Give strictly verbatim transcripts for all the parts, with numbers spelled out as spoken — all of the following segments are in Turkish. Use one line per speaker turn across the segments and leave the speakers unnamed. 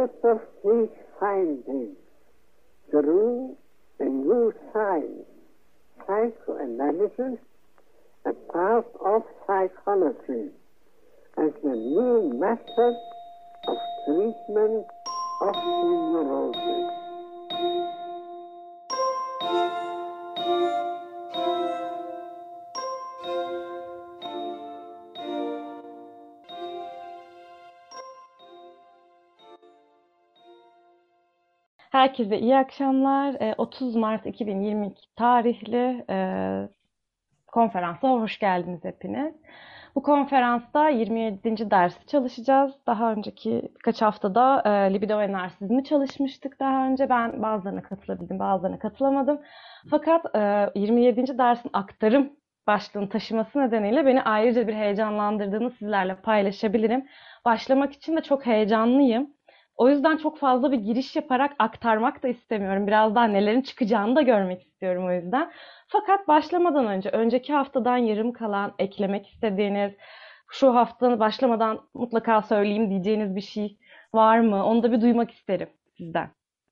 result of these findings grew a new science, psychoanalysis, a part of psychology, as the new method of treatment of neurosis.
Herkese iyi akşamlar. otuz Mart iki bin yirmi iki tarihli e, konferansa hoş geldiniz hepiniz. Bu konferansta yirmi yedinci dersi çalışacağız. Daha önceki birkaç haftada e, libido ve narsizmi çalışmıştık daha önce. Ben bazılarına katılabildim, bazılarına katılamadım. Fakat e, yirmi yedinci dersin aktarım başlığını taşıması nedeniyle beni ayrıca bir heyecanlandırdığını sizlerle paylaşabilirim. Başlamak için de çok heyecanlıyım. O yüzden çok fazla bir giriş yaparak aktarmak da istemiyorum. Biraz daha nelerin çıkacağını da görmek istiyorum o yüzden. Fakat başlamadan önce, önceki haftadan yarım kalan, eklemek istediğiniz, şu haftanın başlamadan mutlaka söyleyeyim diyeceğiniz bir şey var mı? Onu da bir duymak isterim sizden.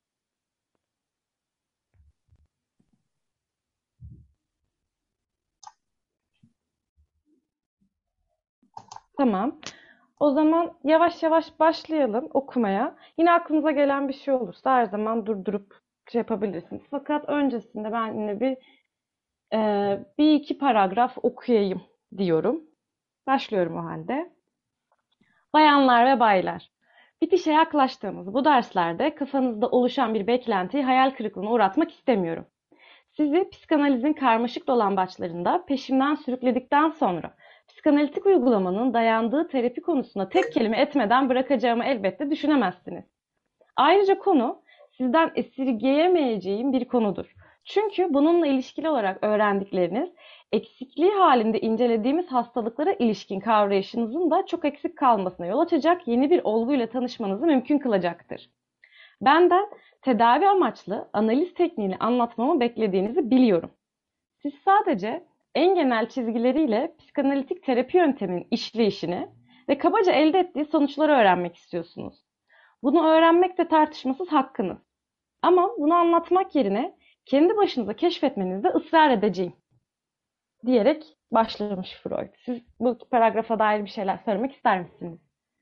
Tamam. O zaman yavaş yavaş başlayalım okumaya. Yine aklınıza gelen bir şey olursa her zaman durdurup şey yapabilirsiniz. Fakat öncesinde ben yine bir e, bir iki paragraf okuyayım diyorum. Başlıyorum o halde. Bayanlar ve baylar, bitişe yaklaştığımız bu derslerde kafanızda oluşan bir beklentiyi hayal kırıklığına uğratmak istemiyorum. Sizi psikanalizin karmaşık dolambaçlarında peşimden sürükledikten sonra psikanalitik uygulamanın dayandığı terapi konusunda tek kelime etmeden bırakacağımı elbette düşünemezsiniz. Ayrıca konu sizden esirgeyemeyeceğim bir konudur. Çünkü bununla ilişkili olarak öğrendikleriniz, eksikliği halinde incelediğimiz hastalıklara ilişkin kavrayışınızın da çok eksik kalmasına yol açacak yeni bir olguyla tanışmanızı mümkün kılacaktır. Benden tedavi amaçlı analiz tekniğini anlatmamı beklediğinizi biliyorum. Siz sadece en genel çizgileriyle psikanalitik terapi yönteminin işleyişini ve kabaca elde ettiği sonuçları öğrenmek istiyorsunuz. Bunu öğrenmek de tartışmasız hakkınız. Ama bunu anlatmak yerine kendi başınıza keşfetmenizde ısrar edeceğim diyerek başlamış Freud. Siz bu paragrafa dair bir şeyler söylemek ister misiniz?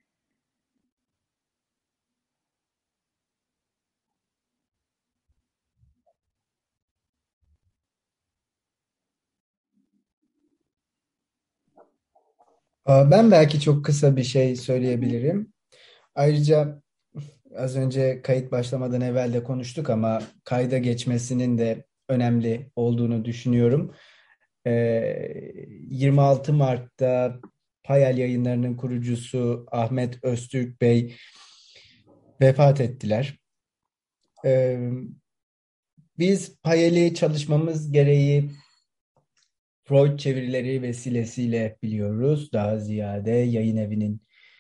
Ben belki çok kısa bir şey söyleyebilirim. Ayrıca az önce kayıt başlamadan evvel de konuştuk ama kayda geçmesinin de önemli olduğunu düşünüyorum. Ee, yirmi altı Mart'ta Payal Yayınları'nın kurucusu Ahmet Öztürk Bey vefat ettiler. Ee, biz Payal'i çalışmamız gereği Freud çevirileri vesilesiyle biliyoruz. Daha ziyade yayın evinin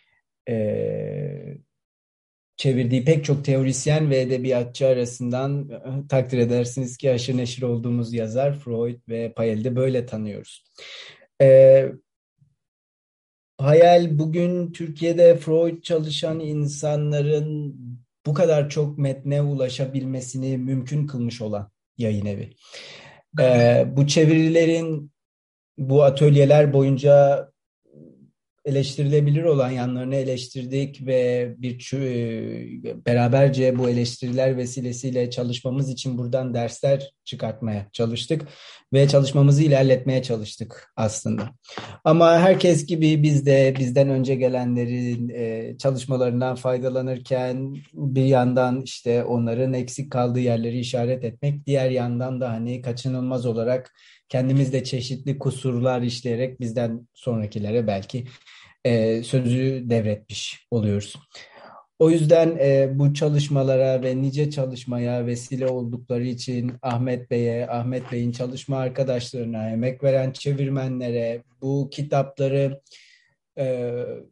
e, çevirdiği pek çok teorisyen ve edebiyatçı arasından e, takdir edersiniz ki aşırı neşir olduğumuz yazar Freud ve Payel'i böyle tanıyoruz. E, Payel bugün Türkiye'de Freud çalışan insanların bu kadar çok metne ulaşabilmesini mümkün kılmış olan yayın evi. E, bu çevirilerin bu atölyeler boyunca eleştirilebilir olan yanlarını eleştirdik ve bir çü- beraberce bu eleştiriler vesilesiyle çalışmamız için buradan dersler çıkartmaya çalıştık ve çalışmamızı ilerletmeye çalıştık aslında. Ama herkes gibi biz de bizden önce gelenlerin e, çalışmalarından faydalanırken bir yandan işte onların eksik kaldığı yerleri işaret etmek, diğer yandan da hani kaçınılmaz olarak kendimiz de çeşitli kusurlar işleyerek bizden sonrakilere belki e, sözü devretmiş oluyoruz. O yüzden e, bu çalışmalara ve nice çalışmaya vesile oldukları için Ahmet Bey'e, Ahmet Bey'in çalışma arkadaşlarına, emek veren çevirmenlere, bu kitapları e,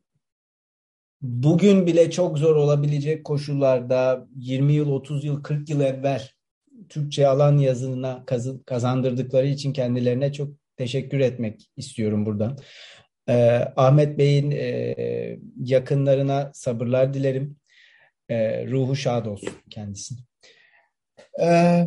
bugün bile çok zor olabilecek koşullarda yirmi yıl, otuz yıl, kırk yıl evvel Türkçe alan yazınına kazandırdıkları için kendilerine çok teşekkür etmek istiyorum buradan. Ee, Ahmet Bey'in e, yakınlarına sabırlar dilerim. E, ruhu şad olsun kendisinin. E,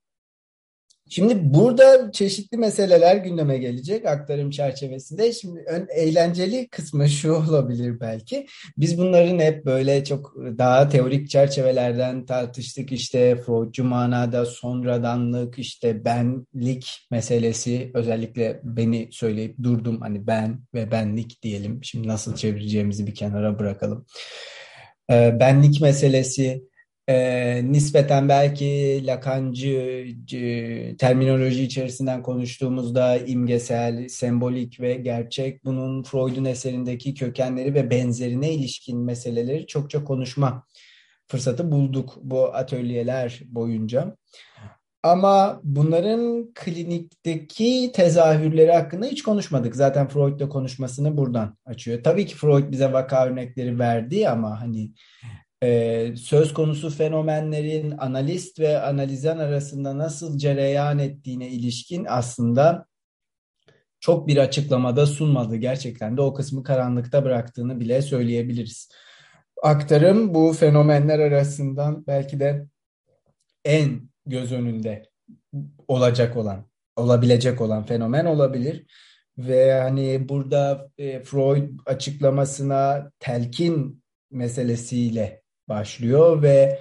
Şimdi burada çeşitli meseleler gündeme gelecek aktarım çerçevesinde. Şimdi ön, eğlenceli kısmı şu olabilir belki. Biz bunların hep böyle çok daha teorik çerçevelerden tartıştık. İşte Freudcu manada sonradanlık, işte benlik meselesi. Özellikle beni söyleyip durdum. Hani ben ve benlik diyelim. Şimdi nasıl çevireceğimizi bir kenara bırakalım. Ee, benlik meselesi. Ee, nispeten belki Lacancı c- terminoloji içerisinden konuştuğumuzda imgesel, sembolik ve gerçek, bunun Freud'un eserindeki kökenleri ve benzerine ilişkin meseleleri çokça konuşma fırsatı bulduk bu atölyeler boyunca. Ama bunların klinikteki tezahürleri hakkında hiç konuşmadık. Zaten Freud da konuşmasını buradan açıyor. Tabii ki Freud bize vaka örnekleri verdi ama hani ee, söz konusu fenomenlerin analist ve analizan arasında nasıl cereyan ettiğine ilişkin aslında çok bir açıklamada sunmadı. Gerçekten de o kısmı karanlıkta bıraktığını bile söyleyebiliriz. Aktarım bu fenomenler arasından belki de en göz önünde olacak olan, olabilecek olan fenomen olabilir. Ve hani burada e, Freud açıklamasına telkin meselesiyle başlıyor ve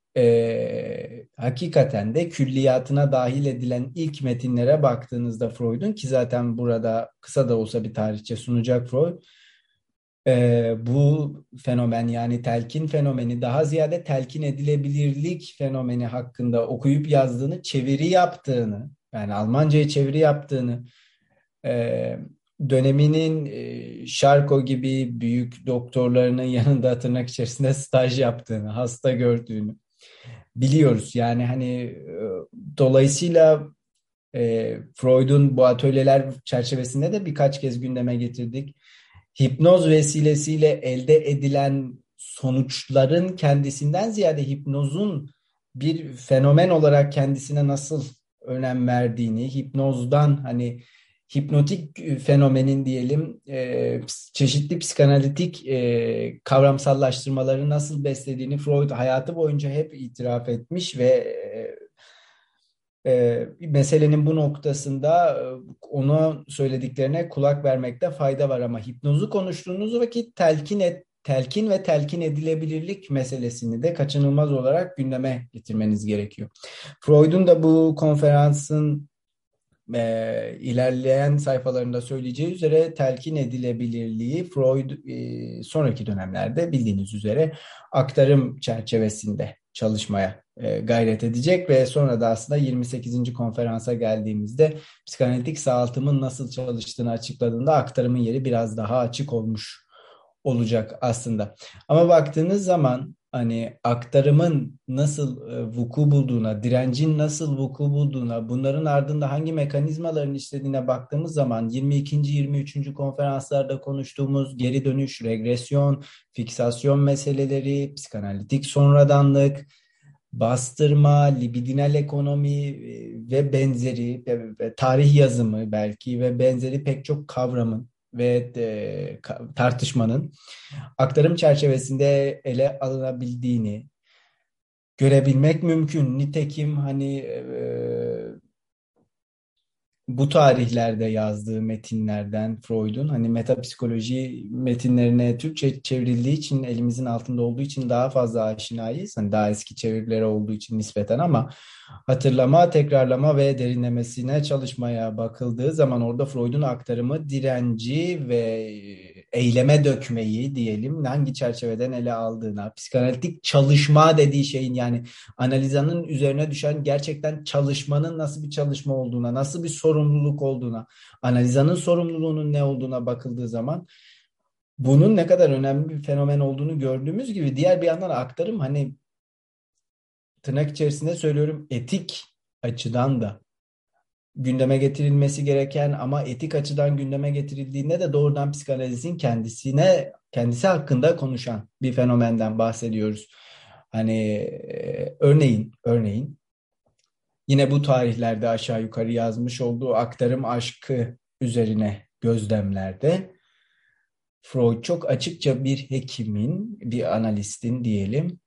e, hakikaten de külliyatına dahil edilen ilk metinlere baktığınızda Freud'un, ki zaten burada kısa da olsa bir tarihçe sunacak Freud, e, bu fenomen yani telkin fenomeni, daha ziyade telkin edilebilirlik fenomeni hakkında okuyup yazdığını, çeviri yaptığını, yani Almanca'ya çeviri yaptığını, e, döneminin e, Charcot gibi büyük doktorlarının yanında tırnak içerisinde staj yaptığını, hasta gördüğünü biliyoruz. Yani hani e, dolayısıyla e, Freud'un bu atölyeler çerçevesinde de birkaç kez gündeme getirdik. Hipnoz vesilesiyle elde edilen sonuçların kendisinden ziyade hipnozun bir fenomen olarak kendisine nasıl önem verdiğini, hipnozdan hani hipnotik fenomenin diyelim e, çeşitli psikanalitik e, kavramsallaştırmaları nasıl beslediğini Freud hayatı boyunca hep itiraf etmiş ve e, e, meselenin bu noktasında e, ona söylediklerine kulak vermekte fayda var, ama hipnozu konuştuğunuz vakit telkin et, telkin ve telkin edilebilirlik meselesini de kaçınılmaz olarak gündeme getirmeniz gerekiyor. Freud'un da bu konferansın e, ilerleyen sayfalarında söyleyeceği üzere telkin edilebilirliği Freud e, sonraki dönemlerde bildiğiniz üzere aktarım çerçevesinde çalışmaya e, gayret edecek ve sonra da aslında yirmi sekizinci konferansa geldiğimizde psikanalitik sağaltımın nasıl çalıştığını açıkladığında aktarımın yeri biraz daha açık olmuş olacak aslında. Ama baktığınız zaman hani aktarımın nasıl e, vuku bulduğuna, direncin nasıl vuku bulduğuna, bunların ardında hangi mekanizmaların işlediğine baktığımız zaman yirmi ikinci yirmi üçüncü konferanslarda konuştuğumuz geri dönüş, regresyon, fiksasyon meseleleri, psikanalitik sonradanlık, bastırma, libidinal ekonomi e, ve benzeri ve, ve tarih yazımı belki ve benzeri pek çok kavramın ve e, tartışmanın aktarım çerçevesinde ele alınabildiğini görebilmek mümkün. Nitekim hani e, bu tarihlerde yazdığı metinlerden Freud'un hani metapsikoloji metinlerine Türkçe çevrildiği için, elimizin altında olduğu için daha fazla aşinayız. Hani daha eski çevirileri olduğu için nispeten, ama hatırlama, tekrarlama ve derinlemesine çalışmaya bakıldığı zaman orada Freud'un aktarımı, direnci ve eyleme dökmeyi diyelim hangi çerçeveden ele aldığına, psikanalitik çalışma dediği şeyin yani analizanın üzerine düşen gerçekten çalışmanın nasıl bir çalışma olduğuna, nasıl bir sorumluluk olduğuna, analizanın sorumluluğunun ne olduğuna bakıldığı zaman bunun ne kadar önemli bir fenomen olduğunu gördüğümüz gibi, diğer bir yandan aktarım hani tırnak içerisinde söylüyorum etik açıdan da gündeme getirilmesi gereken, ama etik açıdan gündeme getirildiğinde de doğrudan psikanalizin kendisine kendisi hakkında konuşan bir fenomenden bahsediyoruz. Hani e, örneğin örneğin yine bu tarihlerde aşağı yukarı yazmış olduğu aktarım aşkı üzerine gözlemlerde Freud çok açıkça bir hekimin, bir analistin diyelim,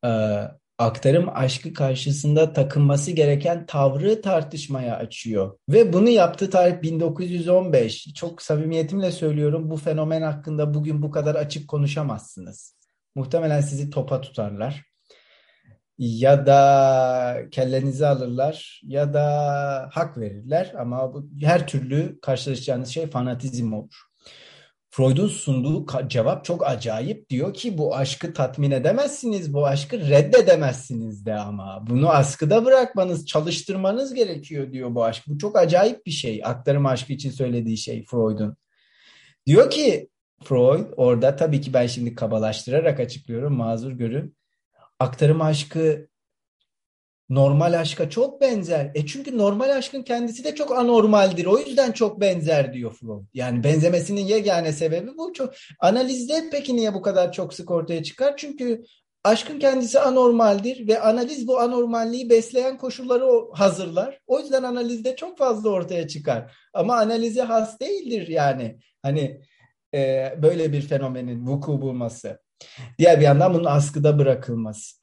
e, aktarım aşkı karşısında takınması gereken tavrı tartışmaya açıyor. Ve bunu yaptığı tarih bin dokuz yüz on beş. Çok samimiyetimle söylüyorum, bu fenomen hakkında bugün bu kadar açık konuşamazsınız. Muhtemelen sizi topa tutarlar. Ya da kellenizi alırlar ya da hak verirler, ama bu, her türlü karşılaşacağınız şey fanatizm olur. Freud'un sunduğu ka- cevap çok acayip. Diyor ki bu aşkı tatmin edemezsiniz, bu aşkı reddedemezsiniz de, ama bunu askıda bırakmanız, çalıştırmanız gerekiyor diyor bu aşk. Bu çok acayip bir şey. Aktarım aşkı için söylediği şey Freud'un. Diyor ki Freud orada, tabii ki ben şimdi kabalaştırarak açıklıyorum, mazur görün. Aktarım aşkı normal aşka çok benzer. E çünkü normal aşkın kendisi de çok anormaldir. O yüzden çok benzer diyor Freud. Yani benzemesinin yegane sebebi bu. Çok analizde peki niye bu kadar çok sık ortaya çıkar? Çünkü aşkın kendisi anormaldir ve analiz bu anormalliği besleyen koşulları hazırlar. O yüzden analizde çok fazla ortaya çıkar. Ama analize has değildir yani. Hani e, böyle bir fenomenin vuku bulması. Diğer bir yandan bunun askıda bırakılması.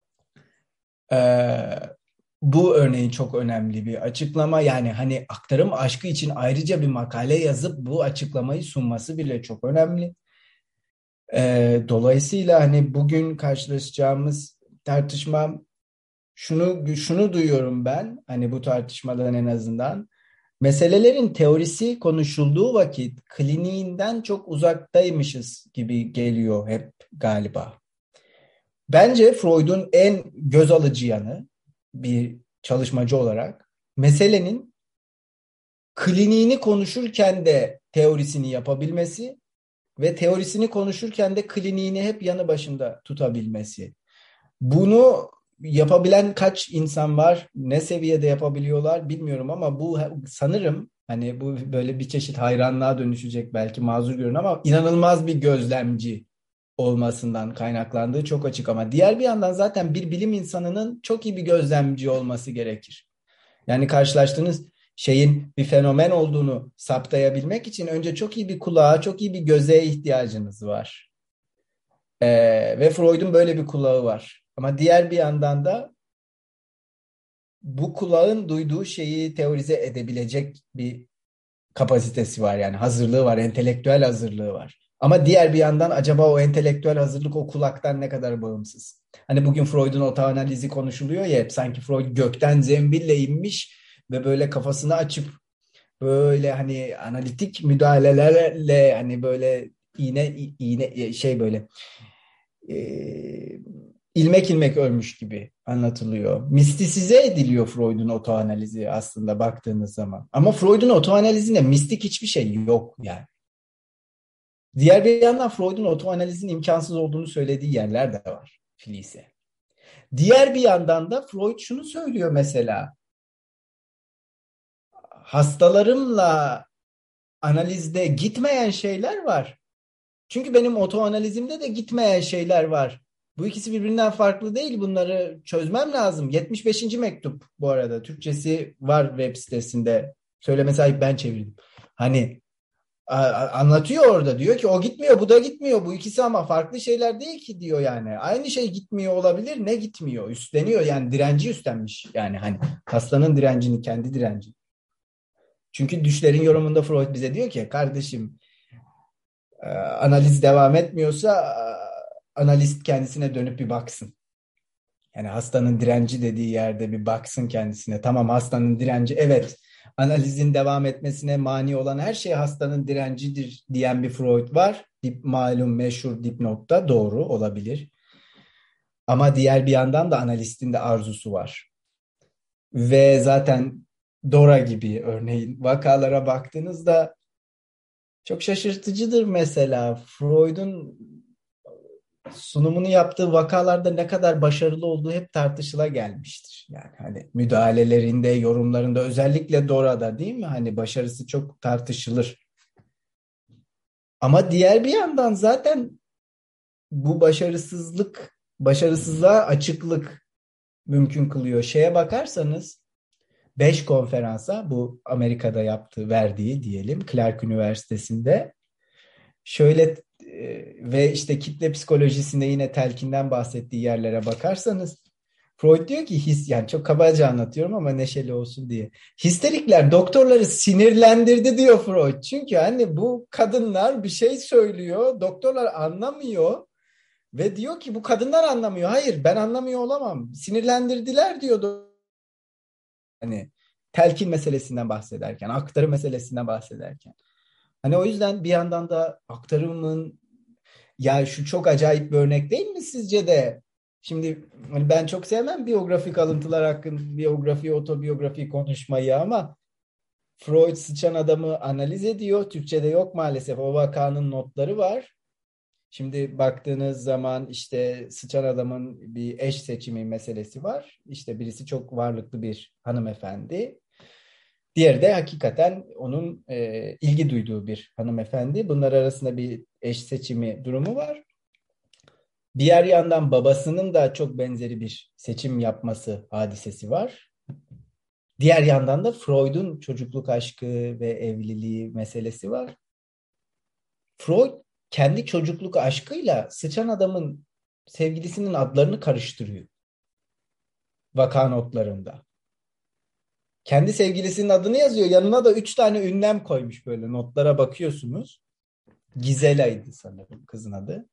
Ee, Bu örneğin çok önemli bir açıklama. Yani hani aktarım aşkı için ayrıca bir makale yazıp bu açıklamayı sunması bile çok önemli. Ee, dolayısıyla hani bugün karşılaşacağımız tartışma, şunu şunu duyuyorum ben, hani bu tartışmadan en azından meselelerin teorisi konuşulduğu vakit kliniğinden çok uzaktaymışız gibi geliyor hep galiba. Bence Freud'un en göz alıcı yanı, bir çalışmacı olarak, meselenin kliniğini konuşurken de teorisini yapabilmesi ve teorisini konuşurken de kliniğini hep yanı başında tutabilmesi. Bunu yapabilen kaç insan var, ne seviyede yapabiliyorlar bilmiyorum, ama bu sanırım, hani bu böyle bir çeşit hayranlığa dönüşecek, belki mazur görün, ama inanılmaz bir gözlemci olmasından kaynaklandığı çok açık. Ama diğer bir yandan zaten bir bilim insanının çok iyi bir gözlemci olması gerekir. Yani karşılaştığınız şeyin bir fenomen olduğunu saptayabilmek için önce çok iyi bir kulağa, çok iyi bir göze ihtiyacınız var. Ee, ve Freud'un böyle bir kulağı var. Ama diğer bir yandan da bu kulağın duyduğu şeyi teorize edebilecek bir kapasitesi var, yani hazırlığı var, entelektüel hazırlığı var. Ama diğer bir yandan acaba o entelektüel hazırlık o kulaktan ne kadar bağımsız? Hani bugün Freud'un otoanalizi konuşuluyor ya hep, sanki Freud gökten zembille inmiş ve böyle kafasını açıp böyle hani analitik müdahalelerle, hani böyle iğne iğne şey böyle e, ilmek ilmek ölmüş gibi anlatılıyor. Mistisize ediliyor Freud'un otoanalizi aslında baktığınız zaman. Ama Freud'un otoanalizinde mistik hiçbir şey yok yani. Diğer bir yandan Freud'un otoanalizin imkansız olduğunu söylediği yerler de var Filize. Diğer bir yandan da Freud şunu söylüyor mesela. Hastalarımla analizde gitmeyen şeyler var. Çünkü benim otoanalizimde de gitmeyen şeyler var. Bu ikisi birbirinden farklı değil. Bunları çözmem lazım. yetmiş beşinci mektup bu arada. Türkçesi var web sitesinde. Söyleme sahip ben çevirdim. Hani anlatıyor orada. Diyor ki o gitmiyor, bu da gitmiyor. Bu ikisi ama farklı şeyler değil ki diyor yani. Aynı şey gitmiyor olabilir. Ne gitmiyor? Üstleniyor yani, direnci üstlenmiş. Yani hani hastanın direncini, kendi direncini. Çünkü düşlerin yorumunda Freud bize diyor ki kardeşim, analiz devam etmiyorsa analist kendisine dönüp bir baksın. Yani hastanın direnci dediği yerde bir baksın kendisine. Tamam, hastanın direnci, evet, analizin devam etmesine mani olan her şey hastanın direncidir diyen bir Freud var. Dip, malum meşhur dipnotta, doğru olabilir. Ama diğer bir yandan da analistin de arzusu var. Ve zaten Dora gibi örneğin vakalara baktığınızda çok şaşırtıcıdır mesela. Freud'un sunumunu yaptığı vakalarda ne kadar başarılı olduğu hep tartışıla gelmiştir. Yani hani müdahalelerinde, yorumlarında, özellikle Dora'da değil mi? Hani başarısı çok tartışılır. Ama diğer bir yandan zaten bu başarısızlık, başarısızlığa açıklık mümkün kılıyor. Şeye bakarsanız beş konferansa, bu Amerika'da yaptığı, verdiği diyelim Clark Üniversitesi'nde, şöyle e, ve işte kitle psikolojisinde yine telkinden bahsettiği yerlere bakarsanız Freud diyor ki his, yani çok kabaca anlatıyorum ama neşeli olsun diye. Histerikler doktorları sinirlendirdi diyor Freud. Çünkü hani bu kadınlar bir şey söylüyor, doktorlar anlamıyor ve diyor ki bu kadınlar anlamıyor. Hayır, ben anlamıyor olamam. Sinirlendirdiler diyor. Hani telkin meselesinden bahsederken, aktarım meselesinden bahsederken. Hani o yüzden bir yandan da aktarımın, ya şu çok acayip bir örnek değil mi sizce de? Şimdi hani ben çok sevmem biyografik alıntılar hakkında, biyografi, otobiyografi konuşmayı ama Freud Sıçan Adam'ı analiz ediyor. Türkçe'de yok maalesef. O vakanın notları var. Şimdi baktığınız zaman işte Sıçan Adam'ın bir eş seçimi meselesi var. İşte birisi çok varlıklı bir hanımefendi. Diğeri de hakikaten onun e, ilgi duyduğu bir hanımefendi. Bunlar arasında bir eş seçimi durumu var. Diğer yandan babasının da çok benzeri bir seçim yapması hadisesi var. Diğer yandan da Freud'un çocukluk aşkı ve evliliği meselesi var. Freud kendi çocukluk aşkıyla Sıçan Adam'ın sevgilisinin adlarını karıştırıyor vaka notlarında. Kendi sevgilisinin adını yazıyor. Yanına da üç tane ünlem koymuş böyle. Notlara bakıyorsunuz. Gizela'ydı sanırım kızın adı.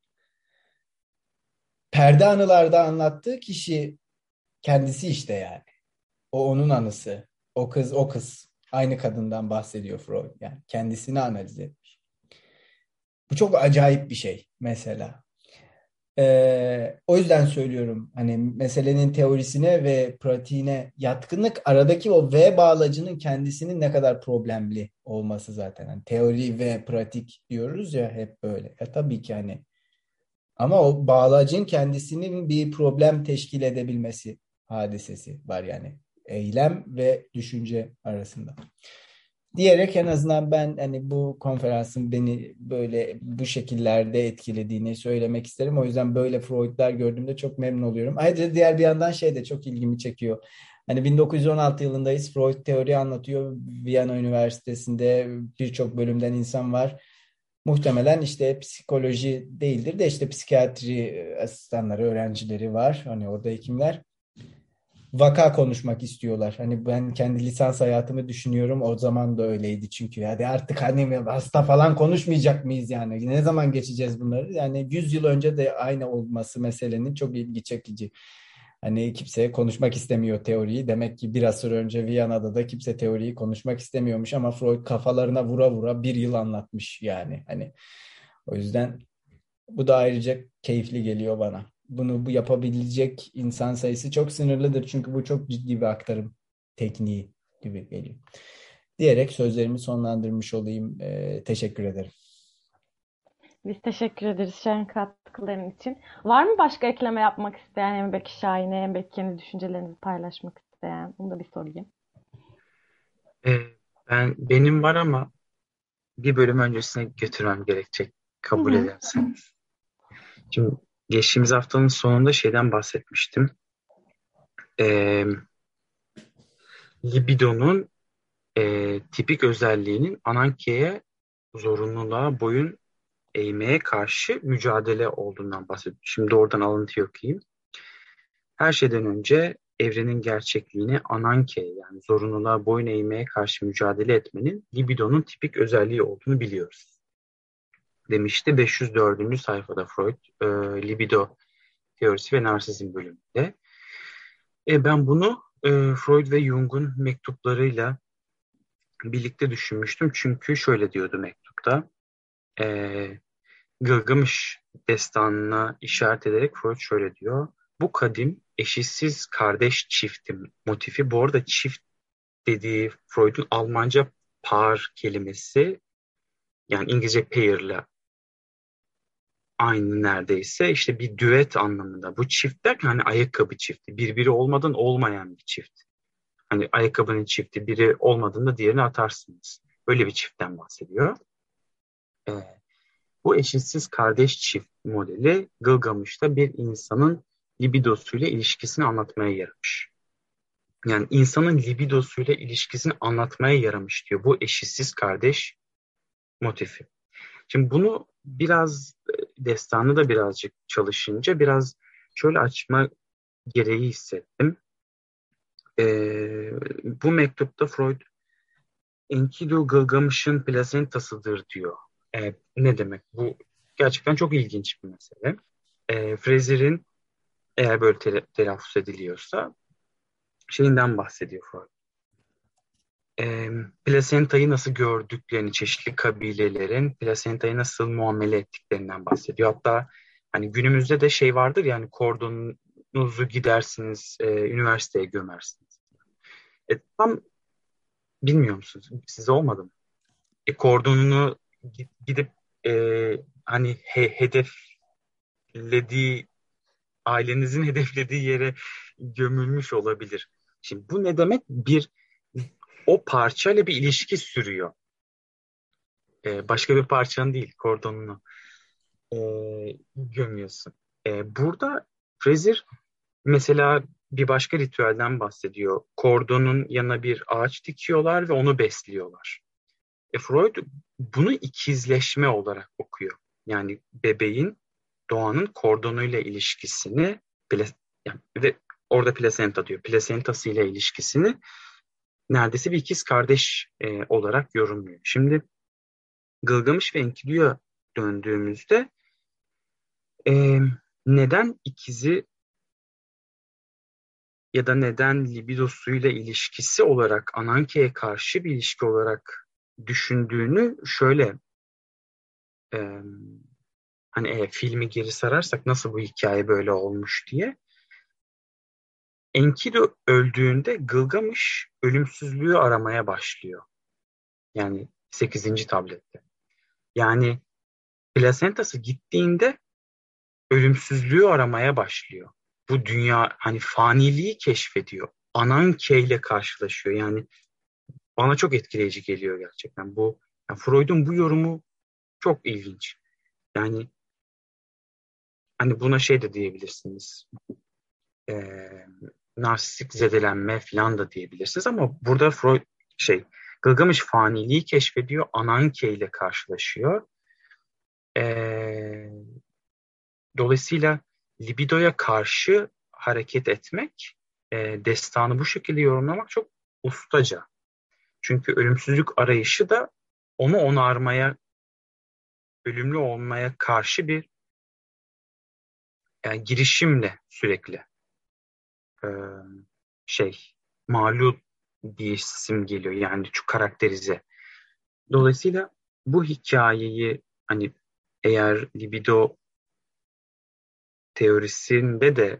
Perde Anılar'da anlattığı kişi kendisi işte yani. O onun anısı. O kız o kız. Aynı kadından bahsediyor Freud. Yani kendisini analiz etmiş. Bu çok acayip bir şey mesela. Ee, o yüzden söylüyorum hani meselenin teorisine ve pratiğine yatkınlık aradaki o V bağlacının kendisinin ne kadar problemli olması zaten. Yani teori ve pratik diyoruz ya hep böyle. Ya tabii ki hani ama o bağlacın kendisinin bir problem teşkil edebilmesi hadisesi var yani. Eylem ve düşünce arasında. Diyerek en azından ben hani bu konferansın beni böyle bu şekillerde etkilediğini söylemek isterim. O yüzden böyle Freud'lar gördüğümde çok memnun oluyorum. Ayrıca diğer bir yandan şey de çok ilgimi çekiyor. Hani bin dokuz yüz on altı yılındayız. Freud teori anlatıyor. Viyana Üniversitesi'nde birçok bölümden insan var. Muhtemelen işte psikoloji değildir de işte psikiyatri asistanları, öğrencileri var. Hani orada hekimler. Vaka konuşmak istiyorlar. Hani ben kendi lisans hayatımı düşünüyorum. O zaman da öyleydi çünkü. Hadi artık hani hasta falan konuşmayacak mıyız yani? Ne zaman geçeceğiz bunları? Yani yüz yıl önce de aynı olması meselenin çok ilgi çekici. Hani kimse konuşmak istemiyor teoriyi. Demek ki bir asır önce Viyana'da da kimse teoriyi konuşmak istemiyormuş ama Freud kafalarına vura vura bir yıl anlatmış yani. Hani o yüzden bu da ayrıca keyifli geliyor bana. Bunu bu yapabilecek insan sayısı çok sınırlıdır. Çünkü bu çok ciddi bir aktarım tekniği gibi geliyor. Diyerek sözlerimi sonlandırmış olayım. Ee, teşekkür ederim.
Biz teşekkür ederiz Şen katkıların için. Var mı başka ekleme yapmak isteyen hem Beki Şahin'e hem Beki kendi düşüncelerinizi paylaşmak isteyen? Bunu da bir sorayım.
Ee, ben benim var ama bir bölüm öncesine götürmem gerekecek
Hı
kabul
hı.
ederseniz. Şimdi geçtiğimiz haftanın sonunda şeyden bahsetmiştim. Ee, libidonun e, tipik özelliğinin Ananke'ye zorunluluğa boyun eğmeye karşı mücadele olduğundan bahsediyorum. Şimdi oradan alıntı okuyayım. Her şeyden önce evrenin gerçekliğini Ananke yani zorunluluğa boyun eğmeye karşı mücadele etmenin libidonun tipik özelliği olduğunu biliyoruz. Demişti beş yüz dördüncü sayfada Freud e, libido teorisi ve narsizm bölümünde. E, ben bunu e, Freud ve Jung'un mektuplarıyla birlikte düşünmüştüm. Çünkü şöyle diyordu mektupta. E, Gılgamış destanına işaret ederek Freud şöyle diyor. Bu kadim eşitsiz kardeş çifti motifi. Bu arada çift dediği Freud'un Almanca Paar kelimesi yani İngilizce pair'la aynı neredeyse işte bir düet anlamında. Bu çift derken hani ayakkabı çifti. Birbiri olmadan olmayan bir çift. Hani ayakkabının çifti biri olmadığında diğerini atarsınız. Böyle bir çiftten bahsediyor. Ee, bu eşitsiz kardeş çift modeli Gılgamış'ta bir insanın libidosuyla ilişkisini anlatmaya yaramış. Yani insanın libidosuyla ilişkisini anlatmaya yaramış diyor bu eşitsiz kardeş motifi. Şimdi bunu biraz e, destanı da birazcık çalışınca biraz şöyle açma gereği hissettim. E, Bu mektupta Freud Enkidu Gılgamış'ın plasentasıdır diyor. E, ne demek? Bu gerçekten çok ilginç bir mesele. E, Fraser'in eğer böyle tele- telaffuz ediliyorsa şeyinden bahsediyor Freud. E, Plasentayı nasıl gördüklerini, çeşitli kabilelerin plasentayı nasıl muamele ettiklerinden bahsediyor. Hatta hani günümüzde de şey vardır yani kordonunuzu gidersiniz, e, üniversiteye gömersiniz. E, tam bilmiyor musunuz? Size olmadı mı? E, kordonunu gi- gidip e, hani he- hedeflediği, ailenizin hedeflediği yere gömülmüş olabilir. Şimdi bu ne demek? Bir o parçayla bir ilişki sürüyor. E, başka bir parçanın değil, kordonunu e, gömüyorsun. E, burada Fraser mesela bir başka ritüelden bahsediyor. Kordonun yanına bir ağaç dikiyorlar ve onu besliyorlar. E, Freud bunu ikizleşme olarak okuyor. Yani bebeğin doğanın kordonuyla ilişkisini plas- yani bir de orada plasenta diyor. Plasentasıyla ilişkisini neredeyse bir ikiz kardeş e, olarak yorumluyor. Şimdi Gılgamış ve Enkidu'ya döndüğümüzde e, neden ikizi ya da neden libidosuyla ilişkisi olarak Ananke'ye karşı bir ilişki olarak düşündüğünü şöyle e, hani eğer filmi geri sararsak nasıl bu hikaye böyle olmuş diye. Enkidu öldüğünde Gılgamış ölümsüzlüğü aramaya başlıyor. Yani sekizinci tablette. Yani plasentası gittiğinde ölümsüzlüğü aramaya başlıyor. Bu dünya hani faniliği keşfediyor. Ananke ile karşılaşıyor. Yani bana çok etkileyici geliyor gerçekten. Bu yani Freud'un bu yorumu çok ilginç. Yani hani buna şey de diyebilirsiniz. Ee, narsistik zedelenme falan da diyebilirsiniz ama burada Freud şey Gılgamış faniliği keşfediyor. Ananke ile karşılaşıyor. Ee, Dolayısıyla libidoya karşı hareket etmek, e, destanı bu şekilde yorumlamak çok ustaca. Çünkü ölümsüzlük arayışı da onu onarmaya, ölümlü olmaya karşı bir yani girişimle sürekli e, şey malul diye isim geliyor yani şu karakterize. Dolayısıyla bu hikayeyi hani eğer libido teorisinde de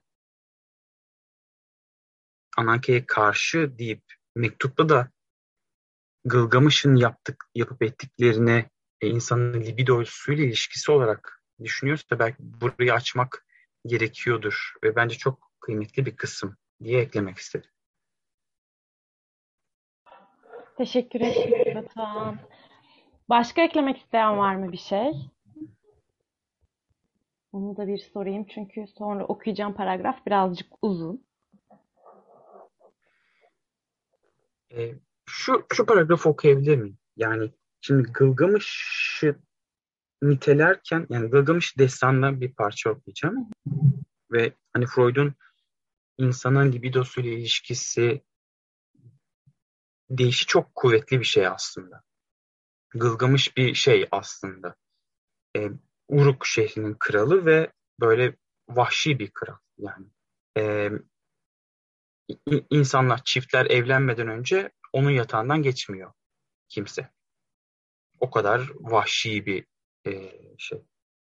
Ananke'ye karşı deyip mektupta da Gılgamış'ın yaptık, yapıp ettiklerine e, insanın libidosuyla ilişkisi olarak düşünüyorsa belki burayı açmak gerekiyordur ve bence çok kıymetli bir kısım diye eklemek istedim.
Teşekkür ederim Batuhan. Başka eklemek isteyen var mı bir şey? Onu da bir sorayım çünkü sonra okuyacağım paragraf birazcık uzun.
E, şu, şu paragrafı okuyabilir miyim? Yani şimdi Gılgamış'ı nitelerken yani Gılgamış destanından bir parça okuyacağım ve hani Freud'un insanın libidosuyla ilişkisi değişi çok kuvvetli bir şey aslında. Gılgamış bir şey aslında. E, Uruk şehrinin kralı ve böyle vahşi bir kral. Yani e, insanlar, çiftler evlenmeden önce onun yatağından geçmiyor kimse. O kadar vahşi bir e, şey.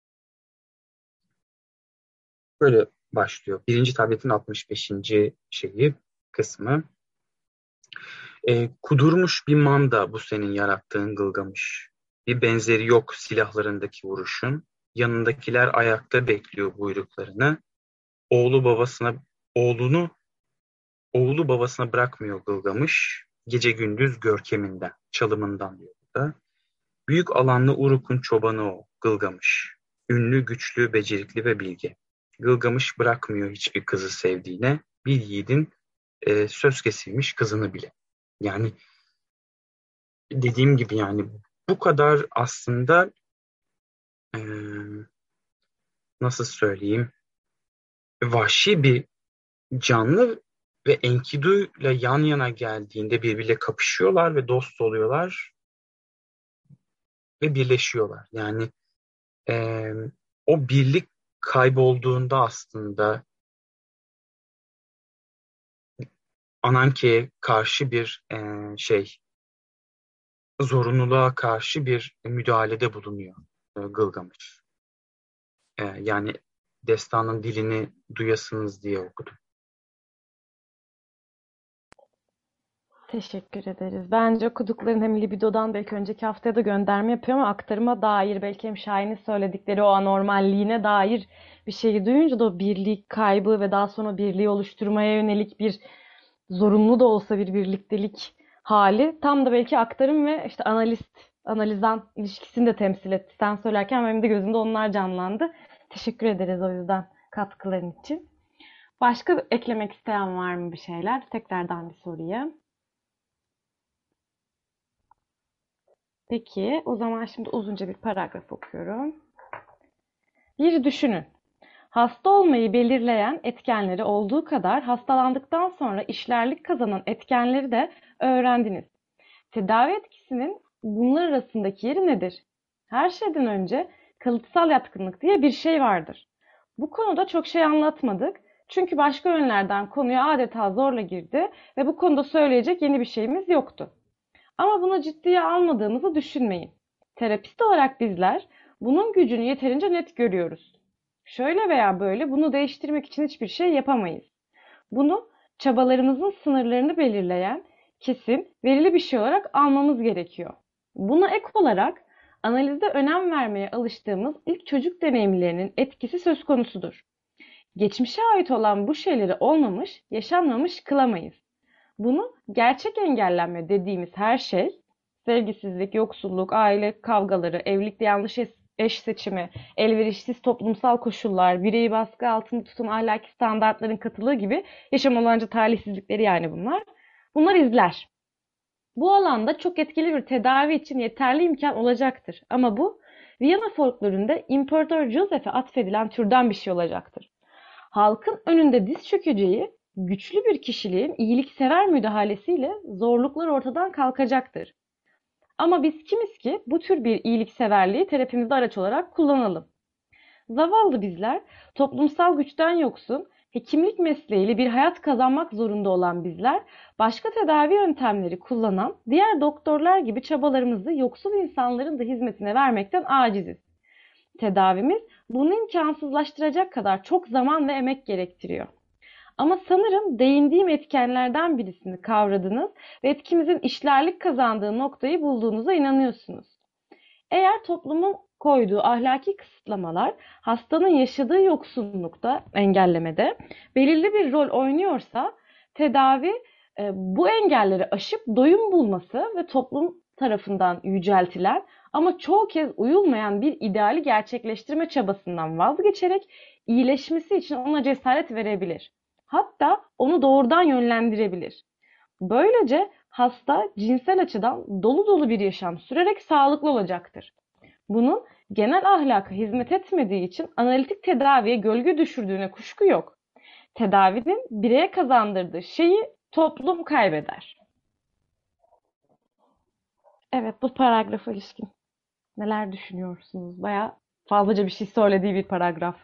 Böyle başlıyor. Birinci tabletin altmış beşinci şeyi kısmı. E, kudurmuş bir manda bu senin yarattığın Gılgamış. Bir benzeri yok silahlarındaki vuruşun. Yanındakiler ayakta bekliyor buyruklarını. Oğlu babasına oğlunu oğlu babasına bırakmıyor Gılgamış. Gece gündüz görkeminden, çalımından diyor burada. Büyük alanlı Uruk'un çobanı o, Gılgamış. Ünlü, güçlü, becerikli ve bilge. Gılgamış bırakmıyor hiçbir kızı sevdiğine. Bir yiğidin e, söz kesilmiş kızını bile. Yani dediğim gibi yani bu kadar aslında Ee, nasıl söyleyeyim? Vahşi bir canlı ve Enkidu'yla yan yana geldiğinde birbiriyle kapışıyorlar ve dost oluyorlar ve birleşiyorlar. Yani e, o birlik kaybolduğunda aslında Ananke'ye karşı bir e, şey, zorunluluğa karşı bir müdahalede bulunuyor e, Gılgamış. E, yani destanın dilini duyasınız diye okudum.
Teşekkür ederiz. Bence okudukların hem libidodan belki önceki haftaya da gönderme yapıyor ama aktarıma dair belki hem Şahin'in söyledikleri o anormalliğine dair bir şeyi duyunca da o birlik kaybı ve daha sonra birliği oluşturmaya yönelik bir zorunlu da olsa bir birliktelik hali tam da belki aktarım ve işte analist, analizan ilişkisini de temsil etti. Sen söylerken benim de gözümde onlar canlandı. Teşekkür ederiz o yüzden katkıların için. Başka eklemek isteyen var mı bir şeyler? Tekrardan bir sorayım. Peki, o zaman şimdi uzunca bir paragraf okuyorum. Bir düşünün. Hasta olmayı belirleyen etkenleri olduğu kadar hastalandıktan sonra işlerlik kazanan etkenleri de öğrendiniz. Tedavi etkisinin bunlar arasındaki yeri nedir? Her şeyden önce kalıtsal yatkınlık diye bir şey vardır. Bu konuda çok şey anlatmadık. Çünkü başka yönlerden konuya adeta zorla girdi ve bu konuda söyleyecek yeni bir şeyimiz yoktu. Ama bunu ciddiye almadığımızı düşünmeyin. Terapist olarak bizler bunun gücünü yeterince net görüyoruz. Şöyle veya böyle bunu değiştirmek için hiçbir şey yapamayız. Bunu çabalarımızın sınırlarını belirleyen kesin, verili bir şey olarak almamız gerekiyor. Buna ek olarak analizde önem vermeye alıştığımız ilk çocuk deneyimlerinin etkisi söz konusudur. Geçmişe ait olan bu şeyleri olmamış, yaşanmamış kılamayız. Bunu gerçek engellenme dediğimiz her şey, sevgisizlik, yoksulluk, aile kavgaları, evlilikte yanlış eş seçimi, elverişsiz toplumsal koşullar, bireyi baskı altında tutan ahlaki standartların katılığı gibi yaşam olanca talihsizlikleri yani bunlar. Bunlar izler. Bu alanda çok etkili bir tedavi için yeterli imkan olacaktır. Ama bu Viyana folklorunda İmparator Joseph'e atfedilen türden bir şey olacaktır. Halkın önünde diz çökeceği güçlü bir kişiliğin iyiliksever müdahalesiyle zorluklar ortadan kalkacaktır. Ama biz kimiz ki bu tür bir iyilikseverliği terapimizde araç olarak kullanalım? Zavallı bizler, toplumsal güçten yoksun, hekimlik mesleğiyle bir hayat kazanmak zorunda olan bizler, başka tedavi yöntemleri kullanan diğer doktorlar gibi çabalarımızı yoksul insanların da hizmetine vermekten aciziz. Tedavimiz bunu imkansızlaştıracak kadar çok zaman ve emek gerektiriyor. Ama sanırım değindiğim etkenlerden birisini kavradınız ve etkimizin işlerlik kazandığı noktayı bulduğunuza inanıyorsunuz. Eğer toplumun koyduğu ahlaki kısıtlamalar hastanın yaşadığı yoksunlukta, engellemede belirli bir rol oynuyorsa tedavi e, bu engelleri aşıp doyum bulması ve toplum tarafından yüceltilen ama çoğu kez uyulmayan bir ideali gerçekleştirme çabasından vazgeçerek iyileşmesi için ona cesaret verebilir. Hatta onu doğrudan yönlendirebilir. Böylece hasta cinsel açıdan dolu dolu bir yaşam sürerek sağlıklı olacaktır. Bunun genel ahlaka hizmet etmediği için analitik tedaviye gölge düşürdüğüne kuşku yok. Tedavinin bireye kazandırdığı şeyi toplum kaybeder. Evet, bu paragrafa ilişkin neler düşünüyorsunuz? Bayağı fazlaca bir şey söylediği bir paragraf.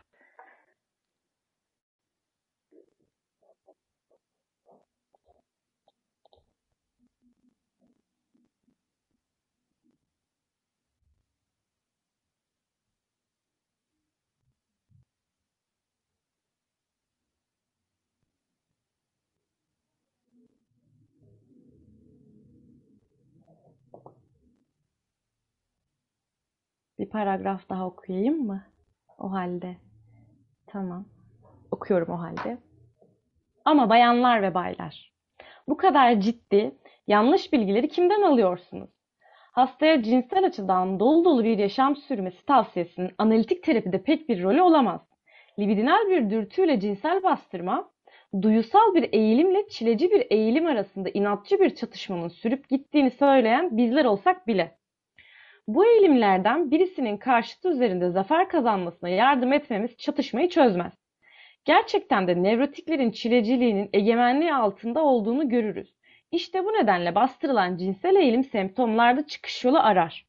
Bir paragraf daha okuyayım mı? O halde. Tamam. Okuyorum o halde. Ama bayanlar ve baylar, bu kadar ciddi, yanlış bilgileri kimden alıyorsunuz? Hastaya cinsel açıdan dolu dolu bir yaşam sürmesi tavsiyesinin analitik terapide pek bir rolü olamaz. Libidinal bir dürtüyle cinsel bastırma, duyusal bir eğilimle çileci bir eğilim arasında inatçı bir çatışmanın sürüp gittiğini söyleyen bizler olsak bile. Bu eğilimlerden birisinin karşıtı üzerinde zafer kazanmasına yardım etmemiz çatışmayı çözmez. Gerçekten de nevrotiklerin çileciliğinin egemenliği altında olduğunu görürüz. İşte bu nedenle bastırılan cinsel eğilim semptomlarda çıkış yolu arar.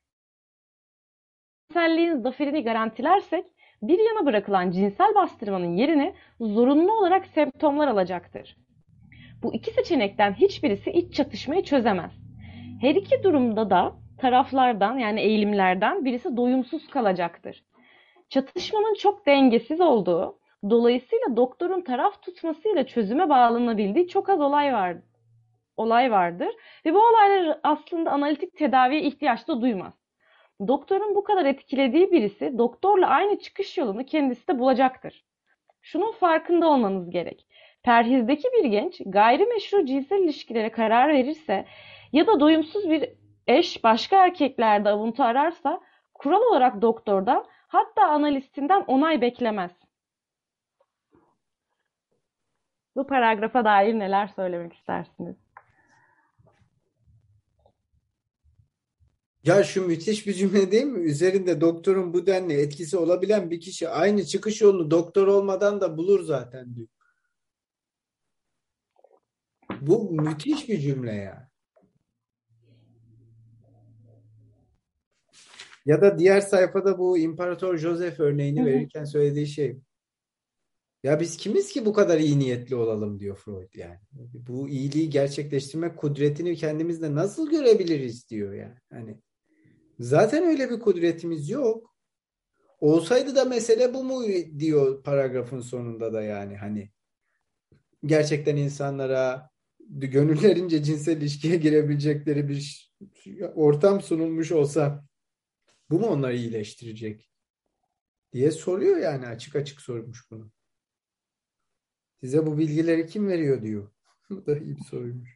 Cinselliğin zaferini garantilersek, bir yana bırakılan cinsel bastırmanın yerini zorunlu olarak semptomlar alacaktır. Bu iki seçenekten hiçbirisi iç çatışmayı çözemez. Her iki durumda da taraflardan yani eğilimlerden birisi doyumsuz kalacaktır. Çatışmanın çok dengesiz olduğu, dolayısıyla doktorun taraf tutmasıyla çözüme bağlanabildiği çok az olay var, olay vardır ve bu olaylar aslında analitik tedaviye ihtiyaç da duymaz. Doktorun bu kadar etkilediği birisi doktorla aynı çıkış yolunu kendisi de bulacaktır. Şunun farkında olmanız gerek. Perhizdeki bir genç gayrimeşru cinsel ilişkilere karar verirse ya da doyumsuz bir eş başka erkeklerde avuntu ararsa kural olarak doktordan hatta analistinden onay beklemez. Bu paragrafa dair neler söylemek istersiniz?
Ya şu müthiş bir cümle değil mi? Üzerinde doktorun bu denli etkisi olabilen bir kişi aynı çıkış yolunu doktor olmadan da bulur zaten diyor. Bu müthiş bir cümle ya. Ya da diğer sayfada bu İmparator Joseph örneğini verirken söylediği şey. Ya biz kimiz ki bu kadar iyi niyetli olalım diyor Freud yani. Bu iyiliği gerçekleştirme kudretini kendimizde nasıl görebiliriz diyor yani. Hani zaten öyle bir kudretimiz yok. Olsaydı da mesele bu mu diyor paragrafın sonunda da yani hani gerçekten insanlara gönüllerince cinsel ilişkiye girebilecekleri bir ortam sunulmuş olsa bu mu onları iyileştirecek diye soruyor yani açık açık sormuş bunu. Size bu bilgileri kim veriyor diyor. Bu da iyi bir soruymuş.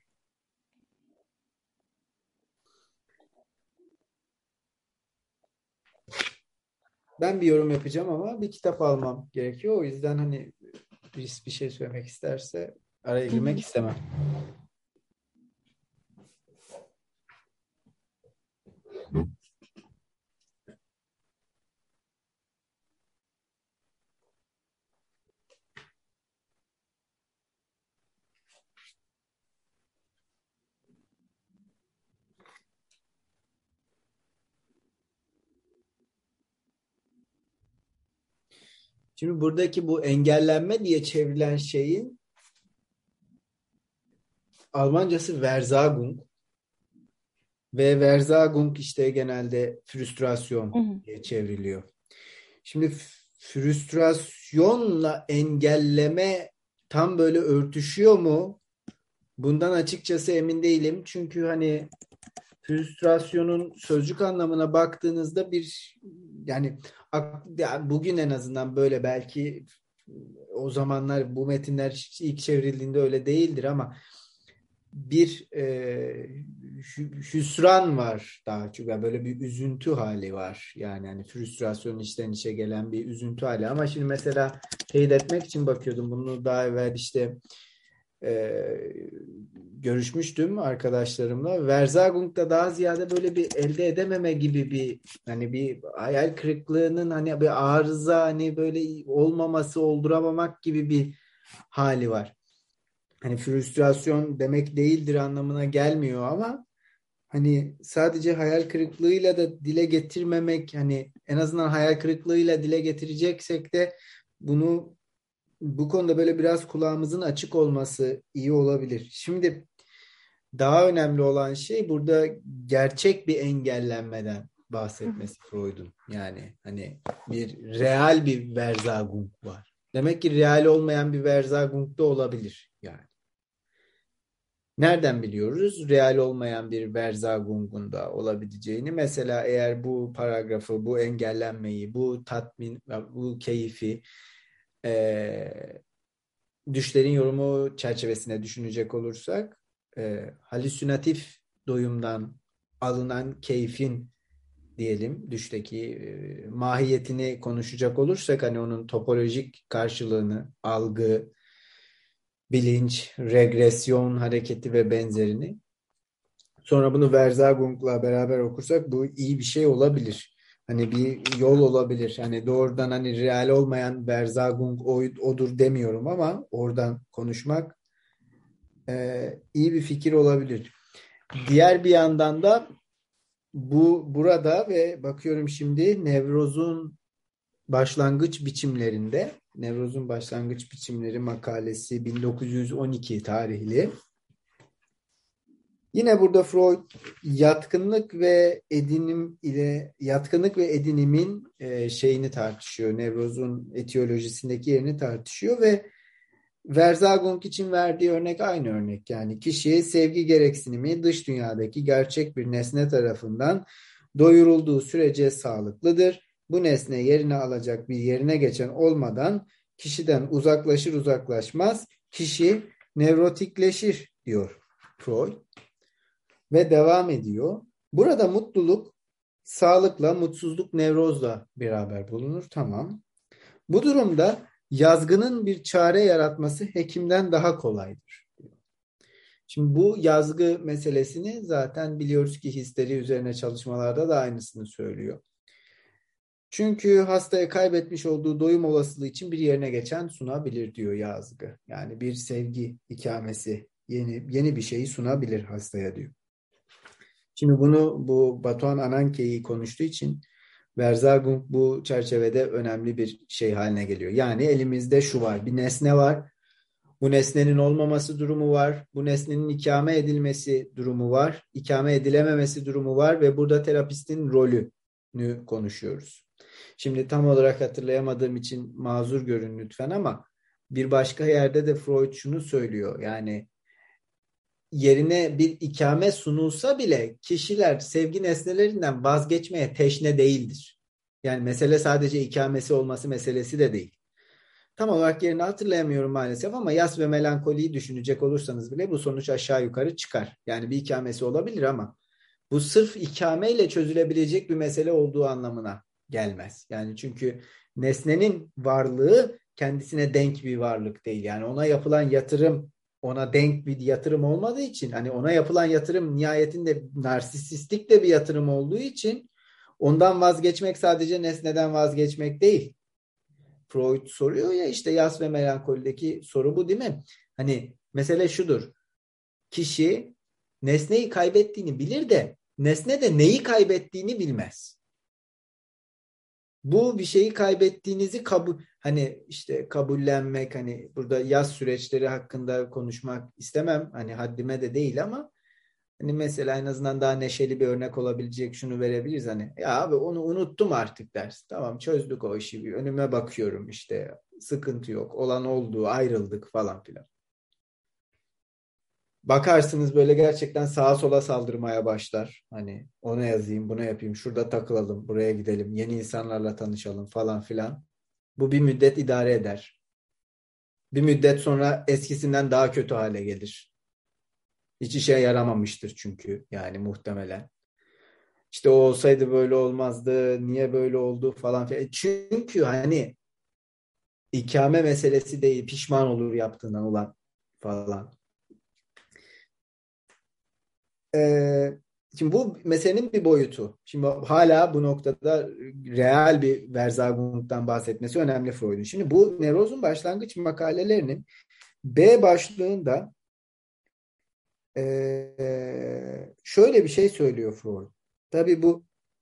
Ben bir yorum yapacağım ama bir kitap almam gerekiyor. O yüzden hani birisi bir şey söylemek isterse araya girmek istemem. Şimdi buradaki bu engellenme diye çevrilen şeyin Almancası Versagung ve Versagung işte genelde frustrasyon diye çevriliyor. Şimdi frustrasyonla engelleme tam böyle örtüşüyor mu? Bundan açıkçası emin değilim. Çünkü hani frustrasyonun sözcük anlamına baktığınızda bir yani bugün en azından böyle belki o zamanlar bu metinler ilk çevrildiğinde öyle değildir ama bir e, hüsran var daha çok yani böyle bir üzüntü hali var yani hani frustrasyonun içten içe gelen bir üzüntü hali ama şimdi mesela teyit etmek için bakıyordum bunu daha evvel işte e, görüşmüştüm arkadaşlarımla. Verzagung'da daha ziyade böyle bir elde edememe gibi bir hani bir hayal kırıklığının hani bir arıza hani böyle olmaması olduramamak gibi bir hali var. Hani frustrasyon demek değildir anlamına gelmiyor ama hani sadece hayal kırıklığıyla da dile getirmemek hani en azından hayal kırıklığıyla dile getireceksek de bunu bu konuda böyle biraz kulağımızın açık olması iyi olabilir. Şimdi daha önemli olan şey burada gerçek bir engellenmeden bahsetmesi Freud'un. Yani hani bir real bir Versagung var. Demek ki real olmayan bir Versagung da olabilir yani. Nereden biliyoruz? Real olmayan bir Versagung'un da olabileceğini. Mesela eğer bu paragrafı, bu engellenmeyi, bu tatmin, bu keyfi e, düşlerin yorumu çerçevesine düşünecek olursak e, halüsinatif doyumdan alınan keyfin diyelim düşteki e, mahiyetini konuşacak olursak hani onun topolojik karşılığını, algı, bilinç, regresyon hareketi ve benzerini Sonra bunu Verzagung'la beraber okursak bu iyi bir şey olabilir. Hani bir yol olabilir. Hani doğrudan hani real olmayan Verzagung odur demiyorum ama oradan konuşmak e, iyi bir fikir olabilir. Diğer bir yandan da bu burada ve bakıyorum şimdi Nevroz'un başlangıç biçimlerinde, Nevroz'un başlangıç biçimleri makalesi bin dokuz yüz on iki tarihli. Yine burada Freud yatkınlık ve edinim ile yatkınlık ve edinimin e, şeyini tartışıyor. Nevroz'un etiyolojisindeki yerini tartışıyor ve Verzagung için verdiği örnek aynı örnek. Yani kişiye sevgi gereksinimi dış dünyadaki gerçek bir nesne tarafından doyurulduğu sürece sağlıklıdır. Bu nesne yerine alacak bir yerine geçen olmadan kişiden uzaklaşır uzaklaşmaz kişi nevrotikleşir diyor Freud. Ve devam ediyor. Burada mutluluk sağlıkla, mutsuzluk nevrozla beraber bulunur. Tamam. Bu durumda yazgının bir çare yaratması hekimden daha kolaydır. Şimdi bu yazgı meselesini zaten biliyoruz ki histeri üzerine çalışmalarda da aynısını söylüyor. Çünkü hastaya kaybetmiş olduğu doyum olasılığı için bir yerine geçen sunabilir diyor yazgı. Yani bir sevgi ikamesi, yeni yeni bir şeyi sunabilir hastaya diyor. Şimdi bunu bu Batuhan Ananke'yi konuştuğu için Verzagung bu çerçevede önemli bir şey haline geliyor. Yani elimizde şu var, bir nesne var. Bu nesnenin olmaması durumu var. Bu nesnenin ikame edilmesi durumu var. İkame edilememesi durumu var ve burada terapistin rolünü konuşuyoruz. Şimdi tam olarak hatırlayamadığım için mazur görün lütfen ama bir başka yerde de Freud şunu söylüyor. Yani yerine bir ikame sunulsa bile kişiler sevgi nesnelerinden vazgeçmeye teşne değildir. Yani mesele sadece ikamesi olması meselesi de değil. Tam olarak yerini hatırlayamıyorum maalesef ama yas ve melankoliyi düşünecek olursanız bile bu sonuç aşağı yukarı çıkar. Yani bir ikamesi olabilir ama bu sırf ikameyle çözülebilecek bir mesele olduğu anlamına gelmez. Yani çünkü nesnenin varlığı kendisine denk bir varlık değil. Yani ona yapılan yatırım ona denk bir yatırım olmadığı için hani ona yapılan yatırım nihayetinde narsistik de bir yatırım olduğu için ondan vazgeçmek sadece nesneden vazgeçmek değil. Freud soruyor ya işte yas ve melankolideki soru bu değil mi? Hani mesele şudur. Kişi nesneyi kaybettiğini bilir de nesne de neyi kaybettiğini bilmez. Bu bir şeyi kaybettiğinizi kabul hani işte kabullenmek hani burada yaz süreçleri hakkında konuşmak istemem. Hani haddime de değil ama hani mesela en azından daha neşeli bir örnek olabilecek şunu verebiliriz hani ya abi onu unuttum artık ders. Tamam çözdük o işi. Önüme bakıyorum işte sıkıntı yok. Olan oldu ayrıldık falan filan. Bakarsınız böyle gerçekten sağa sola saldırmaya başlar. Hani ona yazayım, buna yapayım, şurada takılalım, buraya gidelim, yeni insanlarla tanışalım falan filan. Bu bir müddet idare eder. Bir müddet sonra eskisinden daha kötü hale gelir. Hiç işe yaramamıştır çünkü yani muhtemelen. İşte o olsaydı böyle olmazdı, niye böyle oldu falan filan. Çünkü hani ikame meselesi değil, pişman olur yaptığından olan falan. Ee, şimdi bu meselenin bir boyutu. Şimdi hala bu noktada real bir Verzagung'dan bahsetmesi önemli Freud'un. Şimdi bu Nevroz'un başlangıç makalelerinin B başlığında ee, şöyle bir şey söylüyor Freud. Tabii bu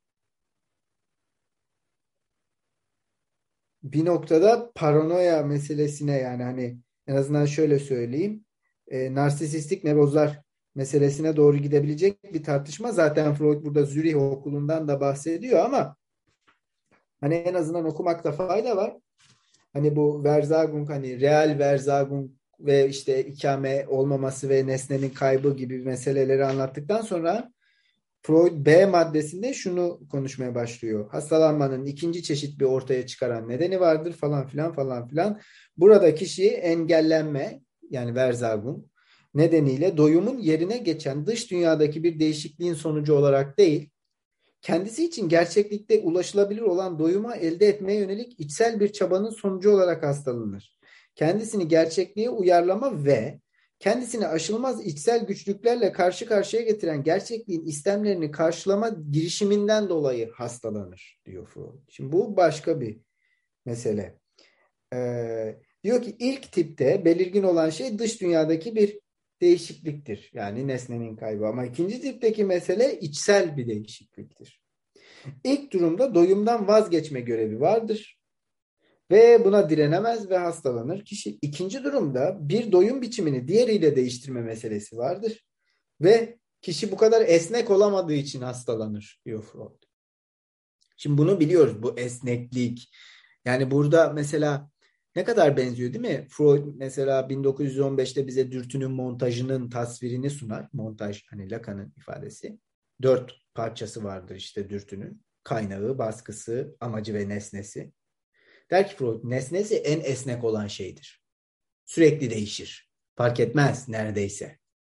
bir noktada paranoya meselesine yani hani en azından şöyle söyleyeyim e, narsisistik nevrozlar meselesine doğru gidebilecek bir tartışma. Zaten Freud burada Zürih okulundan da bahsediyor ama hani en azından okumakta fayda var. Hani bu Verzagung hani real Verzagung ve işte ikame olmaması ve nesnenin kaybı gibi meseleleri anlattıktan sonra Freud B maddesinde şunu konuşmaya başlıyor. Hastalanmanın ikinci çeşit bir ortaya çıkaran nedeni vardır falan filan falan filan. Burada kişi engellenme yani Verzagung nedeniyle doyumun yerine geçen dış dünyadaki bir değişikliğin sonucu olarak değil, kendisi için gerçeklikte ulaşılabilir olan doyuma elde etmeye yönelik içsel bir çabanın sonucu olarak hastalanır. Kendisini gerçekliğe uyarlama ve kendisini aşılmaz içsel güçlüklerle karşı karşıya getiren gerçekliğin istemlerini karşılama girişiminden dolayı hastalanır diyor Freud. Şimdi bu başka bir mesele. Ee, diyor ki ilk tipte belirgin olan şey dış dünyadaki bir değişikliktir. Yani nesnenin kaybı. Ama ikinci tipteki mesele içsel bir değişikliktir. İlk durumda doyumdan vazgeçme görevi vardır. Ve buna direnemez ve hastalanır. Kişi ikinci durumda bir doyum biçimini diğeriyle değiştirme meselesi vardır. Ve kişi bu kadar esnek olamadığı için hastalanır diyor Freud. Şimdi bunu biliyoruz, bu esneklik. Yani burada mesela ne kadar benziyor değil mi? Freud mesela bin dokuz yüz on beşte bize dürtünün montajının tasvirini sunar. Montaj, hani Lacan'ın ifadesi. Dört parçası vardır işte dürtünün. Kaynağı, baskısı, amacı ve nesnesi. Der ki Freud, nesnesi en esnek olan şeydir. Sürekli değişir. Fark etmez neredeyse.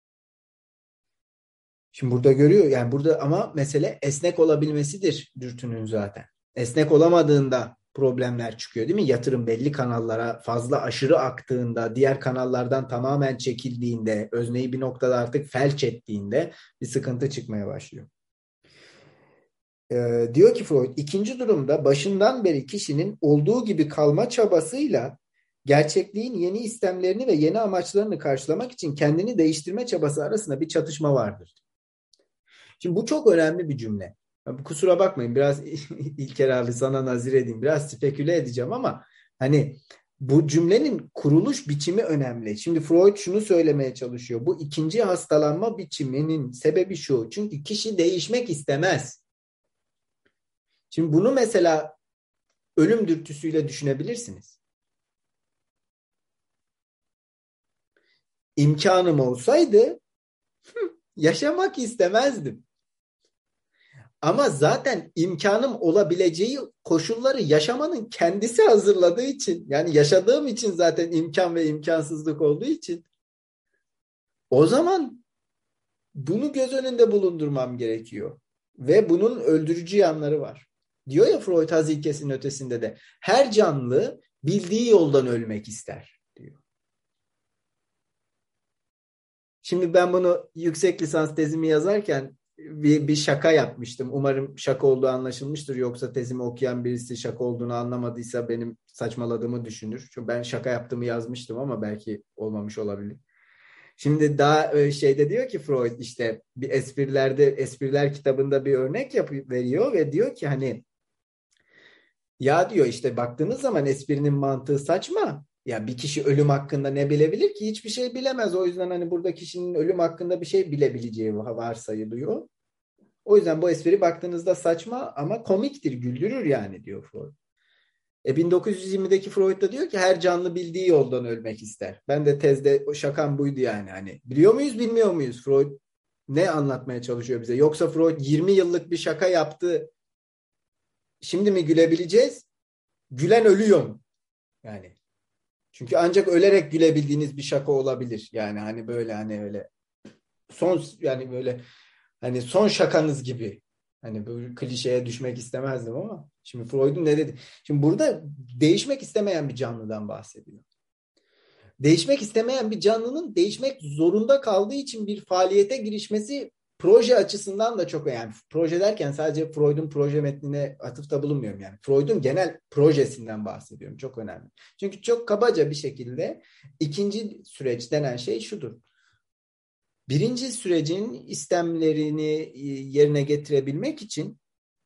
Şimdi burada görüyor yani burada ama mesele esnek olabilmesidir dürtünün zaten. Esnek olamadığında problemler çıkıyor değil mi? Yatırım belli kanallara fazla aşırı aktığında, diğer kanallardan tamamen çekildiğinde, özneyi bir noktada artık felç ettiğinde bir sıkıntı çıkmaya başlıyor. Ee, diyor ki Freud, ikinci durumda başından beri kişinin olduğu gibi kalma çabasıyla gerçekliğin yeni istemlerini ve yeni amaçlarını karşılamak için kendini değiştirme çabası arasında bir çatışma vardır. Şimdi bu çok önemli bir cümle. Kusura bakmayın, biraz İlker abi sana nazir edeyim, biraz speküle edeceğim ama hani bu cümlenin kuruluş biçimi önemli. Şimdi Freud şunu söylemeye çalışıyor. Bu ikinci hastalanma biçiminin sebebi şu. Çünkü kişi değişmek istemez. Şimdi bunu mesela ölüm dürtüsüyle düşünebilirsiniz. İmkanım olsaydı yaşamak istemezdim. Ama zaten imkanım olabileceği koşulları yaşamanın kendisi hazırladığı için, yani yaşadığım için zaten imkan ve imkansızlık olduğu için o zaman bunu göz önünde bulundurmam gerekiyor. Ve bunun öldürücü yanları var. Diyor ya Freud haz ilkesinin ötesinde de her canlı bildiği yoldan ölmek ister diyor. Şimdi ben bunu yüksek lisans tezimi yazarken bir, bir şaka yapmıştım. Umarım şaka olduğu anlaşılmıştır. Yoksa tezimi okuyan birisi şaka olduğunu anlamadıysa benim saçmaladığımı düşünür. Çünkü ben şaka yaptığımı yazmıştım ama belki olmamış olabilir. Şimdi daha şeyde diyor ki Freud işte bir esprilerde espriler kitabında bir örnek yapı veriyor ve diyor ki hani ya diyor işte baktığınız zaman esprinin mantığı saçma. Ya bir kişi ölüm hakkında ne bilebilir ki? Hiçbir şey bilemez. O yüzden hani burada kişinin ölüm hakkında bir şey bilebileceği varsayılıyor. O yüzden bu espri baktığınızda saçma ama komiktir, güldürür yani diyor Freud. E bin dokuz yüz yirmideki Freud da diyor ki her canlı bildiği yoldan ölmek ister. Ben de tezde o şakam buydu yani. Hani biliyor muyuz bilmiyor muyuz? Freud ne anlatmaya çalışıyor bize? Yoksa Freud yirmi yıllık bir şaka yaptı. Şimdi mi gülebileceğiz? Gülen ölüyor mu? Yani. Çünkü ancak ölerek gülebildiğiniz bir şaka olabilir. Yani hani böyle hani öyle son yani böyle hani son şakanız gibi. Hani böyle klişeye düşmek istemezdim ama şimdi Freud'un ne dedi? Şimdi burada değişmek istemeyen bir canlıdan bahsediyor. Değişmek istemeyen bir canlının değişmek zorunda kaldığı için bir faaliyete girişmesi proje açısından da çok önemli. Proje derken sadece Freud'un proje metnine atıfta bulunmuyorum yani. Freud'un genel projesinden bahsediyorum. Çok önemli. Çünkü çok kabaca bir şekilde ikinci süreç denen şey şudur. Birinci sürecin istemlerini yerine getirebilmek için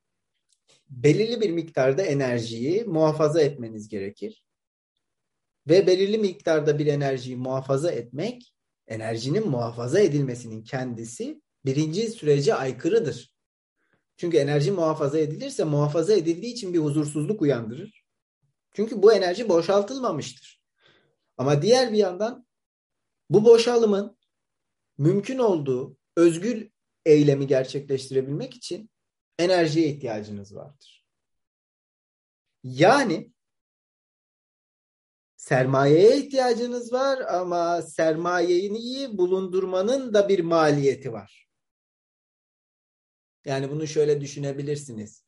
belirli bir miktarda enerjiyi muhafaza etmeniz gerekir. Ve belirli miktarda bir enerjiyi muhafaza etmek, enerjinin muhafaza edilmesinin kendisi birinci sürece aykırıdır. Çünkü enerji muhafaza edilirse muhafaza edildiği için bir huzursuzluk uyandırır. Çünkü bu enerji boşaltılmamıştır. Ama diğer bir yandan bu boşalımın mümkün olduğu özgür eylemi gerçekleştirebilmek için enerjiye ihtiyacınız vardır. Yani sermayeye ihtiyacınız var ama sermayeyi bulundurmanın da bir maliyeti var. Yani bunu şöyle düşünebilirsiniz.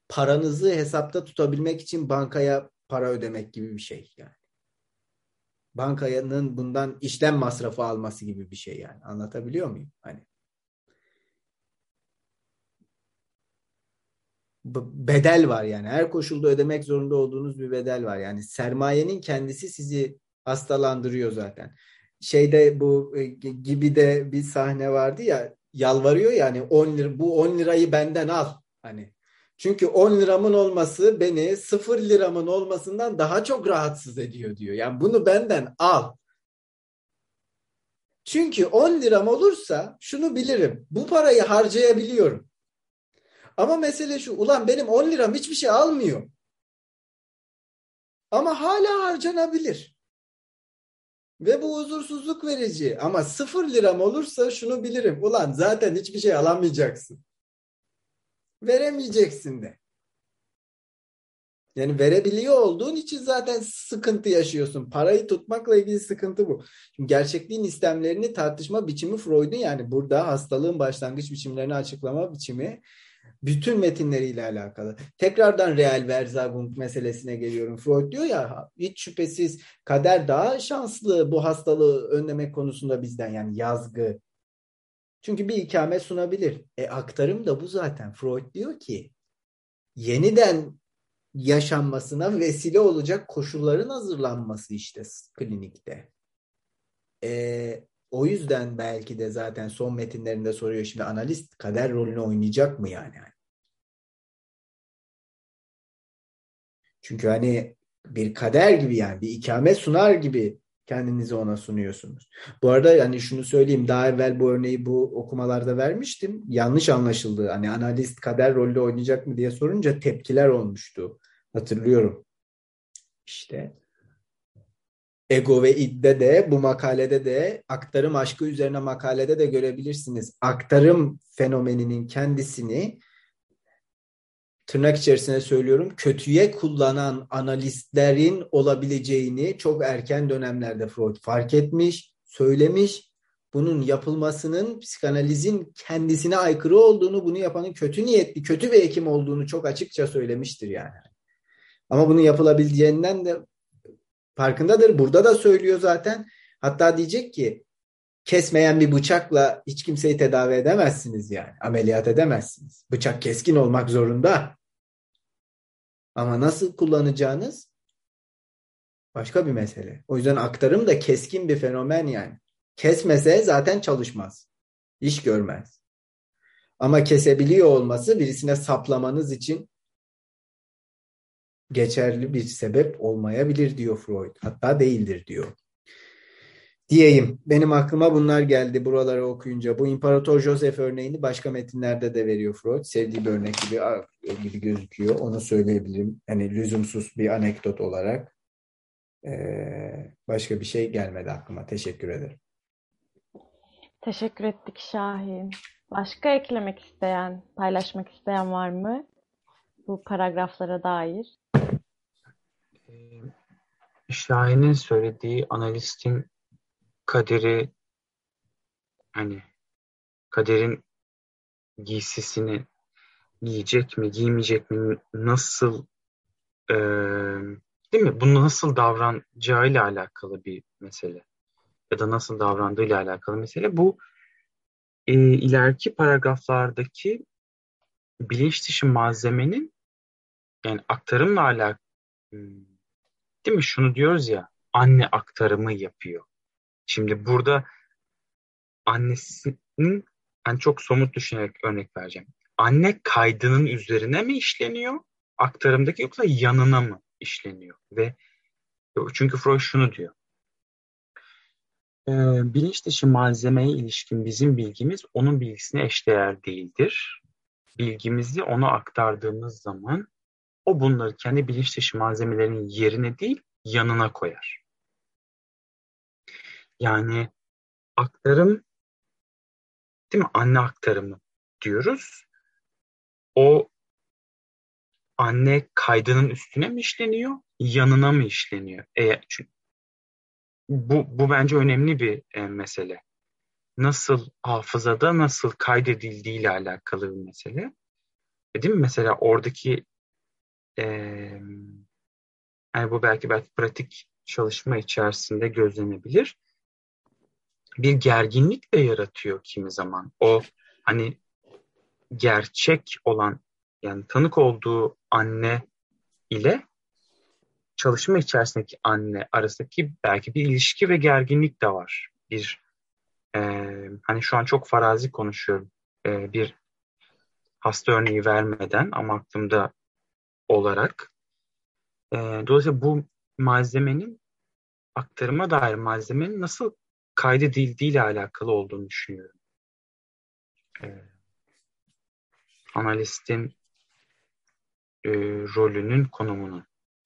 Paranızı hesapta tutabilmek için bankaya para ödemek gibi bir şey yani. Bankanın bundan işlem masrafı alması gibi bir şey yani. Anlatabiliyor muyum? Hani bedel var yani. Her koşulda ödemek zorunda olduğunuz bir bedel var. Yani sermayenin kendisi sizi hastalandırıyor zaten. Şeyde bu gibi de bir sahne vardı ya, yalvarıyor yani on lira, bu on lirayı benden al. Hani çünkü on liramın olması beni sıfır liramın olmasından daha çok rahatsız ediyor diyor. Yani bunu benden al. Çünkü on liram olursa şunu bilirim. Bu parayı harcayabiliyorum. Ama mesele şu, ulan benim on liram hiçbir şey almıyor. Ama hala harcanabilir. Ve bu huzursuzluk verici. Ama sıfır liram olursa şunu bilirim. Ulan zaten hiçbir şey alamayacaksın. Veremeyeceksin de. Yani verebiliyor olduğun için zaten sıkıntı yaşıyorsun. Parayı tutmakla ilgili sıkıntı bu. Şimdi gerçekliğin istemlerini tartışma biçimi Freud'un, yani burada hastalığın başlangıç biçimlerini açıklama biçimi bütün metinleriyle alakalı. Tekrardan real Versagung meselesine geliyorum. Freud diyor ya, hiç şüphesiz kader daha şanslı bu hastalığı önlemek konusunda bizden, yani yazgı. Çünkü bir ikame sunabilir. E aktarım da bu zaten. Freud diyor ki yeniden yaşanmasına vesile olacak koşulların hazırlanması işte klinikte. E, o yüzden belki de zaten son metinlerinde soruyor, şimdi analist kader rolünü oynayacak mı yani? Çünkü hani bir kader gibi, yani bir ikame sunar gibi kendinizi ona sunuyorsunuz. Bu arada yani şunu söyleyeyim, daha evvel bu örneği bu okumalarda vermiştim. Yanlış anlaşıldı. Hani analist kader rolü oynayacak mı diye sorunca tepkiler olmuştu. Hatırlıyorum. İşte Ego ve İd'de de, bu makalede de, aktarım aşkı üzerine makalede de görebilirsiniz. Aktarım fenomeninin kendisini, tırnak içerisine söylüyorum, kötüye kullanan analistlerin olabileceğini çok erken dönemlerde Freud fark etmiş, söylemiş. Bunun yapılmasının psikanalizin kendisine aykırı olduğunu, bunu yapanın kötü niyetli, kötü bir hekim olduğunu çok açıkça söylemiştir yani. Ama bunun yapılabileceğinden de farkındadır. Burada da söylüyor zaten. Hatta diyecek ki, kesmeyen bir bıçakla hiç kimseyi tedavi edemezsiniz yani. Ameliyat edemezsiniz. Bıçak keskin olmak zorunda. Ama nasıl kullanacağınız başka bir mesele. O yüzden aktarım da keskin bir fenomen yani. Kesmese zaten çalışmaz. İş görmez. Ama kesebiliyor olması birisine saplamanız için geçerli bir sebep olmayabilir diyor Freud. Hatta değildir diyor. Diyeyim. Benim aklıma bunlar geldi buraları okuyunca. Bu İmparator Joseph örneğini başka metinlerde de veriyor Freud. Sevdiği bir örnek gibi, gibi gözüküyor. Onu söyleyebilirim. Hani lüzumsuz bir anekdot olarak. Ee, başka bir şey gelmedi aklıma. Teşekkür ederim.
Teşekkür ettik Şahin. Başka eklemek isteyen, paylaşmak isteyen var mı bu paragraflara dair?
Ee, Şahin'in söylediği analistin kaderi, hani kaderin giysisini giyecek mi, giymeyecek mi, nasıl e, değil mi? Bunu nasıl davranacağıyla alakalı bir mesele. Ya da nasıl davrandığıyla alakalı mesele. Bu e, ileriki paragraflardaki bilinç dışı malzemenin, yani aktarımla alakalı, değil mi? Şunu diyoruz ya, anne aktarımı yapıyor. Şimdi burada annesinin, yani çok somut düşünerek örnek vereceğim. Anne kaydının üzerine mi işleniyor aktarımdaki, yoksa yanına mı işleniyor? Ve çünkü Freud şunu diyor. E, bilinç dışı malzemeye ilişkin bizim bilgimiz onun bilgisine eşdeğer değildir. Bilgimizi ona aktardığımız zaman o bunları kendi bilinç dışı malzemelerin yerine değil, yanına koyar. Yani aktarım, değil mi? Anne aktarımı diyoruz. O anne kaydının üstüne mi işleniyor, yanına mı işleniyor? E, çünkü bu, bu bence önemli bir e, mesele. Nasıl hafızada nasıl kaydedildiği ile alakalı bir mesele. E, değil mi? Mesela oradaki e, yani bu belki belki pratik çalışma içerisinde gözlenebilir. Bir gerginlik de yaratıyor kimi zaman. O hani gerçek olan, yani tanık olduğu anne ile çalışma içerisindeki anne arasındaki belki bir ilişki ve gerginlik de var. Bir e, hani şu an çok farazi konuşuyorum. E, bir hasta örneği vermeden ama aklımda olarak. E, dolayısıyla bu malzemenin, aktarıma dair malzemenin nasıl kaydedildiğiyle alakalı olduğunu düşünüyorum. E, Analistin e, rolünün, konumunun.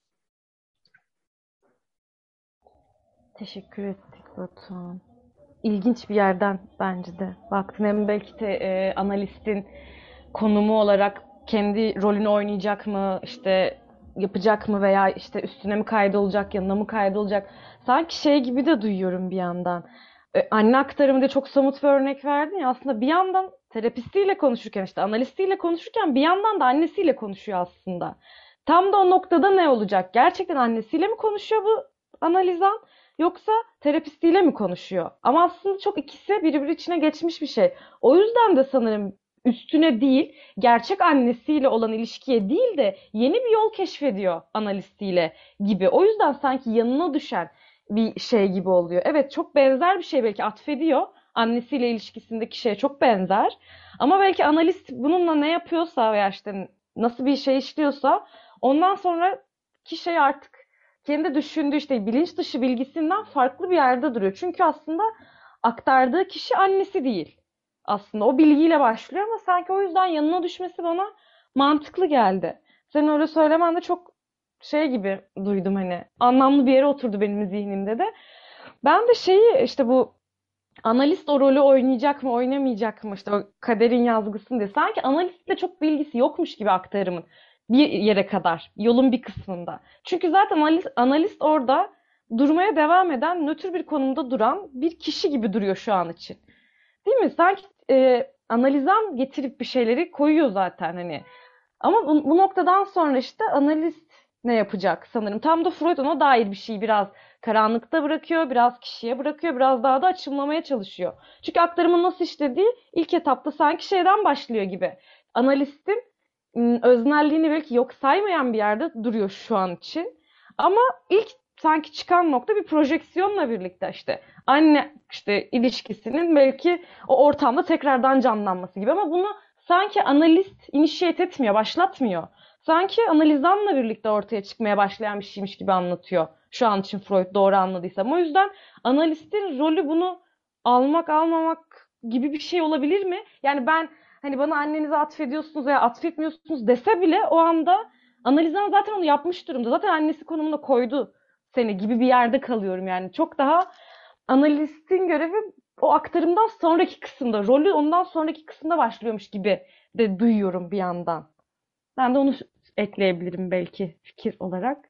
Teşekkür ettik Batuhan. İlginç bir yerden bence de baktın. Hem belki de e, analistin konumu olarak kendi rolünü oynayacak mı, işte yapacak mı veya işte üstüne mi kaydolacak, yanına mı kaydolacak. Sanki şey gibi de duyuyorum bir yandan. E, anne aktarımı diye çok somut bir örnek verdin ya, aslında bir yandan terapistiyle konuşurken, işte analistiyle konuşurken bir yandan da annesiyle konuşuyor aslında. Tam da o noktada ne olacak? Gerçekten annesiyle mi konuşuyor bu analizan? Yoksa terapistiyle mi konuşuyor? Ama aslında çok ikisi birbiri içine geçmiş bir şey. O yüzden de sanırım üstüne değil, gerçek annesiyle olan ilişkiye değil de yeni bir yol keşfediyor analistiyle gibi. O yüzden sanki yanına düşen bir şey gibi oluyor. Evet, çok benzer bir şey belki atfediyor. Annesiyle ilişkisindeki şeye çok benzer. Ama belki analist bununla ne yapıyorsa veya işte nasıl bir şey işliyorsa ondan sonraki şey artık kendi düşündüğü işte bilinç dışı bilgisinden farklı bir yerde duruyor. Çünkü aslında aktardığı kişi annesi değil. Aslında o bilgiyle başlıyor ama sanki o yüzden yanına düşmesi bana mantıklı geldi. Senin öyle söylemen de çok şey gibi duydum, hani anlamlı bir yere oturdu benim zihnimde de. Ben de şeyi işte bu analist o rolü oynayacak mı oynamayacak mı, işte o kaderin yazgısını diye. Sanki analistle çok bilgisi yokmuş gibi aktarımın bir yere kadar, yolun bir kısmında. Çünkü zaten analist, analist orada durmaya devam eden, nötr bir konumda duran bir kişi gibi duruyor şu an için. Değil mi? Sanki e, analizan getirip bir şeyleri koyuyor zaten hani. Ama bu, bu noktadan sonra işte analist ne yapacak sanırım. Tam da Freud ona dair bir şey biraz karanlıkta bırakıyor, biraz kişiye bırakıyor, biraz daha da açımlamaya çalışıyor. Çünkü aktarımın nasıl işlediği ilk etapta sanki şeyden başlıyor gibi. Analistin ım, öznelliğini belki yok saymayan bir yerde duruyor şu an için. Ama ilk sanki çıkan nokta bir projeksiyonla birlikte işte anne işte ilişkisinin belki o ortamda tekrardan canlanması gibi, ama bunu sanki analist initiate etmiyor, başlatmıyor. Sanki analizanla birlikte ortaya çıkmaya başlayan bir şeymiş gibi anlatıyor. Şu an için Freud doğru anladıysam. O yüzden analistin rolü bunu almak almamak gibi bir şey olabilir mi? Yani ben hani bana annenize atfediyorsunuz veya atfetmiyorsunuz dese bile o anda analizan zaten onu yapmış durumda. Zaten annesi konumuna koydu seni gibi bir yerde kalıyorum yani. Çok daha analistin görevi o aktarımdan sonraki kısımda, rolü ondan sonraki kısımda başlıyormuş gibi de duyuyorum bir yandan. Ben de onu ekleyebilirim belki fikir olarak.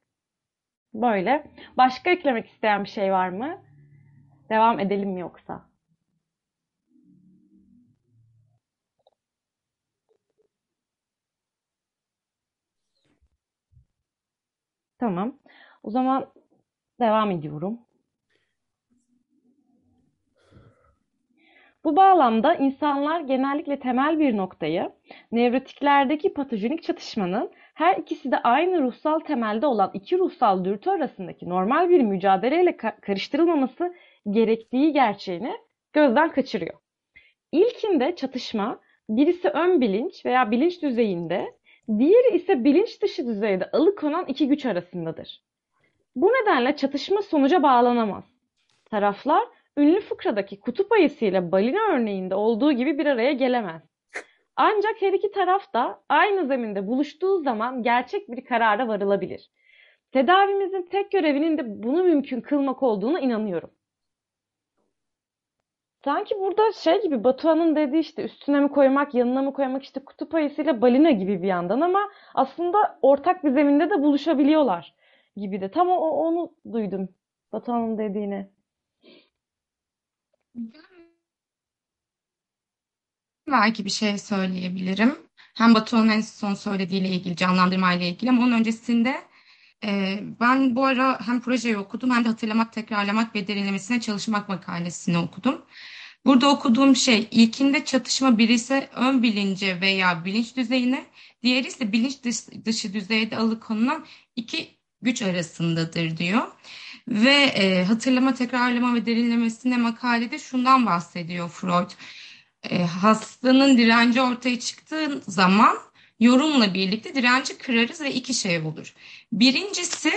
Böyle. Başka eklemek isteyen bir şey var mı? Devam edelim mi yoksa? Tamam. O zaman devam ediyorum. Bu bağlamda insanlar genellikle temel bir noktayı, nevrotiklerdeki patojenik çatışmanın her ikisi de aynı ruhsal temelde olan iki ruhsal dürtü arasındaki normal bir mücadeleyle karıştırılmaması gerektiği gerçeğini gözden kaçırıyor. İlkinde çatışma birisi ön bilinç veya bilinç düzeyinde, diğeri ise bilinç dışı düzeyde alıkonan iki güç arasındadır. Bu nedenle çatışma sonuca bağlanamaz. Taraflar ünlü fıkradaki kutup ayısıyla balina örneğinde olduğu gibi bir araya gelemez. Ancak her iki taraf da aynı zeminde buluştuğu zaman gerçek bir karara varılabilir. Tedavimizin tek görevinin de bunu mümkün kılmak olduğuna inanıyorum. Sanki burada şey gibi Batuhan'ın dediği işte üstüne mi koymak, yanına mı koymak, işte kutup ayısıyla balina gibi bir yandan, ama aslında ortak bir zeminde de buluşabiliyorlar gibi de. Tam o, onu duydum Batuhan'ın dediğini.
Belki bir şey söyleyebilirim. Hem Batuhan'ın en son söylediğiyle ilgili, canlandırmayla ilgili, ama onun öncesinde Ee, ben bu ara hem projeyi okudum hem de hatırlamak, tekrarlamak ve derinlemesine çalışmak makalesini okudum. Burada okuduğum şey ilkinde çatışma birisi ön bilince veya bilinç düzeyine, diğeri ise bilinç dışı, dışı düzeyde alıkonulan iki güç arasındadır diyor. Ve e, hatırlama, tekrarlama ve derinlemesine makalede şundan bahsediyor Freud. E, hastanın direnci ortaya çıktığı zaman yorumla birlikte direnci kırarız ve iki şey olur. Birincisi,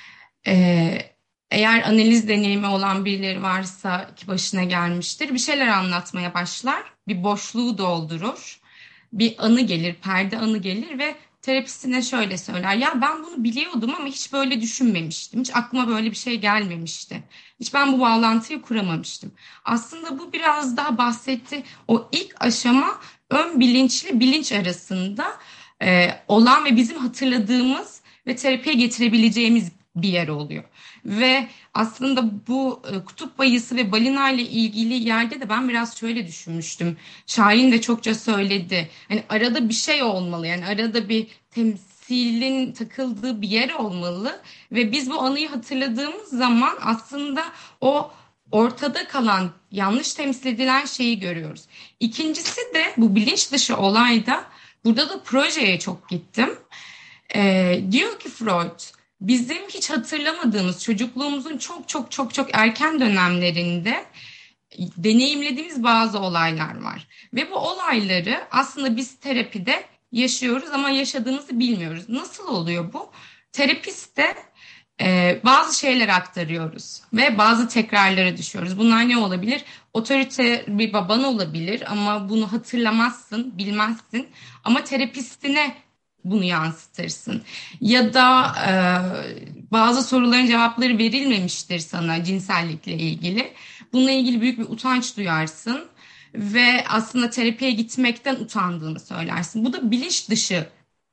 e, eğer analiz deneyimi olan birileri varsa ki başına gelmiştir, bir şeyler anlatmaya başlar, bir boşluğu doldurur, bir anı gelir, perde anı gelir ve terapistine şöyle söyler: ya ben bunu biliyordum ama hiç böyle düşünmemiştim, hiç aklıma böyle bir şey gelmemişti, hiç ben bu bağlantıyı kuramamıştım. Aslında bu biraz daha bahsetti, o ilk aşama ön bilinçli bilinç arasında e, olan ve bizim hatırladığımız ve terapiye getirebileceğimiz bir yer oluyor. Ve aslında bu e, kutup ayısı ve balina ile ilgili yerde de ben biraz şöyle düşünmüştüm. Şahin de çokça söyledi. Hani arada bir şey olmalı. Yani arada bir temsilin takıldığı bir yer olmalı ve biz bu anıyı hatırladığımız zaman aslında o ortada kalan, yanlış temsil edilen şeyi görüyoruz. İkincisi de bu bilinç dışı olayda, burada da projeye çok gittim. Ee, diyor ki Freud, bizim hiç hatırlamadığımız çocukluğumuzun çok çok çok çok erken dönemlerinde deneyimlediğimiz bazı olaylar var. Ve bu olayları aslında biz terapide yaşıyoruz ama yaşadığımızı bilmiyoruz. Nasıl oluyor bu? Terapiste e, bazı şeyler aktarıyoruz ve bazı tekrarlara düşüyoruz. Bunlar ne olabilir? Otorite bir baban olabilir ama bunu hatırlamazsın, bilmezsin. Ama terapistine bunu yansıtırsın. Ya da e, bazı soruların cevapları verilmemiştir sana cinsellikle ilgili. Bununla ilgili büyük bir utanç duyarsın ve aslında terapiye gitmekten utandığını söylersin. Bu da bilinç dışı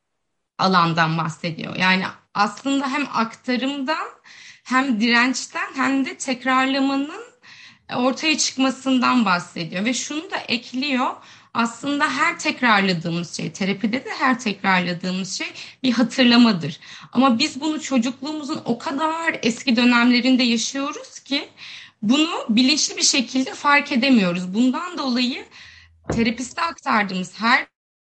alandan bahsediyor. Yani aslında hem aktarımdan, hem dirençten, hem de tekrarlamanın ortaya çıkmasından bahsediyor. Ve şunu da ekliyor: aslında her tekrarladığımız şey, terapide de her tekrarladığımız şey bir hatırlamadır. Ama biz bunu çocukluğumuzun o kadar eski dönemlerinde yaşıyoruz ki bunu bilinçli bir şekilde fark edemiyoruz. Bundan dolayı terapiste aktardığımız her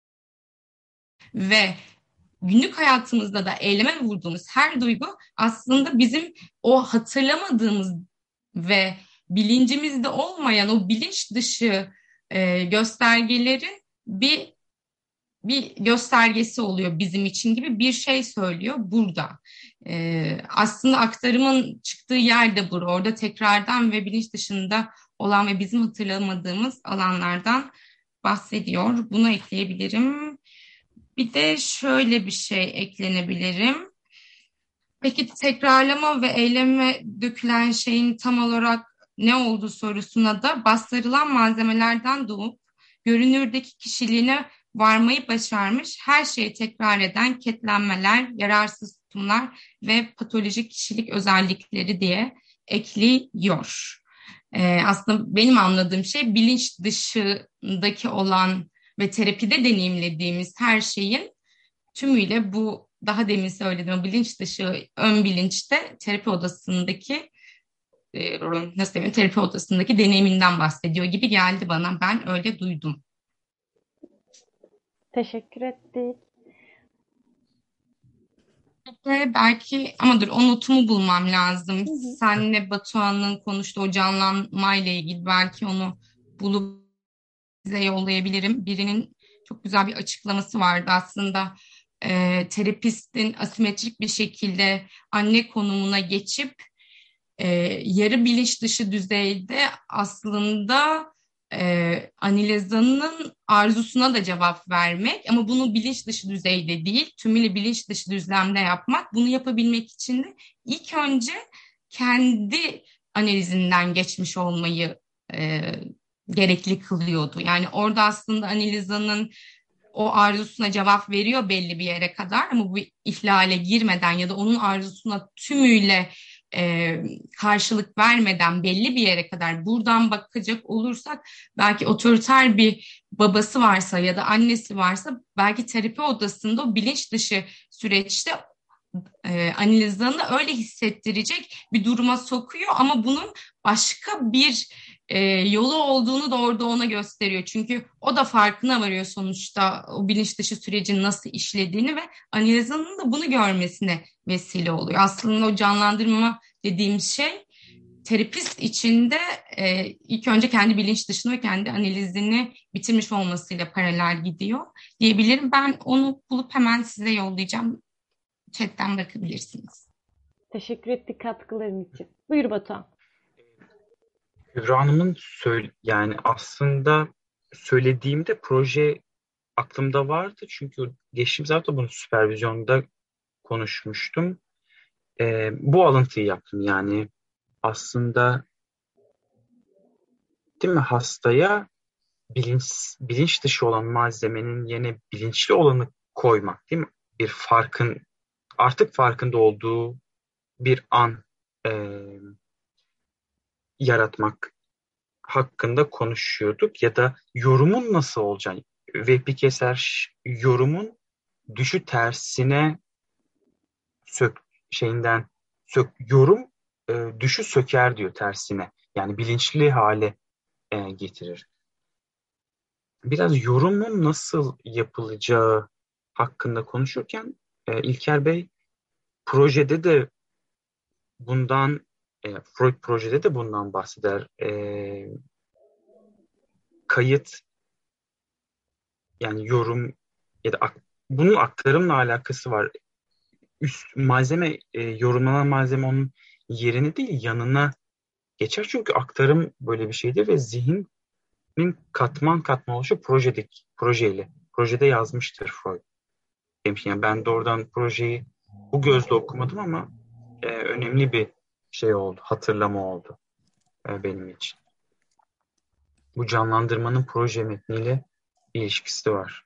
ve günlük hayatımızda da eyleme vurduğumuz her duygu aslında bizim o hatırlamadığımız ve bilincimizde olmayan o bilinç dışı e, göstergelerin bir bir göstergesi oluyor bizim için gibi bir şey söylüyor burada. E, aslında aktarımın çıktığı yer de burada. Orada tekrardan ve bilinç dışında olan ve bizim hatırlamadığımız alanlardan bahsediyor. Bunu ekleyebilirim. Bir de şöyle bir şey eklenebilirim. Peki tekrarlama ve eyleme dökülen şeyin tam olarak ne olduğu sorusuna da bastırılan malzemelerden doğup görünürdeki kişiliğine varmayı başarmış, her şeyi tekrar eden ketlenmeler, yararsız tutumlar ve patolojik kişilik özellikleri diye ekliyor. Ee, aslında benim anladığım şey, bilinç dışındaki olan ve terapide deneyimlediğimiz her şeyin tümüyle bu daha demin söylediğim bilinç dışı ön bilinçte terapi odasındaki e, nasıl diyeyim, terapi odasındaki deneyiminden bahsediyor gibi geldi bana. Ben öyle duydum.
Teşekkür ettik.
Ve belki ama dur, o notumu bulmam lazım.
Hı hı.
Senle Batuhan'ın konuştuğu o canlanmayla ilgili belki onu bulup size yollayabilirim. Birinin çok güzel bir açıklaması vardı aslında. E, terapistin asimetrik bir şekilde anne konumuna geçip e, yarı bilinç dışı düzeyde aslında e, Anileza'nın arzusuna da cevap vermek, ama bunu bilinç dışı düzeyde değil, tümüyle bilinç dışı düzlemde yapmak. Bunu yapabilmek için de ilk önce kendi analizinden geçmiş olmayı e, gerekli kılıyordu. Yani orada aslında Anileza'nın o arzusuna cevap veriyor belli bir yere kadar, ama bu ihlale girmeden ya da onun arzusuna tümüyle e, karşılık vermeden belli bir yere kadar, buradan bakacak olursak belki otoriter bir babası varsa ya da annesi varsa, belki terapi odasında o bilinç dışı süreçte e, analizanı öyle hissettirecek bir duruma sokuyor ama bunun başka bir e, yolu olduğunu da orada ona gösteriyor. Çünkü o da farkına varıyor sonuçta o bilinç dışı sürecin nasıl işlediğini ve analizanın da bunu görmesine vesile oluyor. Aslında o canlandırma dediğim şey terapist içinde e, ilk önce kendi bilinç dışını ve kendi analizini bitirmiş olmasıyla paralel gidiyor diyebilirim. Ben onu bulup hemen size yollayacağım. Chatten bakabilirsiniz.
Teşekkür ettik katkıların için. Buyur Batuhan.
Hübra Hanım'ın söyle, yani aslında söylediğimde proje aklımda vardı. Çünkü geçtiğimiz hafta bunu süpervizyonda konuşmuştum. Ee, bu alıntıyı yaptım. Yani aslında değil mi, hastaya bilinç, bilinç dışı olan malzemenin yerine bilinçli olanı koymak, değil mi? Bir farkın, artık farkında olduğu bir an e, yaratmak hakkında konuşuyorduk ya da yorumun nasıl olacak? Vehbi Keser yorumun düşü tersine sök şeyinden sök yorum e, düşü söker diyor tersine. Yani bilinçli hale e, getirir. Biraz yorumun nasıl yapılacağı hakkında konuşurken e, İlker Bey projede de bundan e, Freud projede de bundan bahseder. E, kayıt yani yorum ya da ak- bunun aktarımla alakası var. Üst malzeme e, yorumlanan malzeme onun yerine değil yanına geçer. Çünkü aktarım böyle bir şeydir ve zihnin katman katman oluşu projedeki projeyle projede yazmıştır Freud. Demiş yani ben doğrudan projeyi bu gözle okumadım ama e, önemli bir şey oldu, hatırlama oldu e, benim için. Bu canlandırmanın proje metniyle bir ilişkisi de var.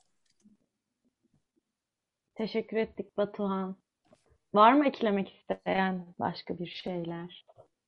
Teşekkür ettik Batuhan. Var mı eklemek isteyen başka bir şeyler?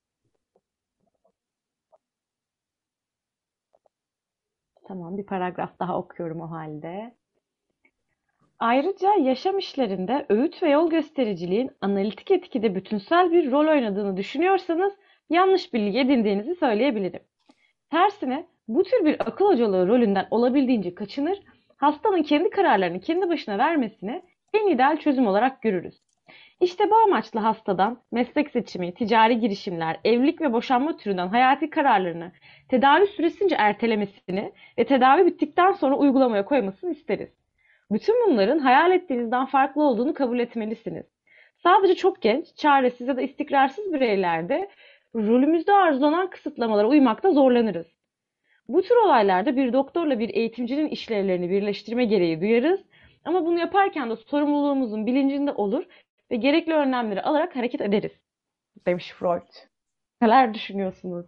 Tamam, bir paragraf daha okuyorum o halde. Ayrıca yaşam işlerinde öğüt ve yol göstericiliğin analitik etkide bütünsel bir rol oynadığını düşünüyorsanız yanlış bilgi edindiğinizi söyleyebilirim. Tersine bu tür bir akıl hocalığı rolünden olabildiğince kaçınır, hastanın kendi kararlarını kendi başına vermesini en ideal çözüm olarak görürüz. İşte bu amaçla hastadan meslek seçimi, ticari girişimler, evlilik ve boşanma türünden hayati kararlarını tedavi süresince ertelemesini ve tedavi bittikten sonra uygulamaya koymasını isteriz. Bütün bunların hayal ettiğinizden farklı olduğunu kabul etmelisiniz. Sadece çok genç, çaresiz ya da istikrarsız bireylerde rolümüzde arzulanan kısıtlamalara uymakta zorlanırız. Bu tür olaylarda bir doktorla bir eğitimcinin işlevlerini birleştirme gereği duyarız ama bunu yaparken de sorumluluğumuzun bilincinde olur ve gerekli önlemleri alarak hareket ederiz, demiş Freud. Neler düşünüyorsunuz?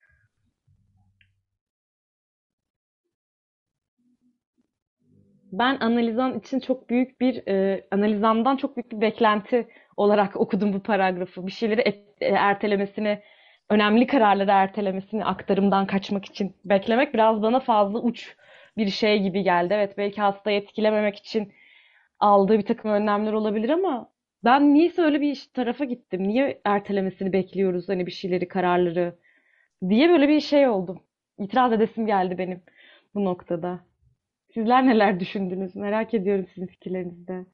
Ben analizan için çok büyük bir, e, analizandan çok büyük bir beklenti olarak okudum bu paragrafı. Bir şeyleri et- e, ertelemesini, önemli kararları ertelemesini, aktarımdan kaçmak için beklemek biraz bana fazla uç bir şey gibi geldi. Evet, belki hastayı etkilememek için aldığı bir takım önlemler olabilir ama ben niyeyse öyle bir iş- tarafa gittim. Niye ertelemesini bekliyoruz hani bir şeyleri, kararları diye böyle bir şey oldum. İtiraz edesim geldi benim bu noktada. Sizler neler düşündünüz? Merak ediyorum sizin fikirlerinizi de.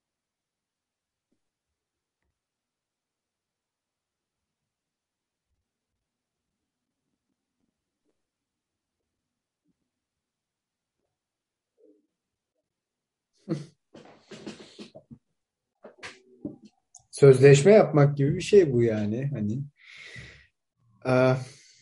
Sözleşme yapmak gibi bir şey bu yani. Hani Aa,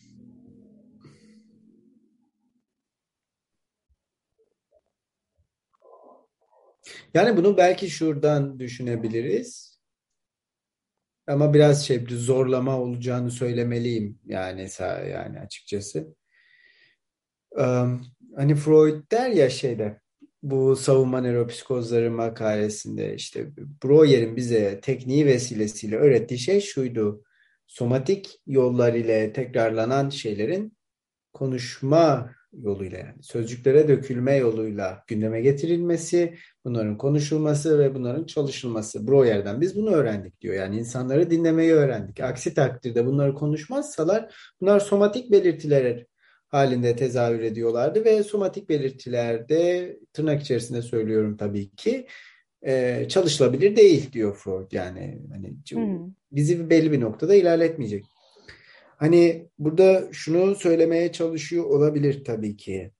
yani bunu belki şuradan düşünebiliriz. Ama biraz şey zorlama olacağını söylemeliyim yani sa- yani açıkçası. Am, hani Freud der ya şeyde bu savunma nöropsikozları makalesinde işte Breuer'in bize tekniği vesilesiyle öğrettiği şey şuydu. Somatik yollar ile tekrarlanan şeylerin konuşma yoluyla, yani sözcüklere dökülme yoluyla gündeme getirilmesi, bunların konuşulması ve bunların çalışılması. Breuer'den biz bunu öğrendik diyor. Yani insanları dinlemeyi öğrendik. Aksi takdirde bunları konuşmazsalar bunlar somatik belirtiler halinde tezahür ediyorlardı ve somatik belirtilerde, tırnak içerisinde söylüyorum tabii ki, e, çalışılabilir değil diyor Freud. Yani hani
Hmm.
bizi belli bir noktada ilerletmeyecek. Hani burada şunu söylemeye çalışıyor olabilir tabii ki.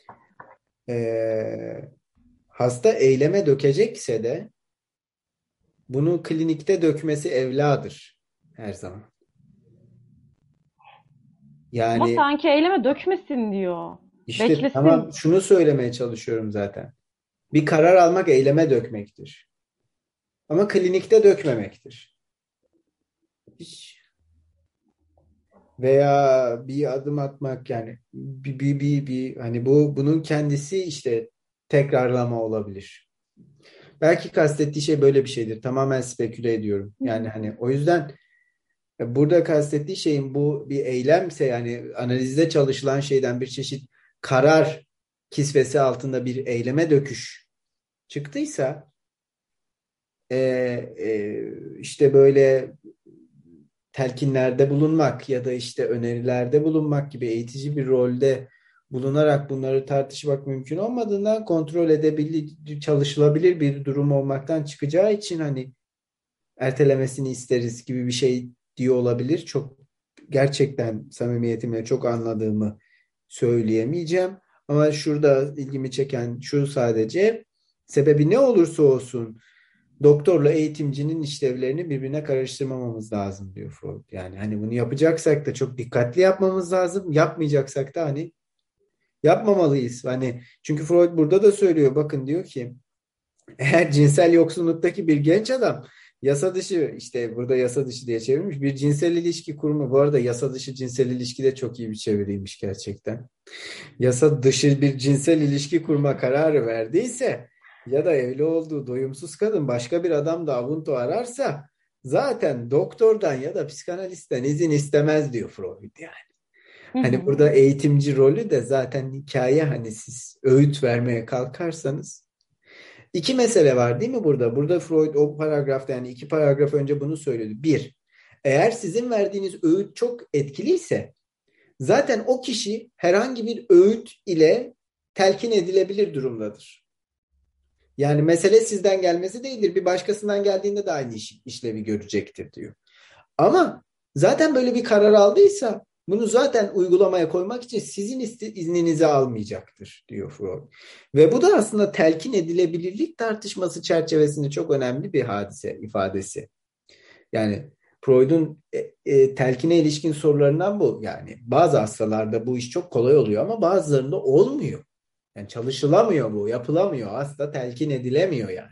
Ee, hasta eyleme dökecekse de bunu klinikte dökmesi evladır her zaman.
Ama
Yani
sanki eyleme dökmesin diyor.
işte
Beklesin.
tamam, şunu söylemeye çalışıyorum zaten. Bir karar almak eyleme dökmektir. Ama klinikte dökmemektir. Hiç. Veya bir adım atmak, yani bir, bir, bir, bir hani bu bunun kendisi işte tekrarlama olabilir. Belki kastettiği şey böyle bir şeydir. Tamamen speküle ediyorum.
Hı
Yani
hı.
hani o yüzden burada kastettiği şeyin bu bir eylemse, yani analizde çalışılan şeyden bir çeşit karar kisvesi altında bir eyleme döküş çıktıysa e, e, işte böyle telkinlerde bulunmak ya da işte önerilerde bulunmak gibi eğitici bir rolde bulunarak bunları tartışmak mümkün olmadığından, kontrol edebilir, çalışılabilir bir durum olmaktan çıkacağı için hani ertelemesini isteriz gibi bir şey diyor olabilir. Çok gerçekten samimiyetimle çok anladığımı söyleyemeyeceğim. Ama şurada ilgimi çeken şu: sadece sebebi ne olursa olsun doktorla eğitimcinin işlevlerini birbirine karıştırmamamız lazım diyor Freud. Yani hani bunu yapacaksak da çok dikkatli yapmamız lazım. Yapmayacaksak da hani yapmamalıyız. Hani çünkü Freud burada da söylüyor. Bakın, diyor ki eğer cinsel yoksunluktaki bir genç adam yasa dışı, işte burada yasa dışı diye çevirmiş, bir cinsel ilişki kurma. Bu arada yasa dışı cinsel ilişki de çok iyi bir çeviriymiş gerçekten. Yasa dışı bir cinsel ilişki kurma kararı verdiyse ya da evli olduğu doyumsuz kadın başka bir adam da avuntu ararsa zaten doktordan ya da psikanalistten izin istemez diyor Freud yani.
Hı
Hani
hı.
burada eğitimci rolü de zaten hikaye, hani siz öğüt vermeye kalkarsanız. İki mesele var değil mi burada? Burada Freud o paragrafta, yani iki paragraf önce bunu söyledi. Bir, eğer sizin verdiğiniz öğüt çok etkiliyse zaten o kişi herhangi bir öğüt ile telkin edilebilir durumdadır. Yani mesele sizden gelmesi değildir. Bir başkasından geldiğinde de aynı iş, işlevi görecektir diyor. Ama zaten böyle bir karar aldıysa bunu zaten uygulamaya koymak için sizin izninizi almayacaktır diyor Freud. Ve bu da aslında telkin edilebilirlik tartışması çerçevesinde çok önemli bir hadise ifadesi. Yani Freud'un e, e, telkine ilişkin sorularından bu. Yani bazı hastalarda bu iş çok kolay oluyor ama bazılarında olmuyor. Yani çalışılamıyor bu, yapılamıyor. Hasta telkin edilemiyor yani.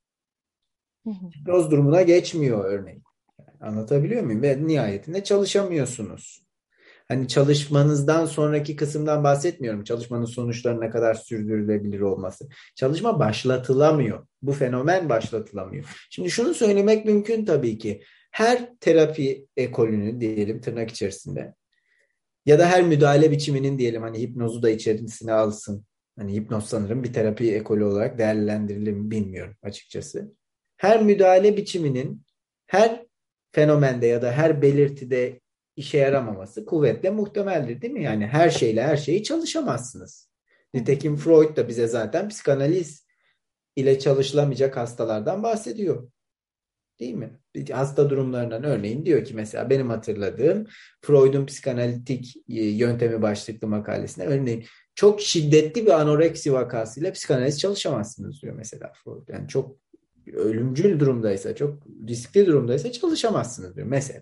Hı hı.
Hipnoz durumuna geçmiyor örneğin. Anlatabiliyor muyum? Ve nihayetinde çalışamıyorsunuz. Hani çalışmanızdan sonraki kısımdan bahsetmiyorum. Çalışmanın sonuçları ne kadar sürdürülebilir olması. Çalışma başlatılamıyor. Bu fenomen başlatılamıyor. Şimdi şunu söylemek mümkün tabii ki. Her terapi ekolünü diyelim tırnak içerisinde ya da her müdahale biçiminin diyelim, hani hipnozu da içerisine alsın. Hani hipnoz sanırım bir terapi ekolü olarak değerlendirilir mi bilmiyorum açıkçası. Her müdahale biçiminin her fenomende ya da her belirtide işe yaramaması kuvvetle muhtemeldir değil mi? Yani her şeyle her şeyi çalışamazsınız.
Hı hı.
Nitekim Freud da bize zaten psikanaliz ile çalışılamayacak hastalardan bahsediyor. Değil mi? Hasta durumlarından örneğin diyor ki, mesela benim hatırladığım Freud'un psikanalitik yöntemi başlıklı makalesinde örneğin çok şiddetli bir anoreksi vakasıyla psikanaliz çalışamazsınız diyor mesela Freud. Yani çok ölümcül durumdaysa, çok riskli durumdaysa çalışamazsınız diyor mesela.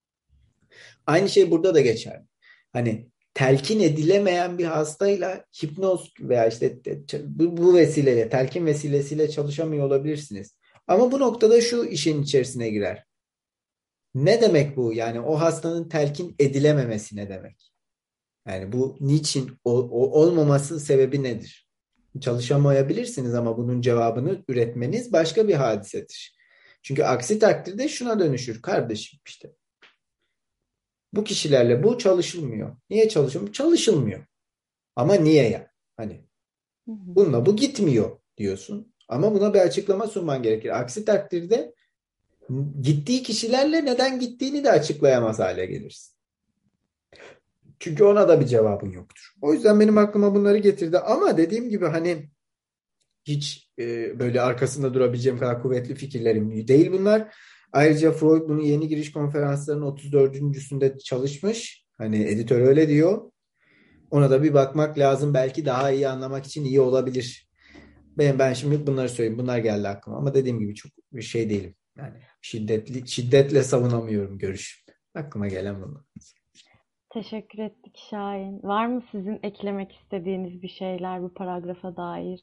Aynı şey burada da geçerli. Hani telkin edilemeyen bir hastayla hipnoz veya işte bu, bu vesileyle, telkin vesilesiyle çalışamıyor olabilirsiniz. Ama bu noktada şu işin içerisine girer. Ne demek bu? Yani o hastanın telkin edilememesi ne demek? Yani bu niçin o, o olmaması sebebi nedir? Çalışamayabilirsiniz ama bunun cevabını üretmeniz başka bir hadisedir. Çünkü aksi takdirde şuna dönüşür kardeşim işte. Bu kişilerle bu çalışılmıyor. Niye çalışılmıyor? Çalışılmıyor. Ama niye ya? Hani
Hı hı.
bununla bu gitmiyor diyorsun. Ama buna bir açıklama sunman gerekir. Aksi takdirde gittiği kişilerle neden gittiğini de açıklayamaz hale gelirsin. Çünkü ona da bir cevabın yoktur. O yüzden benim aklıma bunları getirdi. Ama dediğim gibi hani hiç e, böyle arkasında durabileceğim kadar kuvvetli fikirlerim değil bunlar. Ayrıca Freud bunu Yeni Giriş Konferanslarının otuz dördüncüsünde çalışmış. Hani editör öyle diyor. Ona da bir bakmak lazım. Belki daha iyi anlamak için iyi olabilir. Ben, ben şimdi bunları söyleyeyim. Bunlar geldi aklıma. Ama dediğim gibi çok bir şey değilim. Yani şiddetli, şiddetle savunamıyorum görüş. Aklıma gelen bunlar.
Teşekkür ettik Şahin. Var mı sizin eklemek istediğiniz bir şeyler bu paragrafa dair?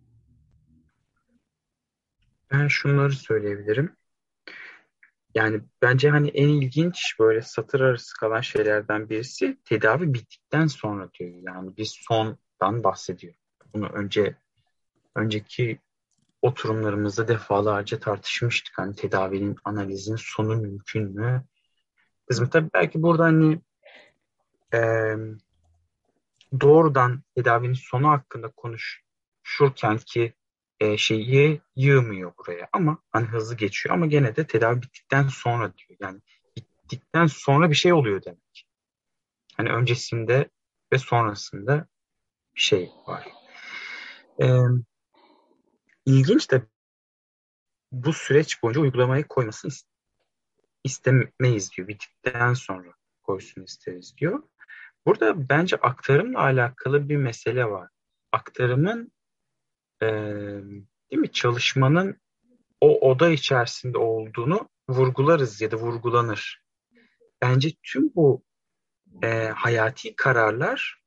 Ben şunları söyleyebilirim. Yani bence hani en ilginç böyle satır arası kalan şeylerden birisi tedavi bittikten sonra diyor. Yani bir sondan bahsediyor. Bunu önce önceki oturumlarımızda defalarca tartışmıştık. Hani tedavinin, analizin sonu mümkün mü? Kızım tabii belki burada hani e, doğrudan tedavinin sonu hakkında konuşurken ki e, şeyi yığmıyor buraya ama hani hızlı geçiyor ama gene de tedavi bittikten sonra diyor. Yani bittikten sonra bir şey oluyor demek. Hani öncesinde ve sonrasında bir şey var. E, ilginç de bu süreç boyunca uygulamayı koymasını istemeyiz diyor. Bittikten sonra koysun isteriz diyor. Burada bence aktarımla alakalı bir mesele var. Aktarımın e, değil mi çalışmanın o oda içerisinde olduğunu vurgularız ya da vurgulanır. Bence tüm bu e, hayati kararlar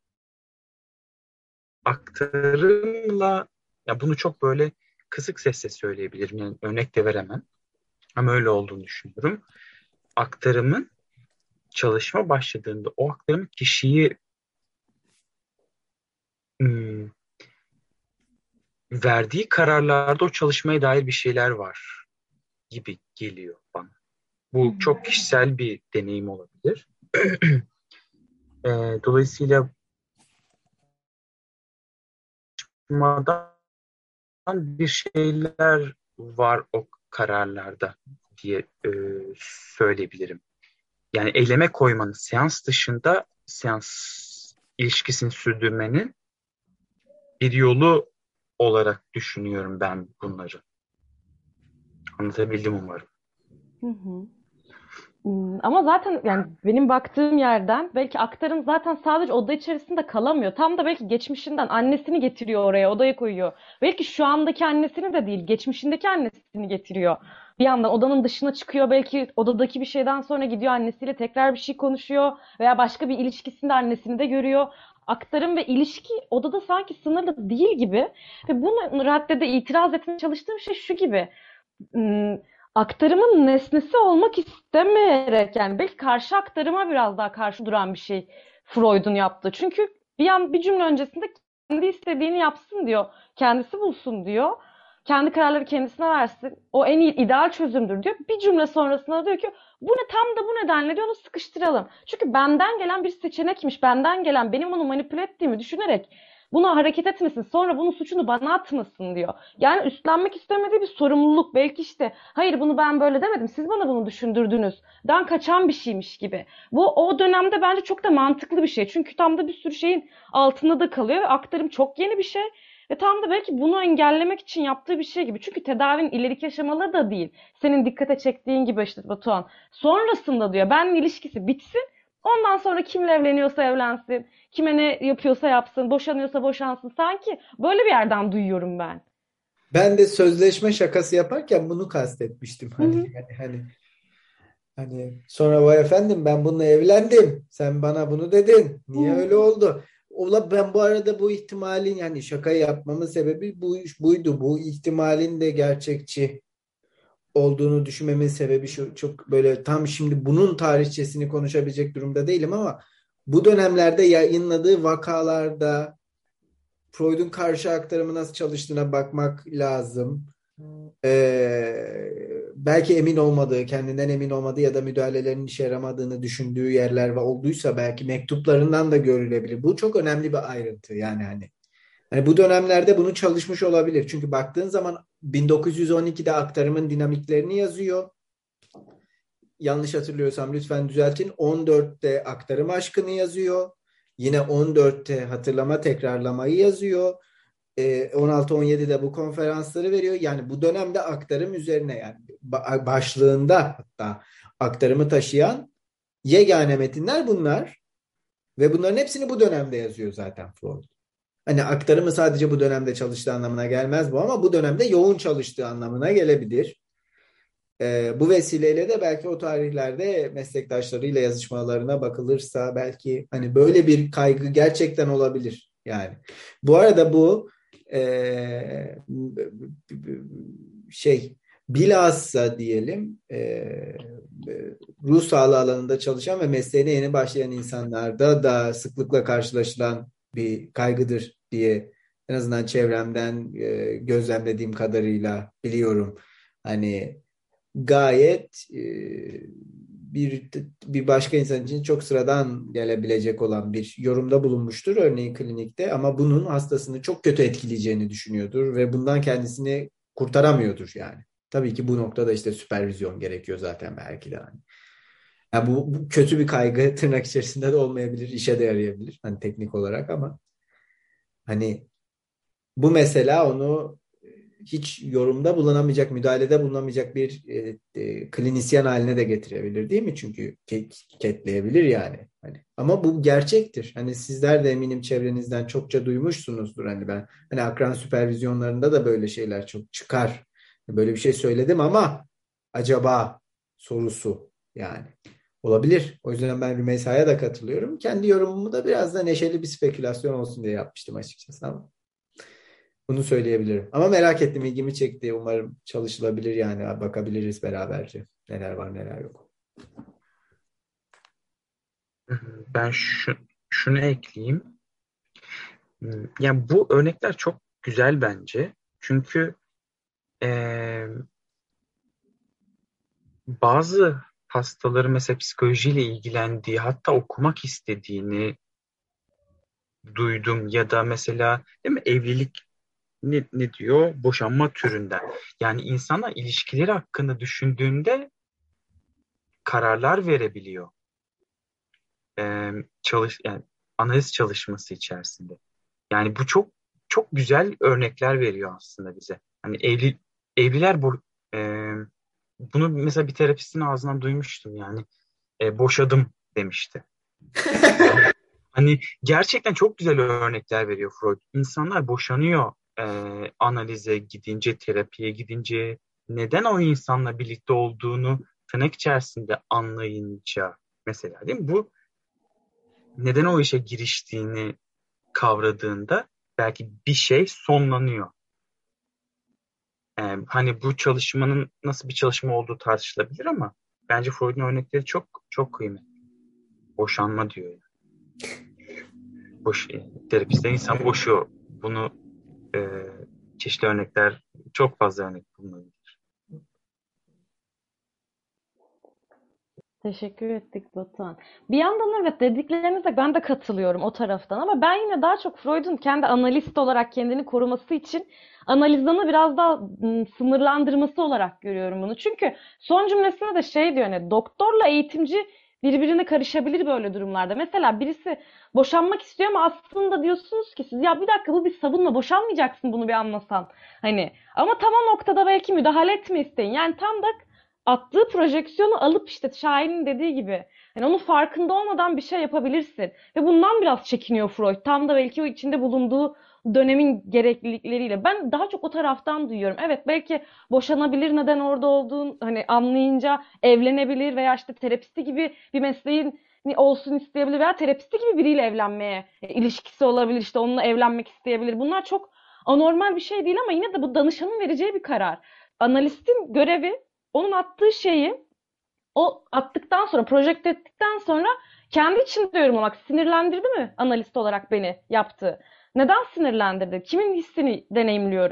aktarımla ya bunu çok böyle kısık sesle söyleyebilirim. Yani örnek de veremem. Ama öyle olduğunu düşünüyorum. Aktarımın çalışma başladığında o aktarım kişiyi hmm, verdiği kararlarda o çalışmaya dair bir şeyler var gibi geliyor bana.
Hı
Bu
hı.
çok kişisel bir deneyim olabilir. E, dolayısıyla çalışmadan bir şeyler var o kararlarda diye e, söyleyebilirim. Yani eyleme koymanın seans dışında seans ilişkisini sürdürmenin bir yolu olarak düşünüyorum ben bunları. Anlatabildim umarım.
Hı hı. Hmm, Ama zaten yani benim baktığım yerden belki aktarım zaten sadece oda içerisinde kalamıyor. Tam da belki geçmişinden annesini getiriyor oraya, odaya koyuyor. Belki şu andaki annesini de değil, geçmişindeki annesini getiriyor. Bir yandan odanın dışına çıkıyor. Belki odadaki bir şeyden sonra gidiyor annesiyle tekrar bir şey konuşuyor veya başka bir ilişkisinde annesini de görüyor. Aktarım ve ilişki odada sanki sınırlı değil gibi. Ve bunu raddede itiraz etmeye çalıştığım şey şu gibi. Hmm, Aktarımın nesnesi olmak istemeyerek yani belki karşı aktarıma biraz daha karşı duran bir şey Freud'un yaptığı. Çünkü bir an bir cümle öncesinde kendi istediğini yapsın diyor. Kendisi bulsun diyor. Kendi kararları kendisine versin. O en iyi ideal çözümdür diyor. Bir cümle sonrasında diyor ki bu ne tam da bu nedenle diyor onu sıkıştıralım. Çünkü benden gelen bir seçenekmiş. Benden gelen benim onu manipüle ettiğimi düşünerek buna hareket etmesin. Sonra bunun suçunu bana atmasın diyor. Yani üstlenmek istemediği bir sorumluluk. Belki işte hayır bunu ben böyle demedim. Siz bana bunu düşündürdünüz. Dan kaçan bir şeymiş gibi. Bu o dönemde bence çok da mantıklı bir şey. Çünkü tam da bir sürü şeyin altında da kalıyor. Aktarım çok yeni bir şey. Ve tam da belki bunu engellemek için yaptığı bir şey gibi. Çünkü tedavinin ileriki aşamaları da değil. Senin dikkate çektiğin gibi işte Batuhan. Sonrasında diyor benimle ilişkisi bitsin. Ondan sonra kimle evleniyorsa evlensin. Kime ne yapıyorsa yapsın. Boşanıyorsa boşansın. Sanki böyle bir yerden duyuyorum ben.
Ben de sözleşme şakası yaparken bunu kastetmiştim.
Hı
Hani
hı.
yani hani hani sonra vay efendim ben bununla evlendim. Sen bana bunu dedin.
Hı
Niye
hı.
öyle oldu? Ola ben bu arada bu ihtimalin yani şakayı yapmamın sebebi bu buydu. Bu ihtimalin de gerçekçi olduğunu düşünmemin sebebi şu çok böyle tam şimdi bunun tarihçesini konuşabilecek durumda değilim ama bu dönemlerde yayınladığı vakalarda Freud'un karşı aktarımı nasıl çalıştığına bakmak lazım. Ee, belki emin olmadığı, kendinden emin olmadığı ya da müdahalelerin işe yaramadığını düşündüğü yerler ve olduysa belki mektuplarından da görülebilir. Bu çok önemli bir ayrıntı yani hani. Hani bu dönemlerde bunu çalışmış olabilir. Çünkü baktığın zaman bin dokuz yüz on ikide aktarımın dinamiklerini yazıyor. Yanlış hatırlıyorsam lütfen düzeltin. on dörtte aktarım aşkını yazıyor. Yine on dörtte hatırlama tekrarlamayı yazıyor. E, on altı on yedide bu konferansları veriyor. Yani bu dönemde aktarım üzerine yani başlığında hatta aktarımı taşıyan yegane metinler bunlar. Ve bunların hepsini bu dönemde yazıyor zaten Freud. Hani aktarımı sadece bu dönemde çalıştığı anlamına gelmez bu ama bu dönemde yoğun çalıştığı anlamına gelebilir. Ee, bu vesileyle de belki o tarihlerde meslektaşlarıyla yazışmalarına bakılırsa belki hani böyle bir kaygı gerçekten olabilir yani. Bu arada bu e, şey bilhassa diyelim e, ruh sağlığı alanında çalışan ve mesleğine yeni başlayan insanlarda da sıklıkla karşılaşılan bir kaygıdır diye en azından çevremden e, gözlemlediğim kadarıyla biliyorum. Hani gayet e, bir bir başka insan için çok sıradan gelebilecek olan bir yorumda bulunmuştur örneğin klinikte ama bunun hastasını çok kötü etkileyeceğini düşünüyordur ve bundan kendisini kurtaramıyordur yani. Tabii ki bu noktada işte süpervizyon gerekiyor zaten belki de hani. Yani bu, bu kötü bir kaygı tırnak içerisinde de olmayabilir, işe de yarayabilir hani teknik olarak ama hani bu mesela onu hiç yorumda bulunamayacak, müdahalede bulunamayacak bir e, e, klinisyen haline de getirebilir değil mi? Çünkü ke- ketleyebilir yani. Hani ama bu gerçektir. Hani sizler de eminim çevrenizden çokça duymuşsunuzdur hani ben. Hani akran süpervizyonlarında da böyle şeyler çok çıkar. Böyle bir şey söyledim ama acaba sorusu yani. Olabilir. O yüzden ben Rümeysa'ya da katılıyorum. Kendi yorumumu da biraz da neşeli bir spekülasyon olsun diye yapmıştım açıkçası ama. Bunu söyleyebilirim. Ama merak ettim, ilgimi çekti. Umarım çalışılabilir yani. Bakabiliriz beraberce. Neler var neler yok.
Ben şu, şunu ekleyeyim. Yani bu örnekler çok güzel bence. Çünkü eee, bazı hastaların mesela psikolojiyle ilgilendiği, hatta okumak istediğini duydum ya da mesela değil mi evlilik ne, ne diyor? Boşanma türünden. Yani insanlar ilişkileri hakkında düşündüğünde kararlar verebiliyor. Ee, çalış yani analiz çalışması içerisinde. Yani bu çok çok güzel örnekler veriyor aslında bize. Hani evli evliler bu e, bunu mesela bir terapistin ağzından duymuştum yani e, boşadım demişti. Yani hani gerçekten çok güzel örnekler veriyor Freud. İnsanlar boşanıyor e, analize gidince, terapiye gidince. Neden o insanla birlikte olduğunu tırnak içerisinde anlayınca mesela değil mi? Bu neden o işe giriştiğini kavradığında belki bir şey sonlanıyor. E, hani bu çalışmanın nasıl bir çalışma olduğu tartışılabilir ama bence Freud'un örnekleri çok çok kıymetli. Boşanma diyor. Yani. Boş, terapiste insan boşuyor. Bunu e, çeşitli örnekler, çok fazla örnek bulunabilir.
Teşekkür ettik Batuhan. Bir yandan evet dediklerinize ben de katılıyorum o taraftan ama ben yine daha çok Freud'un kendi analist olarak kendini koruması için analizini biraz daha ım, sınırlandırması olarak görüyorum bunu. Çünkü son cümlesinde de şey diyor hani doktorla eğitimci birbirine karışabilir böyle durumlarda. Mesela birisi boşanmak istiyor ama aslında diyorsunuz ki siz ya bir dakika bu bir savunma boşanmayacaksın bunu bir anlasan. Hani ama tam o noktada belki müdahale etme isteyin. Yani tam da attığı projeksiyonu alıp işte Şahin'in dediği gibi yani onun farkında olmadan bir şey yapabilirsin. Ve bundan biraz çekiniyor Freud. Tam da belki o içinde bulunduğu dönemin gereklilikleriyle. Ben daha çok o taraftan duyuyorum. Evet belki boşanabilir neden orada olduğunu hani anlayınca evlenebilir veya işte terapisti gibi bir mesleğin olsun isteyebilir veya terapisti gibi biriyle evlenmeye e, ilişkisi olabilir işte onunla evlenmek isteyebilir. Bunlar çok anormal bir şey değil ama yine de bu danışanın vereceği bir karar. Analistin görevi onun attığı şeyi o attıktan sonra, projekte ettikten sonra kendi içinde yorumlamak. Sinirlendirdi mi analist olarak beni yaptığı? Neden sinirlendirdi? Kimin hissini deneyimliyorum?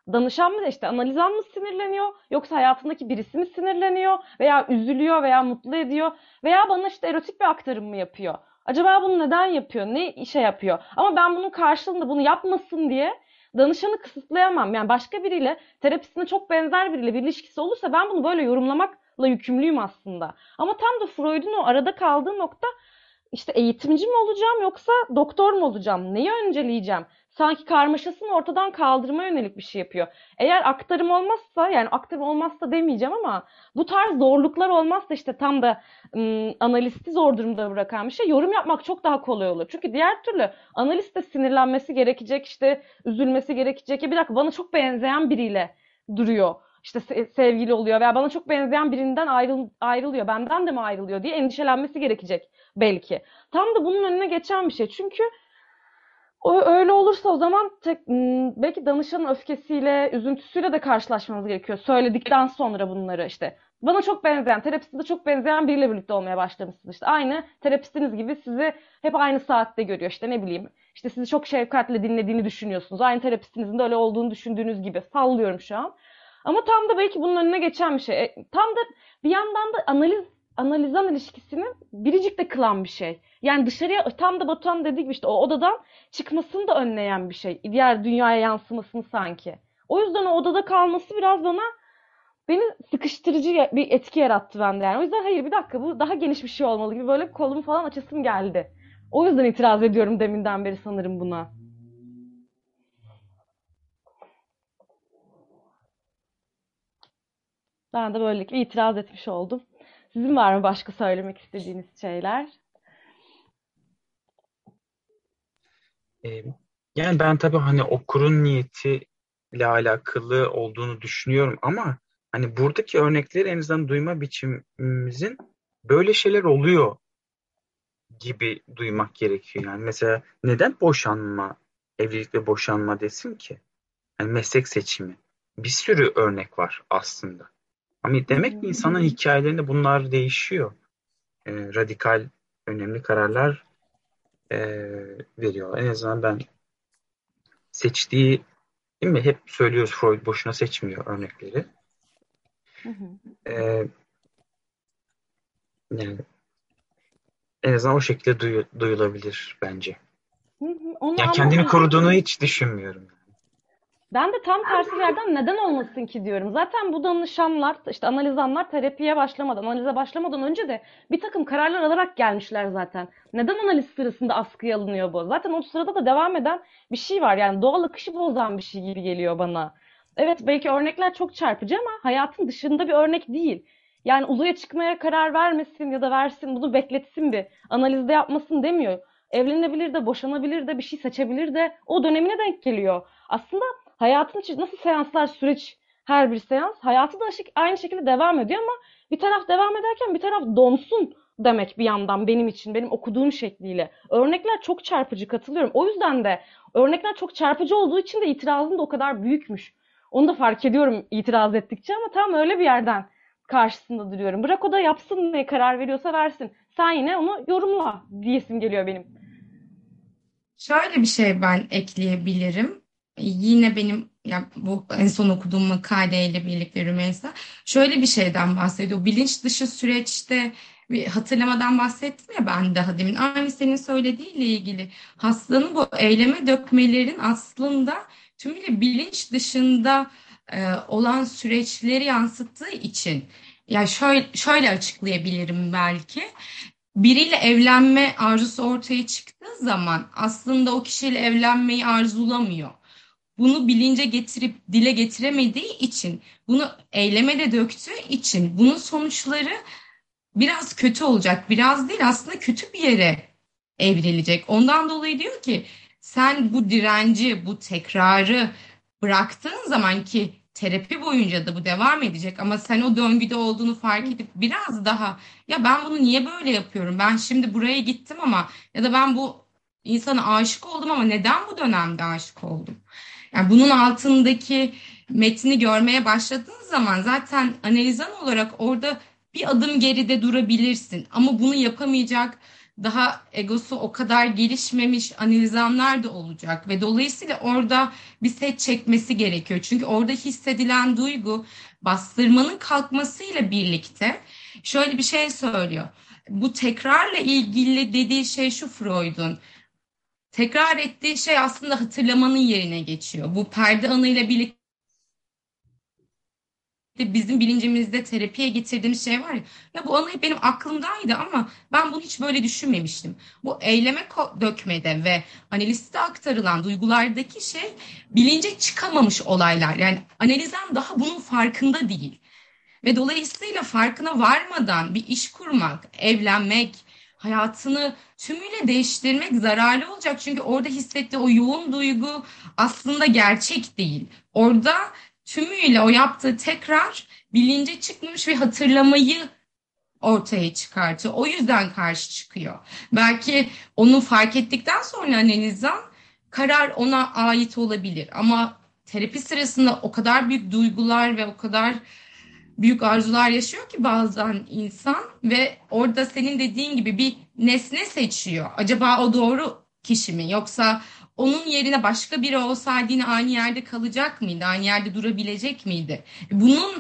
danışan mı işte analizan mı sinirleniyor yoksa hayatındaki birisi mi sinirleniyor veya üzülüyor veya mutlu ediyor veya bana işte erotik bir aktarım mı yapıyor? Acaba bunu neden yapıyor? Ne işe yapıyor? Ama ben bunun karşılığında bunu yapmasın diye danışanı kısıtlayamam. Yani başka biriyle, terapisine çok benzer biriyle bir ilişkisi olursa ben bunu böyle yorumlamakla yükümlüyüm aslında. Ama tam da Freud'un o arada kaldığı nokta işte eğitimci mi olacağım yoksa doktor mu olacağım? Neyi önceleyeceğim? Sanki karmaşasını ortadan kaldırmaya yönelik bir şey yapıyor. Eğer aktarım olmazsa, yani aktarım olmazsa demeyeceğim ama bu tarz zorluklar olmazsa işte tam da ım, analisti zor durumda bırakan bir şey, yorum yapmak çok daha kolay olur. Çünkü diğer türlü analist de sinirlenmesi gerekecek, işte üzülmesi gerekecek. Ya bir dakika, bana çok benzeyen biriyle duruyor. İşte se- sevgili oluyor veya bana çok benzeyen birinden ayrıl ayrılıyor. Benden de mi ayrılıyor diye endişelenmesi gerekecek belki. Tam da bunun önüne geçen bir şey. Çünkü o öyle olursa o zaman tek, m, belki danışanın öfkesiyle, üzüntüsüyle de karşılaşmanız gerekiyor. Söyledikten sonra bunları işte. Bana çok benzeyen, terapisinde çok benzeyen biriyle birlikte olmaya başlamışsınız işte. Aynı terapistiniz gibi sizi hep aynı saatte görüyor işte, ne bileyim. İşte sizi çok şefkatle dinlediğini düşünüyorsunuz. Aynı terapistinizin de öyle olduğunu düşündüğünüz gibi. Sallıyorum şu an. Ama tam da belki bunun önüne geçen bir şey. E, tam da bir yandan da analiz analizan ilişkisini biricik de kılan bir şey. Yani dışarıya tam da Batuhan dediği gibi işte o odadan çıkmasını da önleyen bir şey. Diğer dünyaya yansımasını sanki. O yüzden o odada kalması biraz bana beni sıkıştırıcı bir etki yarattı bende yani. O yüzden hayır, bir dakika, bu daha geniş bir şey olmalı gibi böyle kolumu falan açasım geldi. O yüzden itiraz ediyorum deminden beri sanırım buna. Ben de böylelikle itiraz etmiş oldum. Sizin var mı başka söylemek istediğiniz şeyler?
E, Yani ben tabii hani okurun niyetiyle alakalı olduğunu düşünüyorum ama hani buradaki örnekleri en azından duyma biçimimizin böyle şeyler oluyor gibi duymak gerekiyor. Yani mesela neden boşanma, evlilik ve boşanma desin ki? Yani meslek seçimi. Bir sürü örnek var aslında. Ama
Hı
demek ki
hı.
insanın hikayelerinde bunlar değişiyor. Ee, radikal, önemli kararlar e, veriyor. En azından ben seçtiği, değil mi? Hep söylüyoruz, Freud boşuna seçmiyor örnekleri.
Hı hı.
Ee, Yani en azından o şekilde duyu- duyulabilir bence.
Hı hı. Onu
Yani
ama
kendini
o-
koruduğunu hiç düşünmüyorum.
ben de tam tersi bir yerden neden olmasın ki diyorum. Zaten bu danışanlar, işte analizanlar terapiye başlamadan, analize başlamadan önce de bir takım kararlar alarak gelmişler zaten. Neden analiz sırasında askıya alınıyor bu? Zaten o sırada da devam eden bir şey var. Yani doğal akışı bozan bir şey gibi geliyor bana. Evet, belki örnekler çok çarpıcı ama hayatın dışında bir örnek değil. Yani uzaya çıkmaya karar vermesin ya da versin, bunu bekletsin, bir analizde yapmasın demiyor. Evlenebilir de, boşanabilir de, bir şey seçebilir de, o dönemine denk geliyor. Aslında hayatın içi nasıl seanslar, süreç, her bir seans hayatı da aynı şekilde devam ediyor ama bir taraf devam ederken bir taraf donsun demek bir yandan, benim için, benim okuduğum şekliyle. Örnekler çok çarpıcı, katılıyorum. O yüzden de örnekler çok çarpıcı olduğu için de itirazım da o kadar büyükmüş. Onu da fark ediyorum itiraz ettikçe ama tam öyle bir yerden karşısında duruyorum. Bırak o da yapsın, ne karar veriyorsa versin. Sen yine onu yorumla diyesim geliyor benim.
Şöyle bir şey ben ekleyebilirim. Yine benim ya bu en son okuduğum makaleyle birlikte Rümeysa şöyle bir şeyden bahsediyor. Bilinç dışı süreçte bir hatırlamadan bahsettim ya ben daha demin. Aynı senin söylediğiyle ilgili hastanın bu eyleme dökmelerin aslında tümüyle bilinç dışında e, olan süreçleri yansıttığı için ya şöyle şöyle açıklayabilirim belki. Biriyle evlenme arzusu ortaya çıktığı zaman aslında o kişiyle evlenmeyi arzulamıyor. Bunu bilince getirip dile getiremediği için, bunu eyleme de döktüğü için bunun sonuçları biraz kötü olacak. Biraz değil, aslında kötü bir yere evrilecek. Ondan dolayı diyor ki sen bu direnci, bu tekrarı bıraktığın zaman ki terapi boyunca da bu devam edecek ama sen o döngüde olduğunu fark edip biraz daha ya ben bunu niye böyle yapıyorum? Ben şimdi buraya gittim ama ya da ben bu insana aşık oldum ama neden bu dönemde aşık oldum? Yani bunun altındaki metni görmeye başladığın zaman zaten analizan olarak orada bir adım geride durabilirsin ama bunu yapamayacak daha egosu o kadar gelişmemiş analizanlar da olacak ve dolayısıyla orada bir set çekmesi gerekiyor. Çünkü orada hissedilen duygu bastırmanın kalkmasıyla birlikte şöyle bir şey söylüyor. Bu tekrarla ilgili dediği şey şu Freud'un. Tekrar ettiği şey aslında hatırlamanın yerine geçiyor. Bu perde anıyla birlikte bizim bilincimizde terapiye getirdiğimiz şey var ya, ya bu anı hep benim aklımdaydı ama ben bunu hiç böyle düşünmemiştim. Bu eyleme ko- dökmede ve analizde aktarılan duygulardaki şey bilince çıkamamış olaylar. Yani analizden daha bunun farkında değil. Ve dolayısıyla farkına varmadan bir iş kurmak, evlenmek, hayatını tümüyle değiştirmek zararlı olacak. Çünkü orada hissettiği o yoğun duygu aslında gerçek değil. Orada tümüyle o yaptığı tekrar bilince çıkmış ve hatırlamayı ortaya çıkartıyor. O yüzden karşı çıkıyor. Belki onu fark ettikten sonra analizden karar ona ait olabilir. Ama terapi sırasında o kadar büyük duygular ve o kadar büyük arzular yaşıyor ki bazen insan ve orada senin dediğin gibi bir nesne seçiyor. Acaba o doğru kişi mi? Yoksa onun yerine başka biri olsaydı yine aynı yerde kalacak mıydı? Aynı yerde durabilecek miydi? Bunun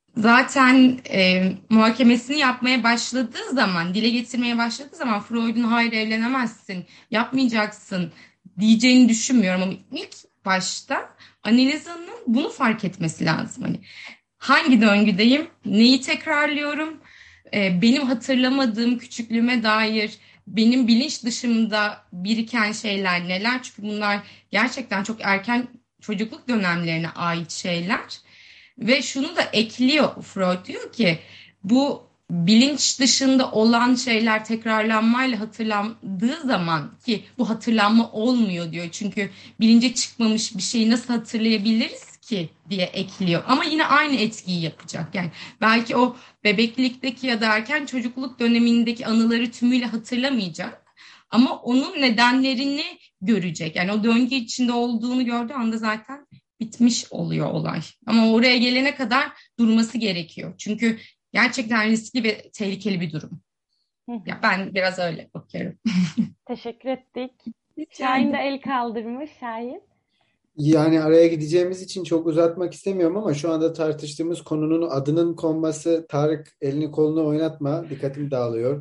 zaten e, muhakemesini yapmaya başladığı zaman, dile getirmeye başladığı zaman Freud'un hayır evlenemezsin, yapmayacaksın diyeceğini düşünmüyorum ama ilk başta analizanın bunu fark etmesi lazım. Hani hangi döngüdeyim, neyi tekrarlıyorum, e, benim hatırlamadığım küçüklüğüme dair benim bilinç dışımda biriken şeyler neler? Çünkü bunlar gerçekten çok erken çocukluk dönemlerine ait şeyler. Ve şunu da ekliyor Freud, diyor ki bu bilinç dışında olan şeyler tekrarlanmayla hatırlandığı zaman ki bu hatırlanma olmuyor diyor. Çünkü bilince çıkmamış bir şeyi nasıl hatırlayabiliriz ki diye ekliyor. Ama yine aynı etkiyi yapacak. Yani belki o bebeklikteki ya da erken çocukluk dönemindeki anıları tümüyle hatırlamayacak. Ama onun nedenlerini görecek. Yani o döngü içinde olduğunu gördüğü anda zaten bitmiş oluyor olay. Ama oraya gelene kadar durması gerekiyor. Çünkü gerçekten riskli ve tehlikeli bir durum.
Hı hı.
Ya ben biraz öyle bakıyorum.
Teşekkür ettik. Şahin de el kaldırmış. Şahin.
Yani araya gideceğimiz için çok uzatmak istemiyorum ama şu anda tartıştığımız konunun adının konması, Tarık elini kolunu oynatma, dikkatim dağılıyor.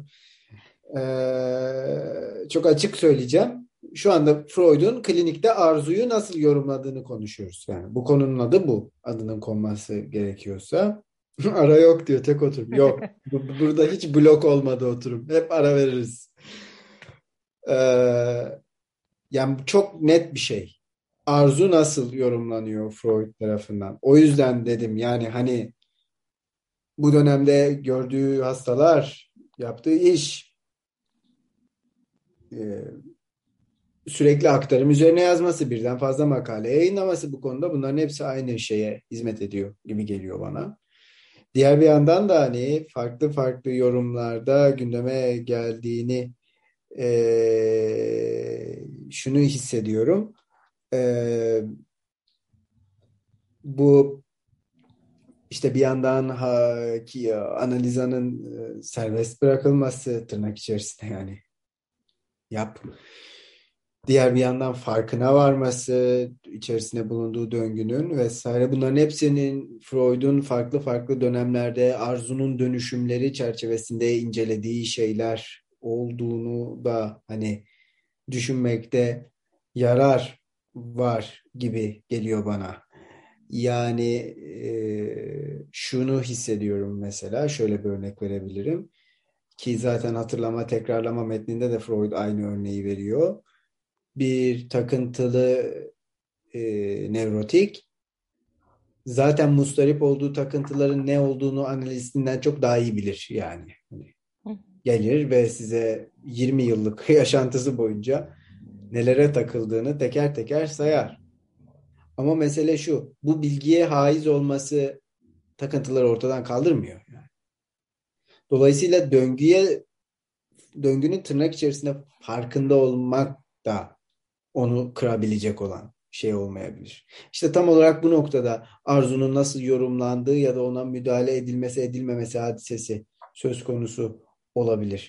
Ee, çok açık söyleyeceğim. Şu anda Freud'un klinikte arzuyu nasıl yorumladığını konuşuyoruz. Yani bu konunun adı bu. Adının konması gerekiyorsa. Ara yok diyor, tek oturum. Yok. Bu- Burada hiç blok olmadı oturum. Hep ara veririz. Ee, yani çok net bir şey. Arzu nasıl yorumlanıyor Freud tarafından? O yüzden dedim yani hani bu dönemde gördüğü hastalar, yaptığı iş, e, sürekli aktarım üzerine yazması, birden fazla makale yayınlaması bu konuda, bunların hepsi aynı şeye hizmet ediyor gibi geliyor bana. Diğer bir yandan da hani farklı farklı yorumlarda gündeme geldiğini e, şunu hissediyorum. E, bu işte bir yandan ha, ki analizanın e, serbest bırakılması, tırnak içerisinde yani yap. Diğer bir yandan farkına varması, içerisinde bulunduğu döngünün vesaire, bunların hepsinin Freud'un farklı farklı dönemlerde arzunun dönüşümleri çerçevesinde incelediği şeyler olduğunu da hani düşünmekte yarar var gibi geliyor bana. Yani e, şunu hissediyorum mesela, şöyle bir örnek verebilirim ki zaten hatırlama tekrarlama metninde de Freud aynı örneği veriyor. Bir takıntılı e, nevrotik zaten mustarip olduğu takıntıların ne olduğunu analistinden çok daha iyi bilir yani. Hani gelir ve size yirmi yıllık yaşantısı boyunca nelere takıldığını teker teker sayar. Ama mesele şu, bu bilgiye haiz olması takıntıları ortadan kaldırmıyor. Yani. Dolayısıyla döngüye, döngünün tırnak içerisinde farkında olmak da onu kırabilecek olan şey olmayabilir. İşte tam olarak bu noktada arzunun nasıl yorumlandığı ya da ona müdahale edilmesi edilmemesi hadisesi söz konusu olabilir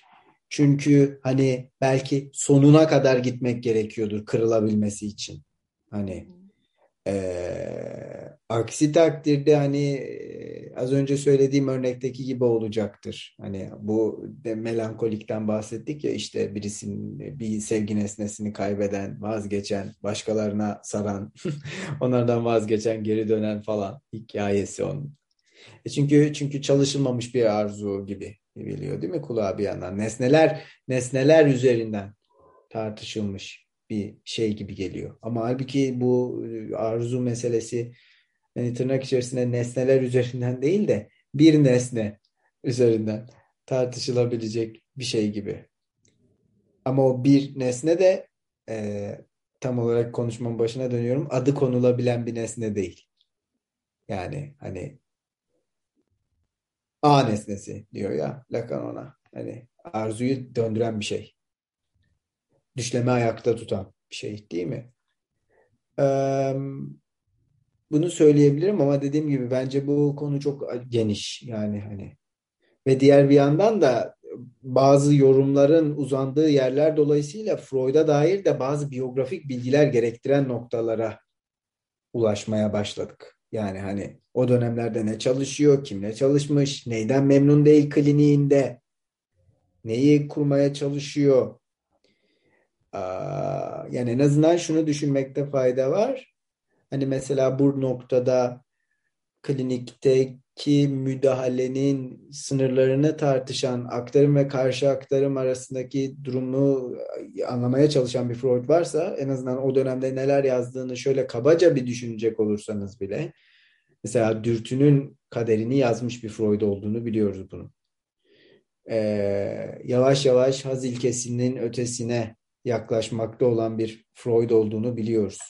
Çünkü hani belki sonuna kadar gitmek gerekiyordur kırılabilmesi için. Hani Ee, aksi takdirde hani e, az önce söylediğim örnekteki gibi olacaktır. Hani bu de melankolikten bahsettik ya, işte birisinin bir sevgi nesnesini kaybeden, vazgeçen, başkalarına saran, onlardan vazgeçen, geri dönen falan hikayesi onun. E çünkü çünkü çalışılmamış bir arzu gibi geliyor değil mi kulağa bir yandan? Nesneler nesneler üzerinden tartışılmış bir şey gibi geliyor. Ama halbuki bu e, arzu meselesi yani tırnak içerisinde nesneler üzerinden değil de bir nesne üzerinden tartışılabilecek bir şey gibi. Ama o bir nesne de e, tam olarak konuşmamın başına dönüyorum. Adı konulabilen bir nesne değil. Yani hani A nesnesi diyor ya Lacan ona. Hani arzuyu döndüren bir şey. Düşleme ayakta tutan bir şey değil mi? Ee, Bunu söyleyebilirim ama dediğim gibi bence bu konu çok geniş yani hani ve diğer bir yandan da bazı yorumların uzandığı yerler dolayısıyla Freud'a dair de bazı biyografik bilgiler gerektiren noktalara ulaşmaya başladık. Yani hani o dönemlerde ne çalışıyor, kimle çalışmış, neyden memnun değil kliniğinde, neyi kurmaya çalışıyor. Aa, yani en azından şunu düşünmekte fayda var. Hani mesela bu noktada klinikteki müdahalenin sınırlarını tartışan aktarım ve karşı aktarım arasındaki durumu anlamaya çalışan bir Freud varsa en azından o dönemde neler yazdığını şöyle kabaca bir düşünecek olursanız bile mesela dürtünün kaderini yazmış bir Freud olduğunu biliyoruz bunun. Ee, yavaş yavaş haz ilkesinin ötesine yaklaşmakta olan bir Freud olduğunu biliyoruz.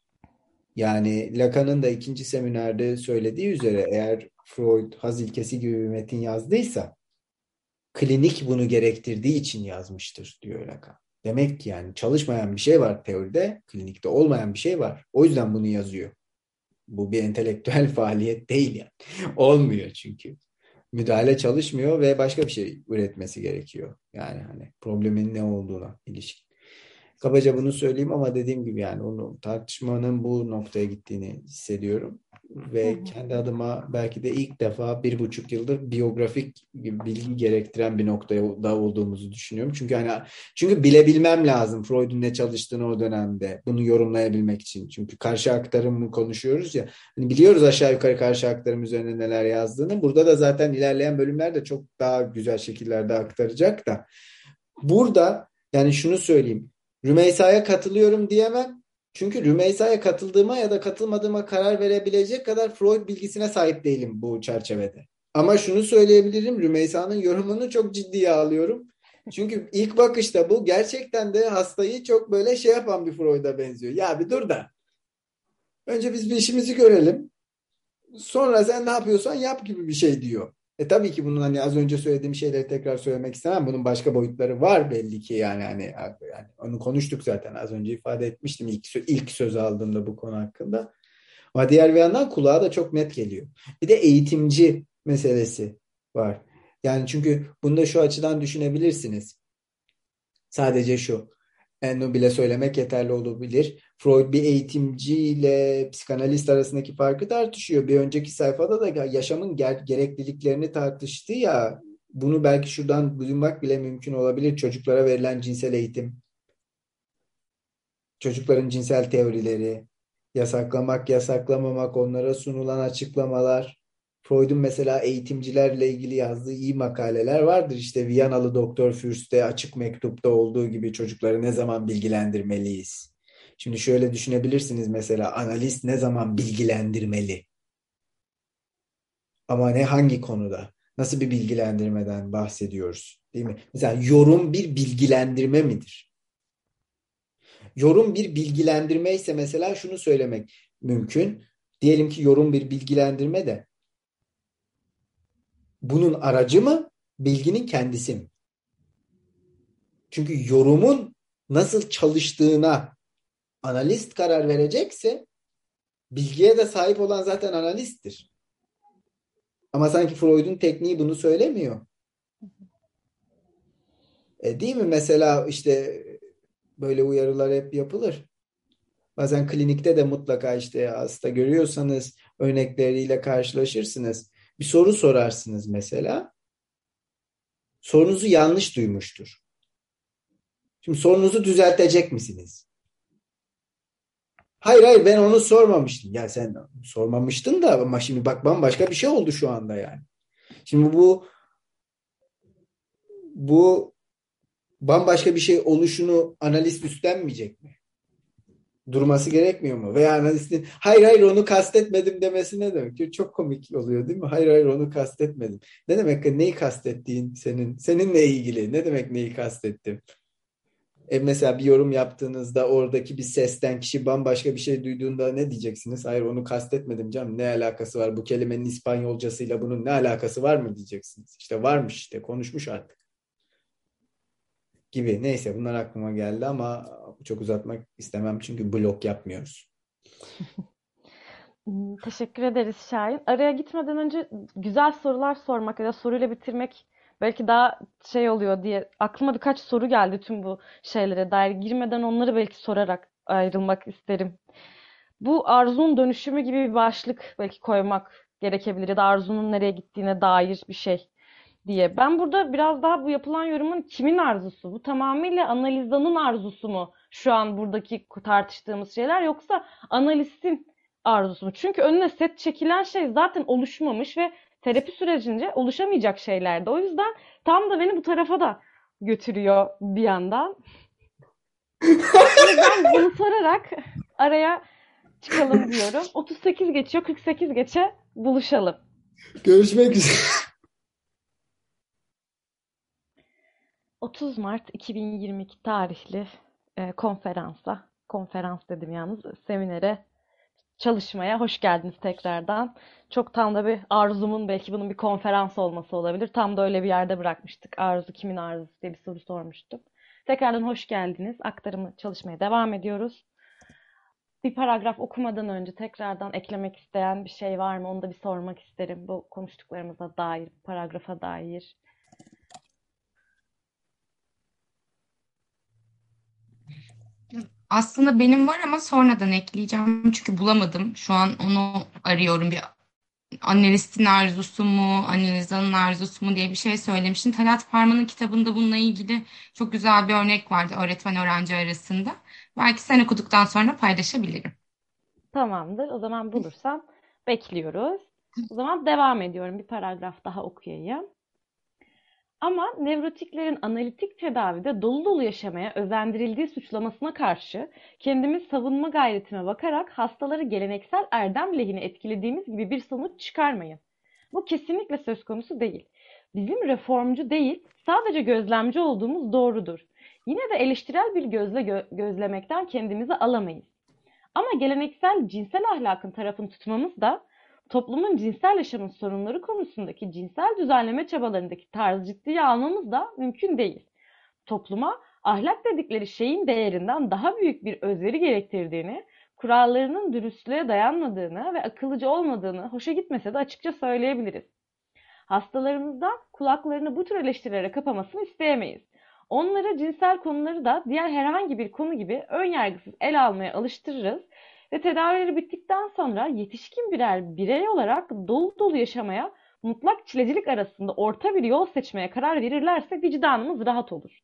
Yani Lacan'ın da ikinci seminerde söylediği üzere eğer Freud haz ilkesi gibi bir metin yazdıysa klinik bunu gerektirdiği için yazmıştır diyor Lacan. Demek ki yani çalışmayan bir şey var teoride, klinikte olmayan bir şey var. O yüzden bunu yazıyor. Bu bir entelektüel faaliyet değil yani. Olmuyor çünkü. Müdahale çalışmıyor ve başka bir şey üretmesi gerekiyor. Yani hani problemin ne olduğuna ilişkin. Kabaca bunu söyleyeyim ama dediğim gibi yani onu tartışmanın bu noktaya gittiğini hissediyorum.
Hı
Ve
hı.
kendi adıma belki de ilk defa bir buçuk yıldır biyografik bilgi gerektiren bir noktaya da olduğumuzu düşünüyorum. Çünkü hani çünkü bilebilmem lazım Freud'un ne çalıştığını o dönemde bunu yorumlayabilmek için. Çünkü karşı aktarım konuşuyoruz ya. Hani biliyoruz aşağı yukarı karşı aktarım üzerine neler yazdığını. Burada da zaten ilerleyen bölümlerde çok daha güzel şekillerde aktaracak da. Burada yani şunu söyleyeyim. Rümeysa'ya katılıyorum diyemem. Çünkü Rümeysa'ya katıldığıma ya da katılmadığıma karar verebilecek kadar Freud bilgisine sahip değilim bu çerçevede. Ama şunu söyleyebilirim. Rümeysa'nın yorumunu çok ciddiye alıyorum. Çünkü ilk bakışta bu gerçekten de hastayı çok böyle şey yapan bir Freud'a benziyor. Ya bir dur da. Önce biz bir işimizi görelim. Sonra sen ne yapıyorsan yap gibi bir şey diyor. E tabii ki bunun hani az önce söylediğim şeyleri tekrar söylemek istemem. Bunun başka boyutları var belli ki yani hani yani onu konuştuk zaten az önce ifade etmiştim ilk ilk söz aldığımda bu konu hakkında. Ama diğer bir yandan kulağa da çok net geliyor. Bir de eğitimci meselesi var. Yani çünkü bunu da şu açıdan düşünebilirsiniz. Sadece şu. Onu bile söylemek yeterli olabilir. Freud bir eğitimciyle psikanalist arasındaki farkı tartışıyor. Bir önceki sayfada da yaşamın ger- gerekliliklerini tartıştı ya. Bunu belki şuradan duymak bile mümkün olabilir. Çocuklara verilen cinsel eğitim, çocukların cinsel teorileri, yasaklamak, yasaklamamak, onlara sunulan açıklamalar. Freud'un mesela eğitimcilerle ilgili yazdığı iyi makaleler vardır. İşte Viyanalı Doktor Fürst'te açık mektupta olduğu gibi çocukları ne zaman bilgilendirmeliyiz? Şimdi şöyle düşünebilirsiniz mesela analist ne zaman bilgilendirmeli? Ama ne hangi konuda? Nasıl bir bilgilendirmeden bahsediyoruz? Değil mi? Mesela yorum bir bilgilendirme midir? Yorum bir bilgilendirme ise mesela şunu söylemek mümkün. Diyelim ki yorum bir bilgilendirme de bunun aracı mı, bilginin kendisi mi? Çünkü yorumun nasıl çalıştığına analist karar verecekse bilgiye de sahip olan zaten analisttir. Ama sanki Freud'un tekniği bunu söylemiyor. E, değil mi? Mesela işte böyle uyarılar hep yapılır. Bazen klinikte de mutlaka işte hasta görüyorsanız örnekleriyle karşılaşırsınız. Bir soru sorarsınız mesela. Sorunuzu yanlış duymuştur. Şimdi sorunuzu düzeltecek misiniz? Hayır hayır ben onu sormamıştım. Ya sen sormamıştın da ama şimdi bak bambaşka bir şey oldu şu anda yani. Şimdi bu bu bambaşka bir şey oluşunu analist üstlenmeyecek mi? Durması gerekmiyor mu? Veya analistin hayır hayır onu kastetmedim demesi ne demek? Çok komik oluyor değil mi? Hayır hayır onu kastetmedim. Ne demek ki neyi kastettiğin senin? Seninle ilgili. Ne demek neyi kastettim? E mesela bir yorum yaptığınızda oradaki bir sesten kişi bambaşka bir şey duyduğunda ne diyeceksiniz? Hayır onu kastetmedim canım. Ne alakası var? Bu kelimenin İspanyolcasıyla bunun ne alakası var mı diyeceksiniz. İşte varmış işte konuşmuş artık. Gibi. Neyse bunlar aklıma geldi ama çok uzatmak istemem çünkü blok yapmıyoruz.
Hmm, Teşekkür ederiz Şahin. Araya gitmeden önce güzel sorular sormak ya da soruyla bitirmek belki daha şey oluyor diye aklıma birkaç soru geldi tüm bu şeylere dair. Girmeden onları belki sorarak ayrılmak isterim. Bu arzunun dönüşümü gibi bir başlık belki koymak gerekebilir ya da arzunun nereye gittiğine dair bir şey diye. Ben burada biraz daha bu yapılan yorumun kimin arzusu? Bu tamamıyla analizanın arzusu mu? Şu an buradaki tartıştığımız şeyler yoksa analistin arzusu mu? Çünkü önüne set çekilen şey zaten oluşmamış ve terapi sürecince oluşamayacak şeylerdi. O yüzden tam da beni bu tarafa da götürüyor bir yandan. O yüzden bunu sorarak araya çıkalım diyorum. otuz sekiz geçiyor, kırk sekiz geçe buluşalım.
Görüşmek üzere.
otuz Mart iki bin yirmi iki tarihli e, konferansa, konferans dedim yalnız, seminere, çalışmaya hoş geldiniz tekrardan. Çok tam da bir arzumun belki bunun bir konferans olması olabilir. Tam da öyle bir yerde bırakmıştık. Arzu kimin arzusu diye bir soru sormuştum. Tekrardan hoş geldiniz. Aktarımı çalışmaya devam ediyoruz. Bir paragraf okumadan önce tekrardan eklemek isteyen bir şey var mı? Onu da bir sormak isterim. Bu konuştuklarımıza dair, paragrafa dair.
Aslında benim var ama sonradan ekleyeceğim çünkü bulamadım. Şu an onu arıyorum. Bir analistin arzusu mu, analizanın arzusu mu diye bir şey söylemiştin. Talat Parman'ın kitabında bununla ilgili çok güzel bir örnek vardı öğretmen öğrenci arasında. Belki sen okuduktan sonra paylaşabilirim.
Tamamdır. O zaman bulursam bekliyoruz. O zaman devam ediyorum. Bir paragraf daha okuyayım. Ama nevrotiklerin analitik tedavide dolu dolu yaşamaya özendirildiği suçlamasına karşı kendimi savunma gayretime bakarak hastaları geleneksel erdem lehine etkilediğimiz gibi bir sonuç çıkarmayın. Bu kesinlikle söz konusu değil. Bizim reformcu değil, sadece gözlemci olduğumuz doğrudur. Yine de eleştirel bir gözle gö- gözlemekten kendimizi alamayız. Ama geleneksel cinsel ahlakın tarafını tutmamız da toplumun cinsel yaşamın sorunları konusundaki cinsel düzenleme çabalarındaki tarzı ciddiye almamız da mümkün değil. Topluma ahlak dedikleri şeyin değerinden daha büyük bir özveri gerektirdiğini, kurallarının dürüstlüğe dayanmadığını ve akıllıca olmadığını hoşa gitmese de açıkça söyleyebiliriz. Hastalarımızdan kulaklarını bu tür eleştirilere kapamasını isteyemeyiz. Onlara cinsel konuları da diğer herhangi bir konu gibi önyargısız ele almaya alıştırırız ve tedavileri bittikten sonra yetişkin birer birey olarak dolu dolu yaşamaya, mutlak çilecilik arasında orta bir yol seçmeye karar verirlerse vicdanımız rahat olur.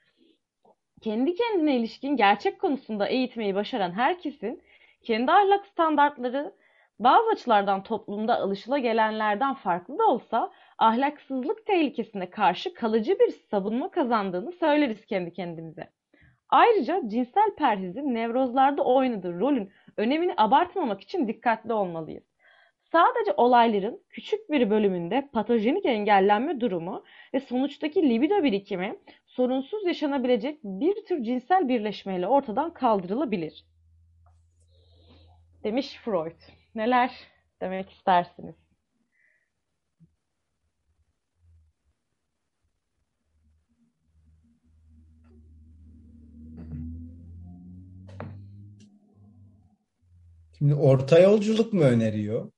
Kendi kendine ilişkin gerçek konusunda eğitmeyi başaran herkesin kendi ahlak standartları bazı açılardan toplumda alışılagelenlerden farklı da olsa ahlaksızlık tehlikesine karşı kalıcı bir savunma kazandığını söyleriz kendi kendimize. Ayrıca cinsel perhizin nevrozlarda oynadığı rolün önemini abartmamak için dikkatli olmalıyız. Sadece olayların küçük bir bölümünde patojenik engellenme durumu ve sonuçtaki libido birikimi sorunsuz yaşanabilecek bir tür cinsel birleşmeyle ortadan kaldırılabilir. Demiş Freud. Neler demek istersiniz?
Şimdi orta yolculuk mu öneriyor?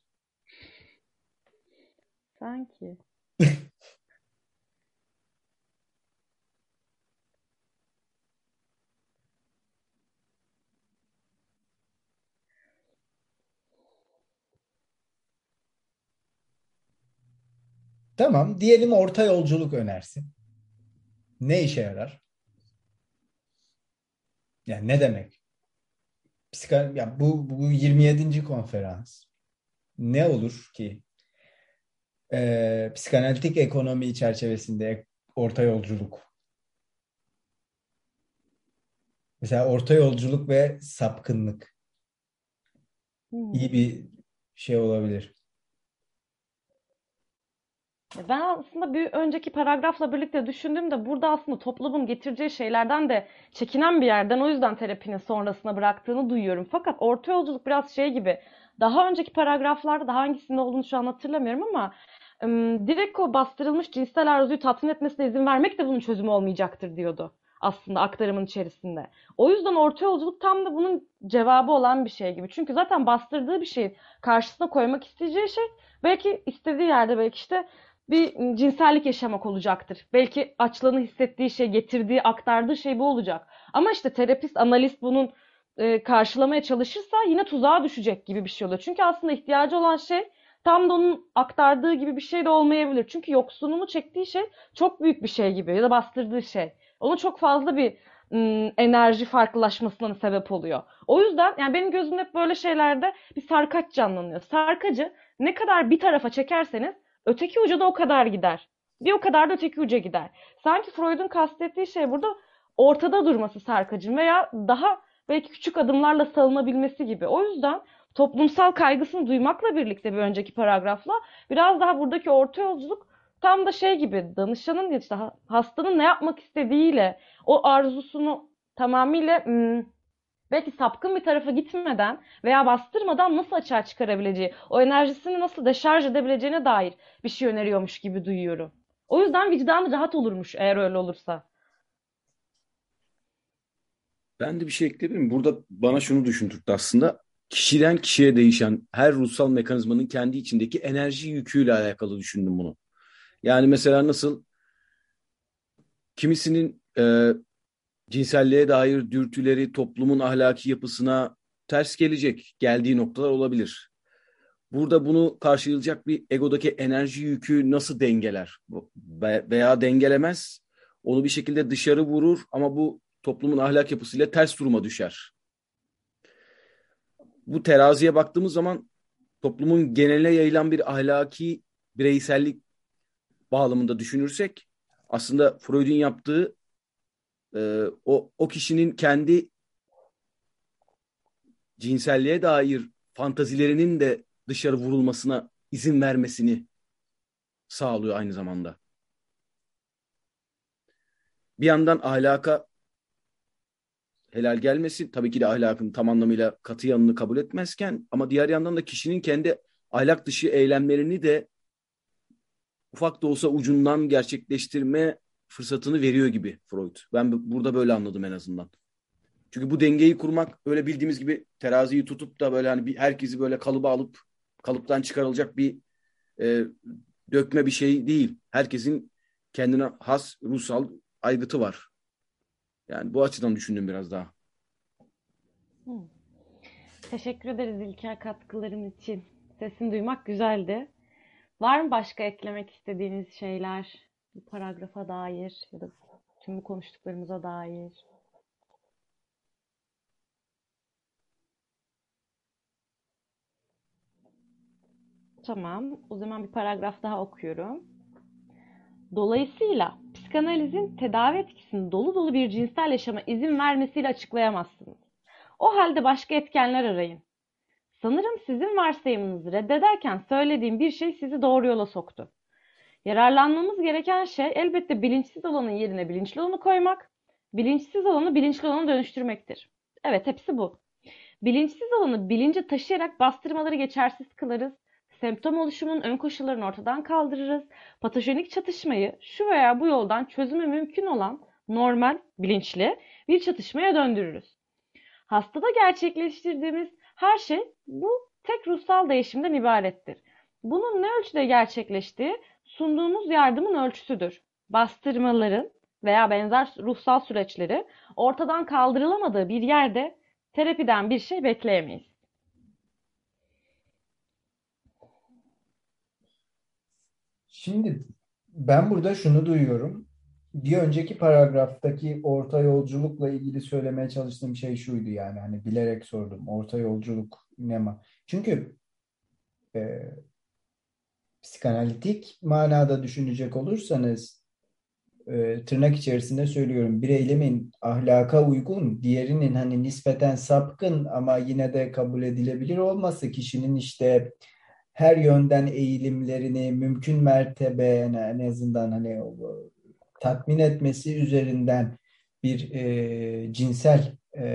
Sanki.
Tamam, diyelim orta yolculuk önersin. Ne işe yarar? Yani ne demek? Psika, ya bu, bu yirmi yedinci konferans. Ne olur ki? Ee, psikanalitik ekonomi çerçevesinde orta yolculuk. Mesela orta yolculuk ve sapkınlık
Hmm.
iyi bir şey olabilir.
Ben aslında bir önceki paragrafla birlikte düşündüğümde burada aslında toplumun getireceği şeylerden de çekinen bir yerden o yüzden terapinin sonrasına bıraktığını duyuyorum. Fakat orta yolculuk biraz şey gibi. Daha önceki paragraflarda da hangisinde olduğunu şu an hatırlamıyorum ama ım, direkt o bastırılmış cinsel arzuyu tatmin etmesine izin vermek de bunun çözümü olmayacaktır diyordu aslında aktarımın içerisinde. O yüzden orta yolculuk tam da bunun cevabı olan bir şey gibi. Çünkü zaten bastırdığı bir şeyi karşısına koymak isteyeceği şey belki istediği yerde belki işte bir cinsellik yaşamak olacaktır. Belki açlığını hissettiği şey, getirdiği, aktardığı şey bu olacak. Ama işte terapist, analist bunun e, karşılamaya çalışırsa yine tuzağa düşecek gibi bir şey oluyor. Çünkü aslında ihtiyacı olan şey tam da onun aktardığı gibi bir şey de olmayabilir. Çünkü yoksunluğunu çektiği şey çok büyük bir şey gibi ya da bastırdığı şey. Onun çok fazla bir ım, enerji farklılaşmasına sebep oluyor. O yüzden yani benim gözümde hep böyle şeylerde bir sarkaç canlanıyor. Sarkacı ne kadar bir tarafa çekerseniz öteki uca da o kadar gider. Bir o kadar da öteki uca gider. Sanki Freud'un kastettiği şey burada ortada durması sarkacın veya daha belki küçük adımlarla salınabilmesi gibi. O yüzden toplumsal kaygısını duymakla birlikte bir önceki paragrafla biraz daha buradaki orta yolculuk tam da şey gibi danışanın ya işte hastanın ne yapmak istediğiyle o arzusunu tamamıyla ım, belki sapkın bir tarafa gitmeden veya bastırmadan nasıl açığa çıkarabileceği, o enerjisini nasıl deşarj edebileceğine dair bir şey öneriyormuş gibi duyuyorum. O yüzden vicdanı rahat olurmuş eğer öyle olursa.
Ben de bir şey ekleyebilir miyim? Burada bana şunu düşündürttü aslında. Kişiden kişiye değişen her ruhsal mekanizmanın kendi içindeki enerji yüküyle alakalı düşündüm bunu. Yani mesela nasıl kimisinin e, cinselliğe dair dürtüleri toplumun ahlaki yapısına ters gelecek, geldiği noktalar olabilir. Burada bunu karşılayacak bir egodaki enerji yükü nasıl dengeler? Veya dengelemez, onu bir şekilde dışarı vurur ama bu toplumun ahlak yapısıyla ters duruma düşer. Bu teraziye baktığımız zaman toplumun geneline yayılan bir ahlaki bireysellik bağlamında düşünürsek aslında Freud'un yaptığı e, o, o kişinin kendi cinselliğe dair fantazilerinin de dışarı vurulmasına izin vermesini sağlıyor aynı zamanda. Bir yandan ahlaka helal gelmesin. Tabii ki de ahlakın tam anlamıyla katı yanını kabul etmezken ama diğer yandan da kişinin kendi ahlak dışı eylemlerini de ufak da olsa ucundan gerçekleştirme fırsatını veriyor gibi Freud. Ben burada böyle anladım en azından. Çünkü bu dengeyi kurmak öyle bildiğimiz gibi teraziyi tutup da böyle hani bir herkesi böyle kalıba alıp kalıptan çıkarılacak bir e, dökme bir şey değil. Herkesin kendine has ruhsal aygıtı var. Yani bu açıdan düşündüm biraz daha.
Hmm. Teşekkür ederiz İlker katkıların için. Sesini duymak güzeldi. Var mı başka eklemek istediğiniz şeyler bu paragrafa dair ya da tüm bu konuştuklarımıza dair? Tamam, o zaman bir paragraf daha okuyorum. Dolayısıyla psikanalizin tedavi etkisini dolu dolu bir cinsel yaşama izin vermesiyle açıklayamazsınız. O halde başka etkenler arayın. Sanırım sizin varsayımınızı reddederken söylediğim bir şey sizi doğru yola soktu. Yararlanmamız gereken şey elbette bilinçsiz olanın yerine bilinçli olanı koymak, bilinçsiz olanı bilinçli olana dönüştürmektir. Evet, hepsi bu. Bilinçsiz olanı bilince taşıyarak bastırmaları geçersiz kılarız, semptom oluşumunun ön koşullarını ortadan kaldırırız, patojenik çatışmayı şu veya bu yoldan çözümü mümkün olan normal, bilinçli bir çatışmaya döndürürüz. Hastada gerçekleştirdiğimiz her şey bu tek ruhsal değişimden ibarettir. Bunun ne ölçüde gerçekleştiği sunduğumuz yardımın ölçüsüdür. Bastırmaların veya benzer ruhsal süreçleri ortadan kaldırılamadığı bir yerde terapiden bir şey bekleyemeyiz.
Şimdi ben burada şunu duyuyorum. Bir önceki paragraftaki orta yolculukla ilgili söylemeye çalıştığım şey şuydu, yani hani bilerek sordum. Orta yolculuk ne ma? Çünkü e, psikanalitik manada düşünecek olursanız, e, tırnak içerisinde söylüyorum, bir eylemin ahlaka uygun, diğerinin hani nispeten sapkın ama yine de kabul edilebilir olması, kişinin işte her yönden eğilimlerini mümkün mertebe, yani en azından hani o- tatmin etmesi üzerinden bir e, cinsel e,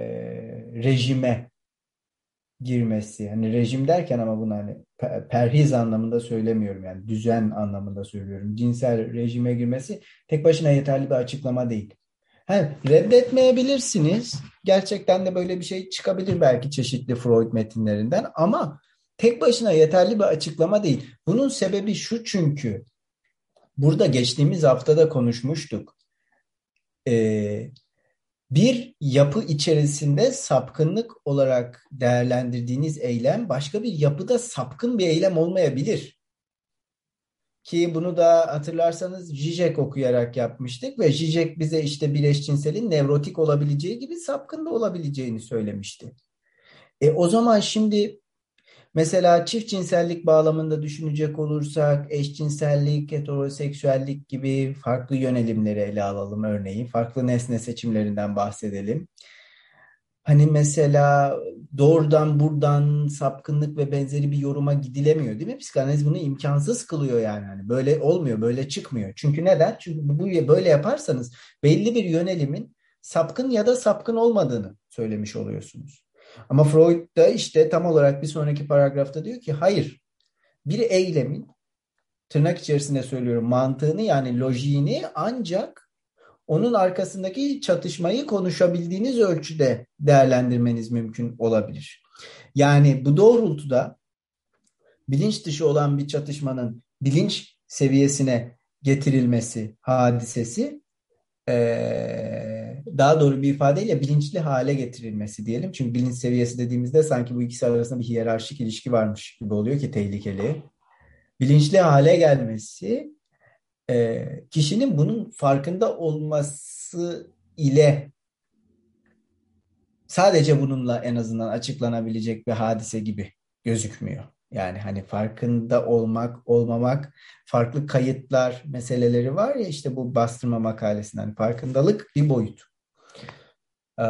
rejime girmesi. Hani rejim derken ama bunu hani pe- perhiz anlamında söylemiyorum, yani düzen anlamında söylüyorum. Cinsel rejime girmesi tek başına yeterli bir açıklama değil. Ha, reddetmeyebilirsiniz. Gerçekten de böyle bir şey çıkabilir belki çeşitli Freud metinlerinden, ama tek başına yeterli bir açıklama değil. Bunun sebebi şu: çünkü burada geçtiğimiz haftada konuşmuştuk. Ee, Bir yapı içerisinde sapkınlık olarak değerlendirdiğiniz eylem başka bir yapıda sapkın bir eylem olmayabilir. Ki bunu da hatırlarsanız Zizek okuyarak yapmıştık ve Zizek bize işte bir eşcinselin nevrotik olabileceği gibi sapkın da olabileceğini söylemişti. E o zaman şimdi mesela çift cinsellik bağlamında düşünecek olursak, eşcinsellik, heteroseksüellik gibi farklı yönelimleri ele alalım örneğin. Farklı nesne seçimlerinden bahsedelim. Hani mesela doğrudan buradan sapkınlık ve benzeri bir yoruma gidilemiyor, değil mi? Psikanaliz bunu imkansız kılıyor yani. Hani böyle olmuyor, böyle çıkmıyor. Çünkü neden? Çünkü bu böyle yaparsanız belli bir yönelimin sapkın ya da sapkın olmadığını söylemiş oluyorsunuz. Ama Freud da işte tam olarak bir sonraki paragrafta diyor ki hayır, bir eylemin, tırnak içerisinde söylüyorum, mantığını, yani lojiğini ancak onun arkasındaki çatışmayı konuşabildiğiniz ölçüde değerlendirmeniz mümkün olabilir. Yani bu doğrultuda bilinç dışı olan bir çatışmanın bilinç seviyesine getirilmesi hadisesi, ee, daha doğru bir ifadeyle bilinçli hale getirilmesi diyelim. Çünkü bilinç seviyesi dediğimizde sanki bu ikisi arasında bir hiyerarşik ilişki varmış gibi oluyor ki tehlikeli. Bilinçli hale gelmesi, e, kişinin bunun farkında olması ile sadece bununla en azından açıklanabilecek bir hadise gibi gözükmüyor. Yani hani farkında olmak, olmamak, farklı kayıtlar meseleleri var ya, işte bu bastırma makalesinden farkındalık bir boyut. Ee,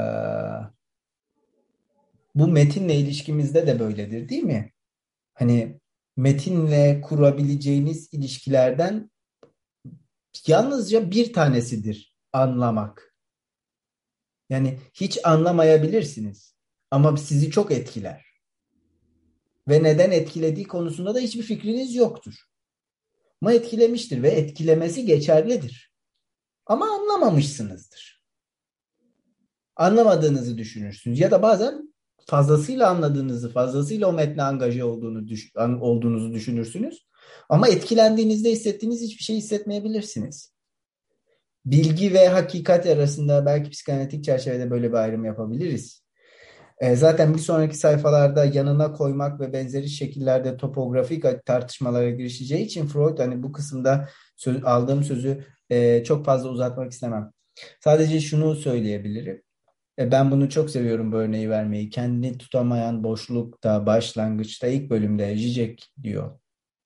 Bu metinle ilişkimizde de böyledir, değil mi? Hani metinle kurabileceğiniz ilişkilerden yalnızca bir tanesidir anlamak. Yani hiç anlamayabilirsiniz ama sizi çok etkiler. Ve neden etkilediği konusunda da hiçbir fikriniz yoktur. Ama etkilemiştir ve etkilemesi geçerlidir. Ama anlamamışsınızdır. Anlamadığınızı düşünürsünüz ya da bazen fazlasıyla anladığınızı, fazlasıyla o metne angaje olduğunu, olduğunuzu düşünürsünüz. Ama etkilendiğinizde hissettiğiniz hiçbir şey hissetmeyebilirsiniz. Bilgi ve hakikat arasında belki psikanalitik çerçevede böyle bir ayrım yapabiliriz. E, zaten bir sonraki sayfalarda yanına koymak ve benzeri şekillerde topografik tartışmalara girişeceği için Freud hani bu kısımda söz, aldığım sözü e, çok fazla uzatmak istemem. Sadece şunu söyleyebilirim. E, ben bunu çok seviyorum, bu örneği vermeyi. Kendini tutamayan boşlukta, başlangıçta, ilk bölümde Zizek diyor.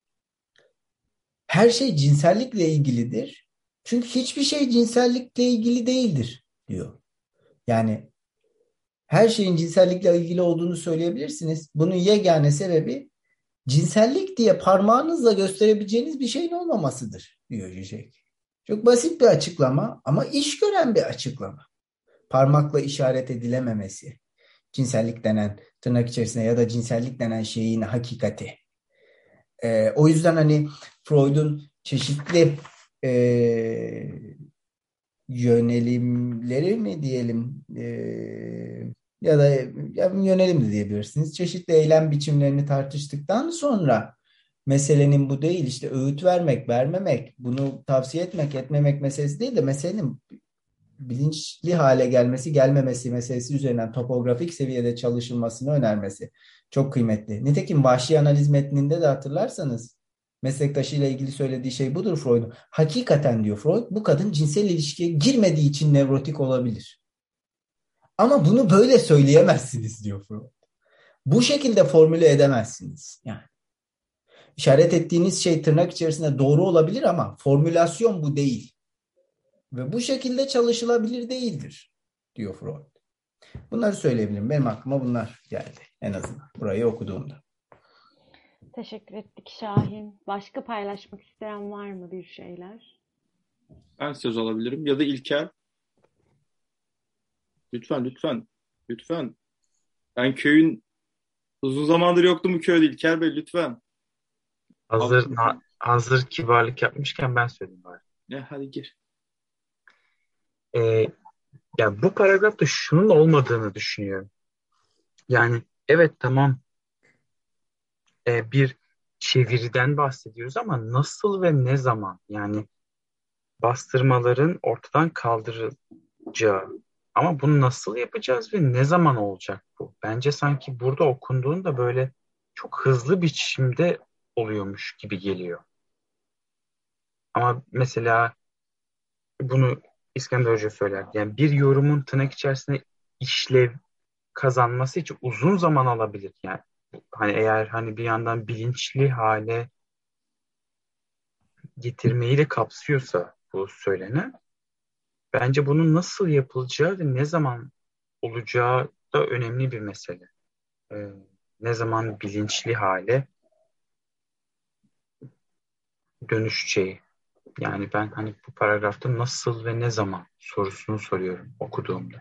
Her şey cinsellikle ilgilidir. Çünkü hiçbir şey cinsellikle ilgili değildir diyor. Yani her şeyin cinsellikle ilgili olduğunu söyleyebilirsiniz. Bunun yegane sebebi cinsellik diye parmağınızla gösterebileceğiniz bir şeyin olmamasıdır diyor Zizek. Çok basit bir açıklama ama iş gören bir açıklama. Parmakla işaret edilememesi, cinsellik denen, tırnak içerisinde, ya da cinsellik denen şeyin hakikati. Ee, o yüzden hani Freud'un çeşitli e, yönelimleri mi diyelim, e, ya da ya yönelim de diyebilirsiniz. Çeşitli eylem biçimlerini tartıştıktan sonra meselenin bu değil, işte öğüt vermek, vermemek, bunu tavsiye etmek, etmemek meselesi değil de meselenin bilinçli hale gelmesi, gelmemesi meselesi üzerinden topografik seviyede çalışılmasını önermesi çok kıymetli. Nitekim Vahşi Analiz metninde de hatırlarsanız
Meslektaşıyla ilgili söylediği şey budur Freud'un. Hakikaten diyor Freud, bu kadın cinsel ilişkiye girmediği için nevrotik olabilir. Ama bunu böyle söyleyemezsiniz diyor Freud. Bu şekilde formüle edemezsiniz. Yani işaret ettiğiniz şey tırnak içerisinde doğru olabilir ama formülasyon bu değil. Ve bu şekilde çalışılabilir değildir diyor Freud. Bunları söyleyebilirim. Benim aklıma bunlar geldi en azından burayı okuduğumda.
Teşekkür ettik Şahin. Başka paylaşmak isteyen var mı bir şeyler?
Ben söz alabilirim. Ya da İlker. Lütfen, lütfen. Lütfen. Ben köyün uzun zamandır yoktum bu köyde İlker Bey, lütfen.
Hazır na- hazır kibarlık yapmışken ben söyleyeyim bari.
Ya, hadi gir.
Ee, ya bu paragrafta şunun olmadığını düşünüyorum. Yani evet tamam e, bir çeviriden bahsediyoruz ama nasıl ve ne zaman? Yani bastırmaların ortadan kaldırılacağı. Ama bunu nasıl yapacağız ve ne zaman olacak bu? Bence sanki burada okunduğunda böyle çok hızlı biçimde oluyormuş gibi geliyor. Ama mesela bunu İskender Hoca söyler. Yani bir yorumun tırnak içerisinde işlev kazanması için uzun zaman alabilir. Yani hani eğer hani bir yandan bilinçli hale getirmeyi de kapsıyorsa bu söylenen, bence bunun nasıl yapılacağı ve ne zaman olacağı da önemli bir mesele. Ee, ne zaman bilinçli hale dönüşeceği. Yani ben hani bu paragrafta nasıl ve ne zaman sorusunu soruyorum okuduğumda.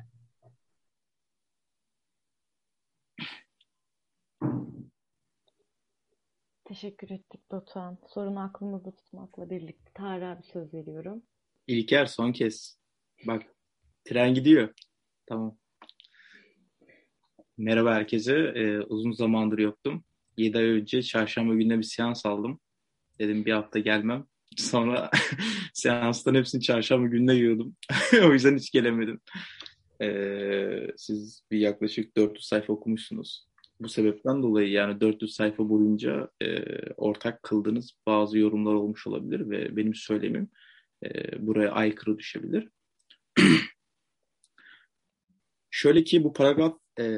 Teşekkür ettik Batuhan. Sorunu aklımızda tutmakla birlikte Tarık'a bir söz veriyorum.
İlker, son kez. Bak, tren gidiyor. Tamam. Merhaba herkese. Ee, uzun zamandır yoktum. yedi ay önce çarşamba gününe bir seans aldım. Dedim bir hafta gelmem. Sonra seansların hepsini çarşamba gününe yığdım. O yüzden hiç gelemedim. Ee, siz bir yaklaşık dört yüz sayfa okumuşsunuz. Bu sebepten dolayı yani dört yüz sayfa boyunca e, ortak kıldığınız bazı yorumlar olmuş olabilir ve benim söylemim e, buraya aykırı düşebilir. Şöyle ki bu paragraf e,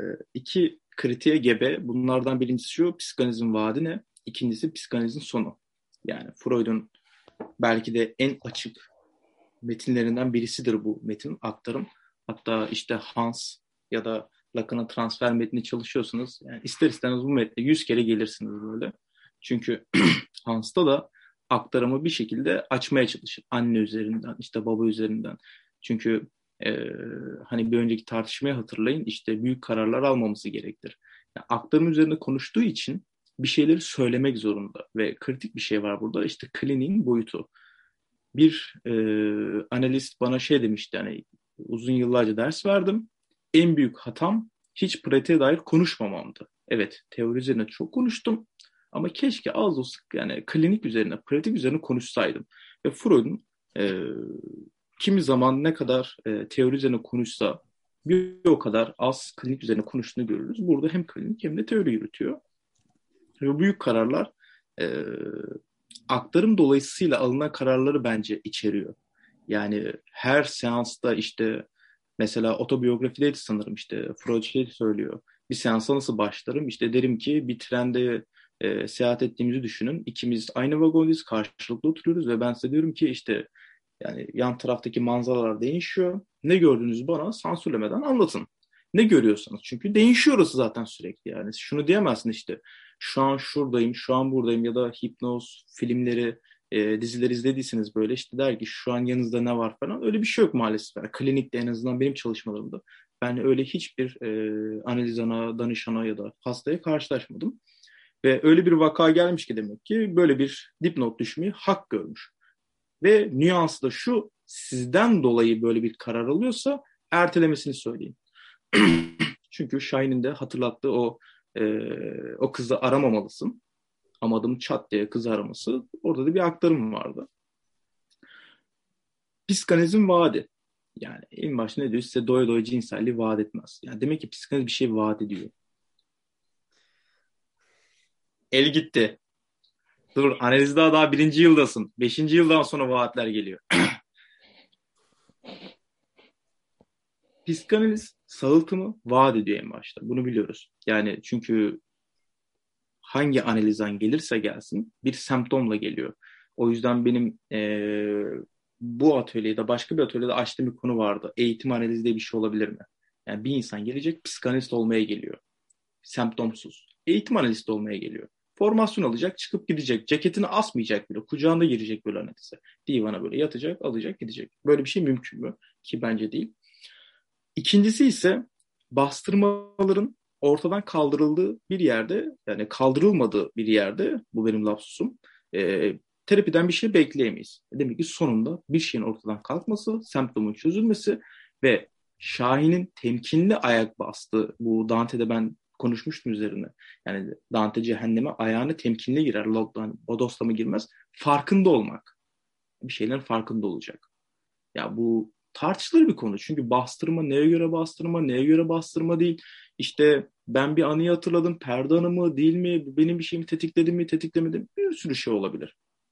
iki kritiğe gebe. Bunlardan birincisi şu: psikanalizin vaadi ne? İkincisi psikanalizin sonu. Yani Freud'un belki de en açık metinlerinden birisidir bu metin aktarım. Hatta işte Hans ya da Lacan'ın transfer metni çalışıyorsunuz. Yani ister istemez bu metne yüz kere gelirsiniz böyle. Çünkü Hans'ta da aktarımı bir şekilde açmaya çalışır. Anne üzerinden, işte baba üzerinden. Çünkü e, hani bir önceki tartışmayı hatırlayın, işte büyük kararlar almamızı gerektir. Yani aktarım üzerinde konuştuğu için bir şeyleri söylemek zorunda ve kritik bir şey var burada, işte kliniğin boyutu. Bir e, analist bana şey demişti, yani uzun yıllarca ders verdim. En büyük hatam hiç pratiğe dair konuşmamamdı. Evet, teori üzerine çok konuştum ama keşke az olsun yani klinik üzerine, pratik üzerine konuşsaydım. Ve Freud'un e, kimi zaman ne kadar e, teori üzerine konuşsa bir o kadar az klinik üzerine konuştuğunu görürüz. Burada hem klinik hem de teori yürütüyor. Ve büyük kararlar e, aktarım dolayısıyla alınan kararları bence içeriyor. Yani her seansta işte mesela otobiyografideydi sanırım, işte Freud şey söylüyor. Bir seansa nasıl başlarım? İşte derim ki bir trende e, seyahat ettiğimizi düşünün. İkimiz aynı vagondayız, karşılıklı oturuyoruz ve ben size diyorum ki işte yani yan taraftaki manzaralar değişiyor. Ne gördüğünüzü bana sansürlemeden anlatın. Ne görüyorsanız. Çünkü değişiyor orası zaten sürekli. Yani şunu diyemezsin işte şu an şuradayım, şu an buradayım ya da hipnoz filmleri, e, dizileri izlediyseniz böyle işte der ki şu an yanınızda ne var falan. Öyle bir şey yok maalesef. Yani klinikte en azından benim çalışmalarımda ben öyle hiçbir e, analizana, danışana ya da hastaya karşılaşmadım. Ve öyle bir vaka gelmiş ki demek ki böyle bir dipnot düşmeyi hak görmüş. Ve nüansı da şu: sizden dolayı böyle bir karar alıyorsa ertelemesini söyleyin. Çünkü Şahin'in de hatırlattığı o e, o kızı aramamalısın. Ama adım çat diye kızı araması, orada da bir aktarım vardı. Psikanalizin vaadi. Yani en başta ne diyor? Size doya doya cinselliği vaat etmez. Yani demek ki psikanaliz bir şey vaat ediyor. El gitti. Dur, analiz daha daha birinci yıldasın. Beşinci yıldan sonra vaatler geliyor. Psikanaliz sağaltımı vaat ediyor en başta. Bunu biliyoruz. Yani çünkü hangi analizden gelirse gelsin bir semptomla geliyor. O yüzden benim eee, bu atölyede başka bir atölyede açtığım bir konu vardı. Eğitim analizi diye bir şey olabilir mi? Yani bir insan gelecek psikanalist olmaya geliyor. Semptomsuz. Eğitim analisti olmaya geliyor. Formasyon alacak, çıkıp gidecek. Ceketini asmayacak bile. Kucağında girecek böyle analize. Divana böyle yatacak, alacak, gidecek. Böyle bir şey mümkün mü? Ki bence değil. İkincisi ise bastırmaların ortadan kaldırıldığı bir yerde, yani kaldırılmadığı bir yerde, bu benim lapsusum, e, terapiden bir şey bekleyemeyiz. Demek ki sonunda bir şeyin ortadan kalkması, semptomun çözülmesi ve Şahin'in temkinli ayak bastığı, bu Dante'de ben konuşmuştum üzerine. Yani Dante cehenneme ayağını temkinli girer, bodoslama girmez. Farkında olmak. Bir şeylerin farkında olacak. Ya bu tartışılır bir konu. Çünkü bastırma neye göre bastırma, neye göre bastırma değil. İşte ben bir anıyı hatırladım. Perde anı mı değil mi? Benim bir şeyimi tetikledi mi, tetiklemedi mi? Bir sürü şey olabilir.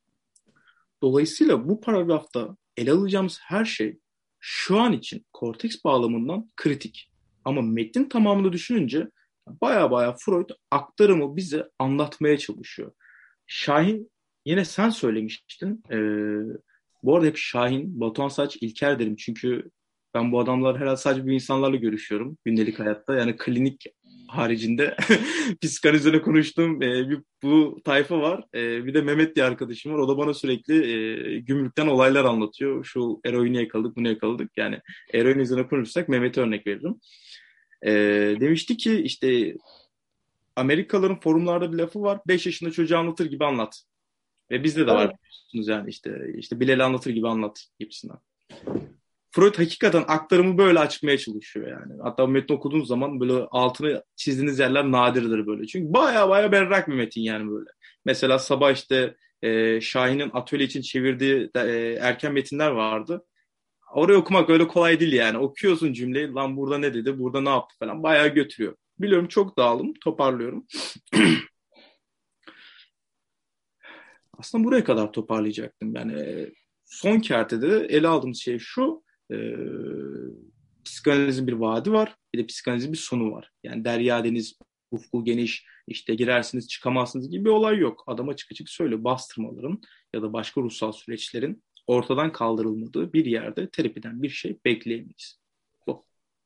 Dolayısıyla bu paragrafta ele alacağımız her şey şu an için korteks bağlamından kritik. Ama metnin tamamını düşününce baya baya Freud aktarımı bize anlatmaya çalışıyor. Şahin, yine sen söylemiştin. Ee, bu arada hep Şahin, Batuhan Saç, İlker derim. Çünkü ben bu adamlar herhalde sadece bu insanlarla görüşüyorum gündelik hayatta. Yani klinik haricinde psikanalizle konuştuğum e, bir, bu tayfa var. E, bir de Mehmet diye arkadaşım var. O da bana sürekli e, gümrükten olaylar anlatıyor. Şu eroini yakaladık, bunu yakaladık. Yani eroin üzerine konuşursak Mehmet'e örnek veririm. E, demişti ki işte Amerikalıların forumlarda bir lafı var. Beş yaşında çocuğa anlatır gibi anlat. Ve bizde de var biliyorsunuz yani işte işte Bilal'i anlatır gibi anlat gibisinden. Freud hakikaten aktarımı böyle açmaya çalışıyor yani. Hatta metni okuduğunuz zaman böyle altını çizdiğiniz yerler nadirdir böyle. Çünkü baya baya berrak bir metin yani böyle. Mesela sabah işte e, Şahin'in atölye için çevirdiği de, e, erken metinler vardı. Orayı okumak öyle kolay değil yani. Okuyorsun cümleyi, lan burada ne dedi, burada ne yaptı falan, bayağı götürüyor. Biliyorum çok dağılım, toparlıyorum. Aslında buraya kadar toparlayacaktım. Yani son kertede ele aldığımız şey şu, e, psikanalizin bir vaadi var, bir de psikanalizin bir sonu var. Yani derya deniz, ufku geniş, işte girersiniz çıkamazsınız gibi bir olay yok. Adam açık açık söylüyor, bastırmaların ya da başka ruhsal süreçlerin ortadan kaldırılmadığı bir yerde terapiden bir şey bekleyemeyiz. Bu.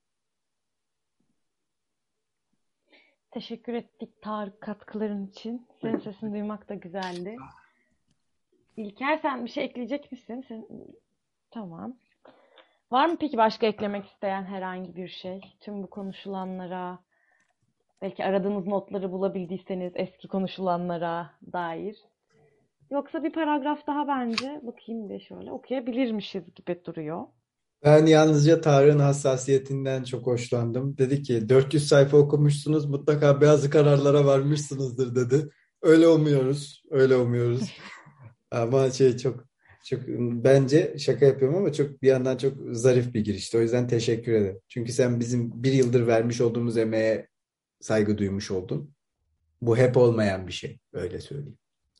Teşekkür ettik Tarık katkıların için. Senin sesini duymak da güzeldi. İlker, sen bir şey ekleyecek misin? Sen... Tamam. Var mı peki başka eklemek isteyen herhangi bir şey? Tüm bu konuşulanlara, belki aradığınız notları bulabildiyseniz eski konuşulanlara dair. Yoksa bir paragraf daha bence bakayım bir şöyle okuyabilirmişiz gibi duruyor.
Ben yalnızca Tarık'ın hassasiyetinden çok hoşlandım. Dedi ki dört yüz sayfa okumuşsunuz, mutlaka bazı kararlara varmışsınızdır dedi. Öyle umuyoruz, öyle umuyoruz. Ama şey çok çok bence şaka yapıyorum ama çok bir yandan çok zarif bir girişti. O yüzden teşekkür ederim. Çünkü sen bizim bir yıldır vermiş olduğumuz emeğe saygı duymuş oldun. Bu hep olmayan bir şey. Öyle söyleyeyim.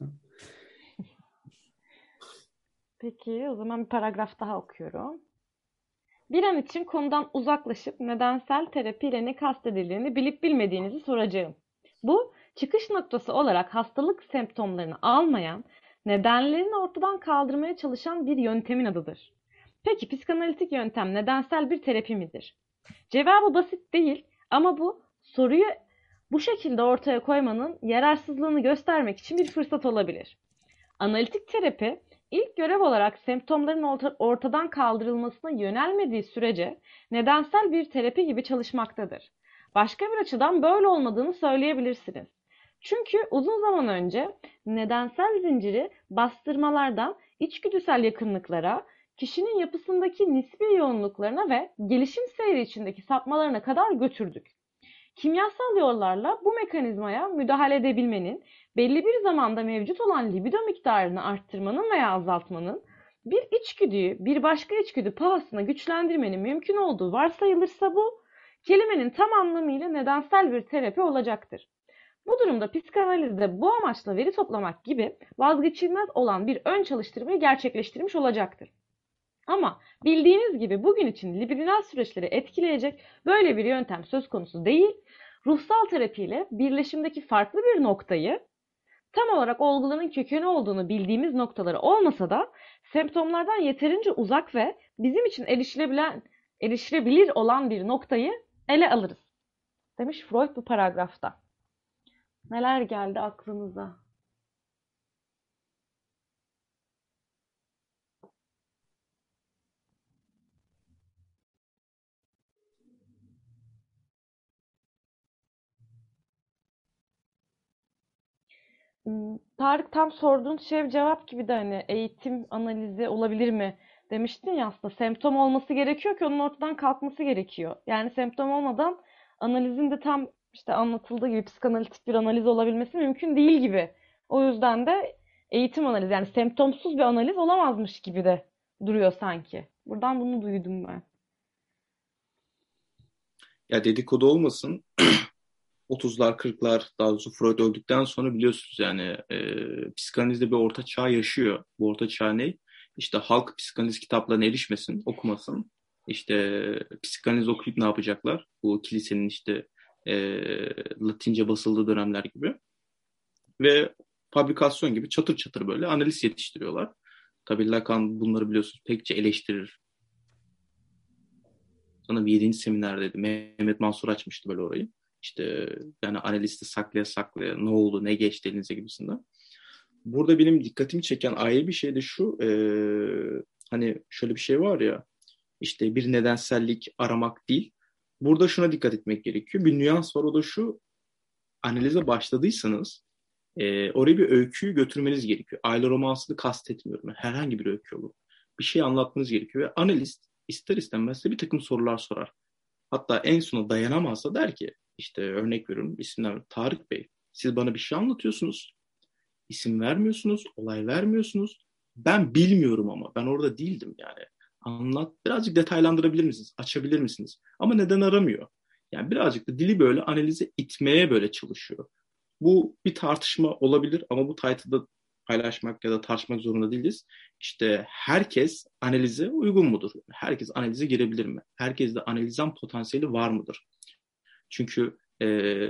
Peki o zaman bir paragraf daha okuyorum. Bir an için konudan uzaklaşıp nedensel terapiyle ne kastedildiğini bilip bilmediğinizi soracağım. Bu, çıkış noktası olarak hastalık semptomlarını almayan, nedenlerini ortadan kaldırmaya çalışan bir yöntemin adıdır. Peki psikanalitik yöntem nedensel bir terapi midir? Cevabı basit değil ama bu soruyu bu şekilde ortaya koymanın yararsızlığını göstermek için bir fırsat olabilir. Analitik terapi, İlk görev olarak semptomların ortadan kaldırılmasına yönelmediği sürece nedensel bir terapi gibi çalışmaktadır. Başka bir açıdan böyle olmadığını söyleyebilirsiniz. Çünkü uzun zaman önce nedensel zinciri bastırmalardan içgüdüsel yakınlıklara, kişinin yapısındaki nispi yoğunluklarına ve gelişim seyri içindeki sapmalarına kadar götürdük. Kimyasal yollarla bu mekanizmaya müdahale edebilmenin, belli bir zamanda mevcut olan libido miktarını arttırmanın veya azaltmanın, bir içgüdüyü bir başka içgüdü pahasına güçlendirmenin mümkün olduğu varsayılırsa bu, kelimenin tam anlamıyla nedensel bir terapi olacaktır. Bu durumda psikanalizde bu amaçla veri toplamak gibi vazgeçilmez olan bir ön çalıştırmayı gerçekleştirmiş olacaktır. Ama bildiğiniz gibi bugün için libidinal süreçleri etkileyecek böyle bir yöntem söz konusu değil, ruhsal terapiyle birleşimdeki farklı bir noktayı, tam olarak olguların kökeni olduğunu bildiğimiz noktaları olmasa da semptomlardan yeterince uzak ve bizim için erişilebilen, erişilebilir olan bir noktayı ele alırız, demiş Freud bu paragrafta. Neler geldi aklınıza? Hmm, Tarık, tam sorduğun şey cevap gibi de hani eğitim analizi olabilir mi demiştin ya, aslında semptom olması gerekiyor ki onun ortadan kalkması gerekiyor. Yani semptom olmadan analizin de tam işte anlatıldığı gibi psikanalitik bir analiz olabilmesi mümkün değil gibi. O yüzden de eğitim analizi, yani semptomsuz bir analiz olamazmış gibi de duruyor sanki. Buradan bunu duydum ben.
Ya dedikodu olmasın. otuzlar, kırklar, daha doğrusu Freud öldükten sonra biliyorsunuz yani e, psikanalizde bir orta çağ yaşıyor. Bu orta çağ ne? İşte halk psikanaliz kitaplarına erişmesin, okumasın. İşte psikanaliz okuyup ne yapacaklar? Bu kilisenin işte e, Latince basıldığı dönemler gibi. Ve fabrikasyon gibi çatır çatır böyle analiz yetiştiriyorlar. Tabii Lacan bunları biliyorsunuz pekçe eleştirir. Sana bir yedinci seminerdeydi. Mehmet Mansur açmıştı böyle orayı. İşte yani analisti saklaya saklaya ne oldu, ne geçti elinize gibisinden. Burada benim dikkatimi çeken ayrı bir şey de şu. E, hani şöyle bir şey var ya, işte bir nedensellik aramak değil. Burada şuna dikkat etmek gerekiyor. Bir nüans var, o da şu. Analize başladıysanız e, oraya bir öyküyü götürmeniz gerekiyor. Aile romansını kastetmiyorum. Herhangi bir öykü olur. Bir şey anlatmanız gerekiyor ve analist ister istemez size bir takım sorular sorar. Hatta en sona dayanamazsa der ki, işte örnek veriyorum, isimler Tarık Bey, siz bana bir şey anlatıyorsunuz, isim vermiyorsunuz, olay vermiyorsunuz. Ben bilmiyorum ama ben orada değildim yani. Anlat, birazcık detaylandırabilir misiniz, açabilir misiniz? Ama neden aramıyor? Yani birazcık da dili böyle analize itmeye böyle çalışıyor. Bu bir tartışma olabilir ama bu title'da paylaşmak ya da tartışmak zorunda değiliz. İşte herkes analize uygun mudur? Herkes analize girebilir mi? Herkeste analizan potansiyeli var mıdır? Çünkü e,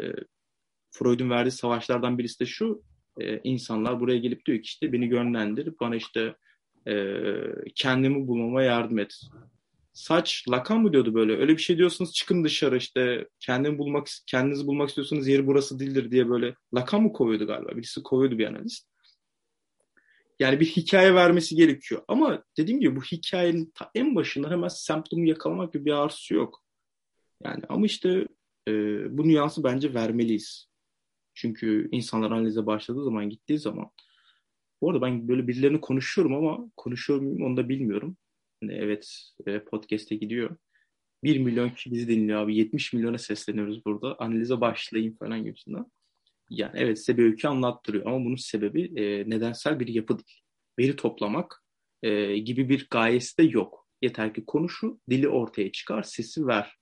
Freud'un verdiği savaşlardan birisi de şu: e, insanlar buraya gelip diyor ki işte beni yönlendir, bana işte e, kendimi bulmama yardım et. Saç, Lacan mı diyordu böyle? Öyle bir şey diyorsunuz, çıkın dışarı, işte kendini bulmak, kendinizi bulmak istiyorsanız yeri burası değildir diye böyle. Lacan mı kovuyordu galiba? Birisi kovuyordu, bir analist. Yani bir hikaye vermesi gerekiyor. Ama dediğim gibi bu hikayenin ta en başında hemen semptomu yakalamak gibi bir arzusu yok. Yani ama işte e, bu nüansı bence vermeliyiz. Çünkü insanlar analize başladığı zaman, gittiği zaman. Bu arada ben böyle birilerini konuşuyorum ama konuşuyor muyum onu da bilmiyorum. Yani evet, e, podcast'e gidiyor. Bir milyon kişi bizi dinliyor abi. yetmiş milyona sesleniyoruz burada. Analize başlayın falan gibisinden. Yani evet, size bir öykü anlattırıyor ama bunun sebebi e, nedensel bir yapı değil. Veri toplamak e, gibi bir gayesi de yok. Yeter ki konuşu, dili ortaya çıkar, sesi ver.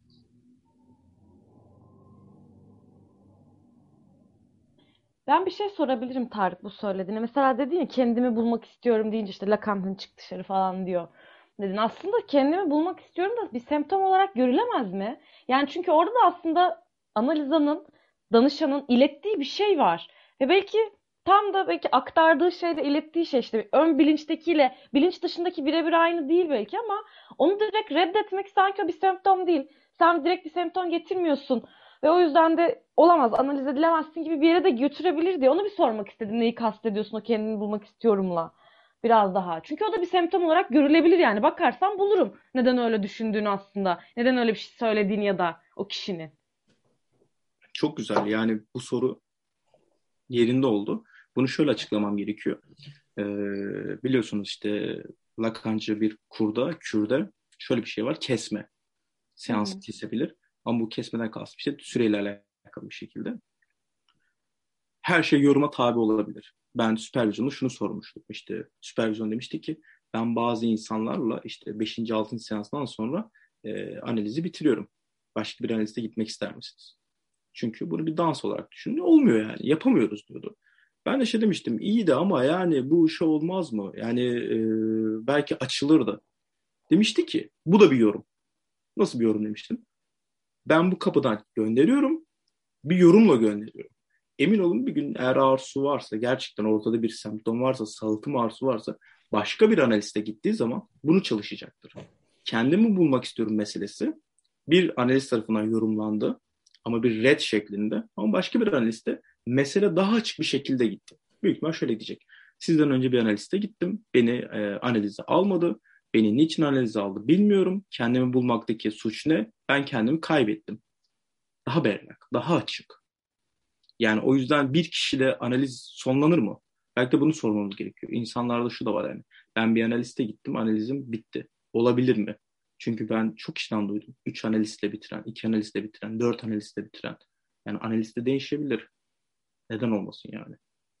Ben bir şey sorabilirim Tarık bu söylediğine. Mesela dedin ya, kendimi bulmak istiyorum deyince işte Lacan'ın çık dışarı falan diyor. Dedin aslında kendimi bulmak istiyorum da bir semptom olarak görülemez mi? Yani çünkü orada da aslında analizanın, danışanın ilettiği bir şey var. Ve belki tam da belki aktardığı şeyle ilettiği şey işte ön bilinçtekiyle bilinç dışındaki birebir aynı değil belki, ama onu direkt reddetmek sanki o bir semptom değil. Sen direkt bir semptom getirmiyorsun. Ve o yüzden de olamaz, analiz edilemezsin gibi bir yere de götürebilir diye. Onu bir sormak istedim. Neyi kastediyorsun o kendini bulmak istiyorumla? Biraz daha. Çünkü o da bir semptom olarak görülebilir yani. Bakarsan bulurum neden öyle düşündüğünü aslında. Neden öyle bir şey söylediğini ya da o kişinin.
Çok güzel, yani bu soru yerinde oldu. Bunu şöyle açıklamam gerekiyor. Ee, biliyorsunuz işte Lacancı bir kurda, kürde şöyle bir şey var: kesme.
Hı
Seans
hı.
kesebilir. Ama bu kesmeden kastım işte süreyle alakalı bir şekilde. Her şey yoruma tabi olabilir. Ben süpervizyonda şunu sormuştum. İşte süpervizyon demişti ki ben bazı insanlarla işte beşinci altıncı seansdan sonra e, analizi bitiriyorum. Başka bir analiste gitmek ister misiniz? Çünkü bunu bir dans olarak düşünüyor. Olmuyor yani. Yapamıyoruz diyordu. Ben de şey demiştim. İyi de ama yani bu şey olmaz mı? Yani e, belki açılırdı. Demişti ki bu da bir yorum. Nasıl bir yorum demiştim? Ben bu kapıdan gönderiyorum. Bir yorumla gönderiyorum. Emin olun bir gün eğer ağrısı varsa, gerçekten ortada bir semptom varsa, sağaltım ağrısı varsa başka bir analiste gittiği zaman bunu çalışacaktır. Kendimi bulmak istiyorum meselesi bir analist tarafından yorumlandı ama bir red şeklinde, ama başka bir analiste mesele daha açık bir şekilde gitti. Büyük ihtimal şöyle diyecek. Sizden önce bir analiste gittim. Beni e, analize almadı. Beni niçin analize aldı bilmiyorum. Kendimi bulmaktaki suç ne? Ben kendimi kaybettim. Daha berrak, daha açık. Yani o yüzden bir kişiyle analiz sonlanır mı? Belki de bunu sormamız gerekiyor. İnsanlarda şu da var yani. Ben bir analiste gittim, analizim bitti. Olabilir mi? Çünkü ben çok kişiden duydum. Üç analistle bitiren, iki analistle bitiren, dört analistle bitiren. Yani analiste değişebilir. Neden olmasın yani?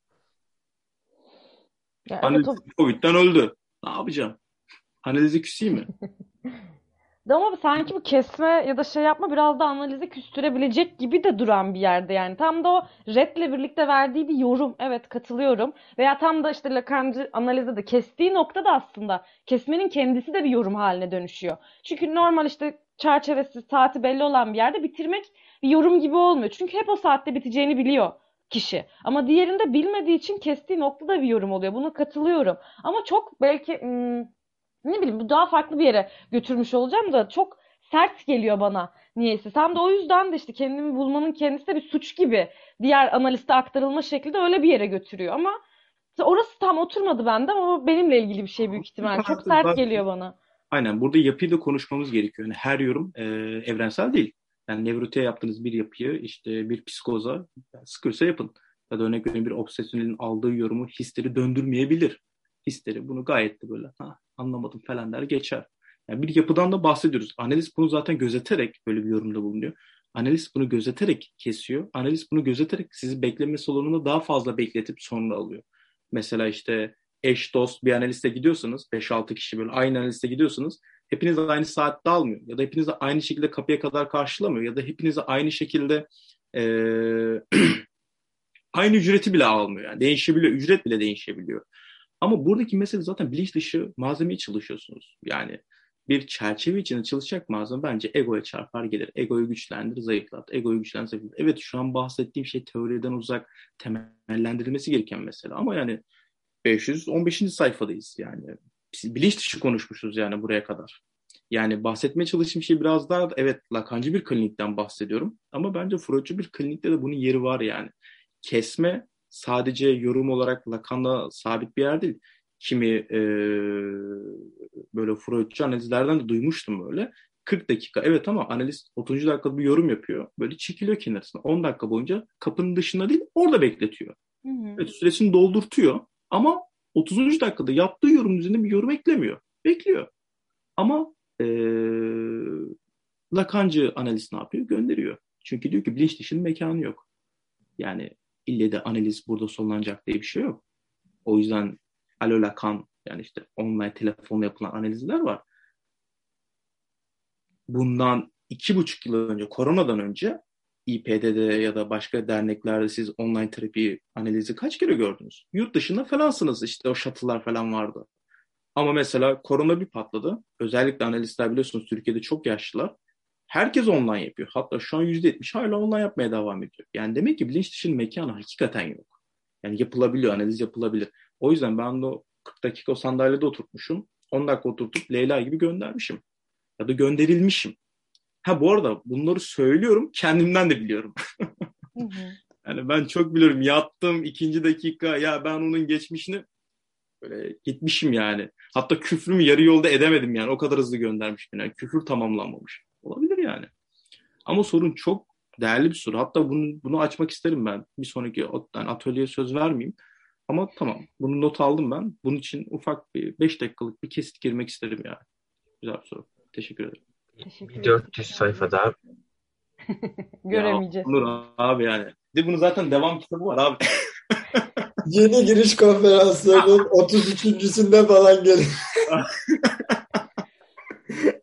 Ya evet,
Analiz
o
Covid'den öldü. Ne yapacağım? Analizi küseyim mi?
ama sanki bu kesme ya da şey yapma biraz da analize küstürebilecek gibi de duran bir yerde yani. Tam da o redle birlikte verdiği bir yorum. Evet, katılıyorum. Veya tam da işte Lacancı analize de kestiği nokta da aslında kesmenin kendisi de bir yorum haline dönüşüyor. Çünkü normal işte çerçevesi, saati belli olan bir yerde bitirmek bir yorum gibi olmuyor. Çünkü hep o saatte biteceğini biliyor kişi. Ama diğerinde bilmediği için kestiği nokta da bir yorum oluyor. Buna katılıyorum. Ama çok belki hmm, ne bileyim bu daha farklı bir yere götürmüş olacağım da çok sert geliyor bana niyeyse. Tam da o yüzden de işte kendimi bulmanın kendisi de bir suç gibi diğer analiste aktarılma şekli de öyle bir yere götürüyor. Ama işte orası tam oturmadı bende ama o benimle ilgili bir şey büyük ihtimal. Çok sert geliyor bana.
Aynen, burada yapıyı da konuşmamız gerekiyor. Yani her yorum e, evrensel değil. Yani nevrotiğe yaptığınız bir yapıyı işte bir psikoza sıkıyorsa yapın. Ya da örnek veriyorum bir obsesyonelin aldığı yorumu histeri döndürmeyebilir. Histeri bunu gayet de böyle ha, anlamadım falan der geçer. Yani bir yapıdan da bahsediyoruz. Analist bunu zaten gözeterek böyle bir yorumda bulunuyor. Analist bunu gözeterek kesiyor. Analist bunu gözeterek sizi bekleme salonunda daha fazla bekletip sonra alıyor. Mesela işte eş dost bir analiste gidiyorsanız, beş altı kişi böyle aynı analiste gidiyorsanız hepiniz aynı saatte almıyor. Ya da hepiniz aynı şekilde kapıya kadar karşılamıyor. Ya da hepiniz aynı şekilde e, aynı ücreti bile almıyor. Yani değişebiliyor. Ücret bile değişebiliyor. Ama buradaki mesele zaten bilinç dışı malzemeyi çalışıyorsunuz. Yani bir çerçeve içinde çalışacak malzeme bence egoya çarpar gelir. Egoyu güçlendir, zayıflat. Egoyu güçlendir, zayıflat. Evet, şu an bahsettiğim şey teoriden uzak, temellendirilmesi gereken mesele. Ama yani beş yüz on beşinci sayfadayız yani. Biz bilinç dışı konuşmuşuz yani buraya kadar. Yani bahsetmeye çalıştığım şey biraz daha, evet, Lacancı bir klinikten bahsediyorum. Ama bence Freudcu bir klinikte de bunun yeri var yani. Kesme sadece yorum olarak Lacan'da sabit bir yer değil. Kimi e, böyle Freudcu analizlerden de duymuştum böyle. kırk dakika evet, ama analist otuzuncu dakikada bir yorum yapıyor. Böyle çekiliyor kenarına. on dakika boyunca kapının dışında değil, orada bekletiyor.
Hı hı.
Evet, süresini doldurtuyor. Ama otuzuncu dakikada yaptığı yorum üzerine bir yorum eklemiyor. Bekliyor. Ama ee, Lacancı analist ne yapıyor? Gönderiyor. Çünkü diyor ki bilinç dışının mekanı yok. Yani ille de analiz burada sonlanacak diye bir şey yok. O yüzden Alo Lacan, yani işte online telefonla yapılan analizler var. Bundan iki buçuk yıl önce, koronadan önce İ P D D ya da başka derneklerde siz online terapi analizi kaç kere gördünüz? Yurt dışında falansınız, işte o shuttle'lar falan vardı. Ama mesela korona bir patladı. Özellikle analistler biliyorsunuz Türkiye'de çok yaşlılar. Herkes online yapıyor. Hatta şu an yüzde yetmiş hala online yapmaya devam ediyor. Yani demek ki bilinç dışının mekanı hakikaten yok. Yani yapılabiliyor, analiz yapılabilir. O yüzden ben de o kırk dakika o sandalyede oturtmuşum. on dakika oturtup Leyla gibi göndermişim. Ya da gönderilmişim. Ha, bu arada bunları söylüyorum, kendimden de biliyorum.
Hı hı.
Yani ben çok biliyorum. Yattım ikinci dakika, ya ben onun geçmişini böyle gitmişim yani. Hatta küfrümü yarı yolda edemedim yani. O kadar hızlı göndermişim. Yani küfür tamamlanmamış. Olabilir yani. Ama sorun çok değerli bir soru. Hatta bunu, bunu açmak isterim ben. Bir sonraki yani atölyeye söz vermeyeyim. Ama tamam. Bunu not aldım ben. Bunun için ufak bir beş dakikalık bir kesit girmek isterim yani. Güzel bir soru. Teşekkür ederim.
Teşekkür
dört yüz sayfada
Göremeyeceğiz.
Ya olur abi yani. Bir de bunun zaten devam kitabı var abi.
Yeni giriş konferanslarının otuz üçüncüsünde falan gelin.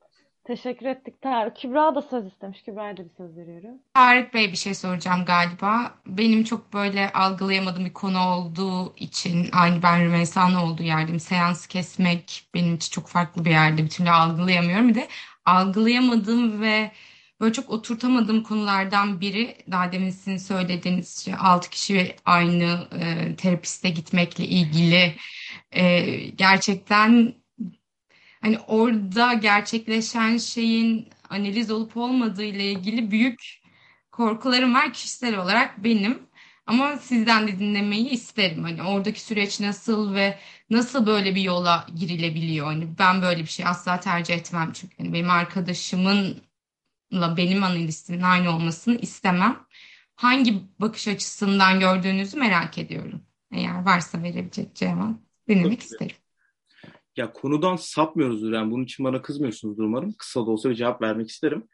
Teşekkür ettik. Tarık. Kübra da söz istemiş. Kübra'ya da bir söz veriyorum.
Tarık Bey bir şey soracağım galiba. Benim çok böyle algılayamadığım bir konu olduğu için aynı ben Rümeysa'nın olduğu yerdeyim. Seans kesmek benim için çok farklı bir yerde. Bir türlü algılayamıyorum. Bir de algılayamadığım ve böyle çok oturtamadığım konulardan biri daha demin sizin söylediğiniz şey, altı kişi aynı e, terapiste gitmekle ilgili e, gerçekten hani orada gerçekleşen şeyin analiz olup olmadığı ile ilgili büyük korkularım var kişisel olarak benim. Ama sizden de dinlemeyi isterim. Hani oradaki süreç nasıl ve nasıl böyle bir yola girilebiliyor? Hani ben böyle bir şey asla tercih etmem çünkü hani benim arkadaşımınla benim analistimin aynı olmasını istemem. Hangi bakış açısından gördüğünüzü merak ediyorum. Eğer varsa verebilecek cevap dinlemek isterim.
Ya konudan sapmıyoruzdur. Yani bunun için bana kızmıyorsunuzdur umarım. Kısa da olsa bir cevap vermek isterim.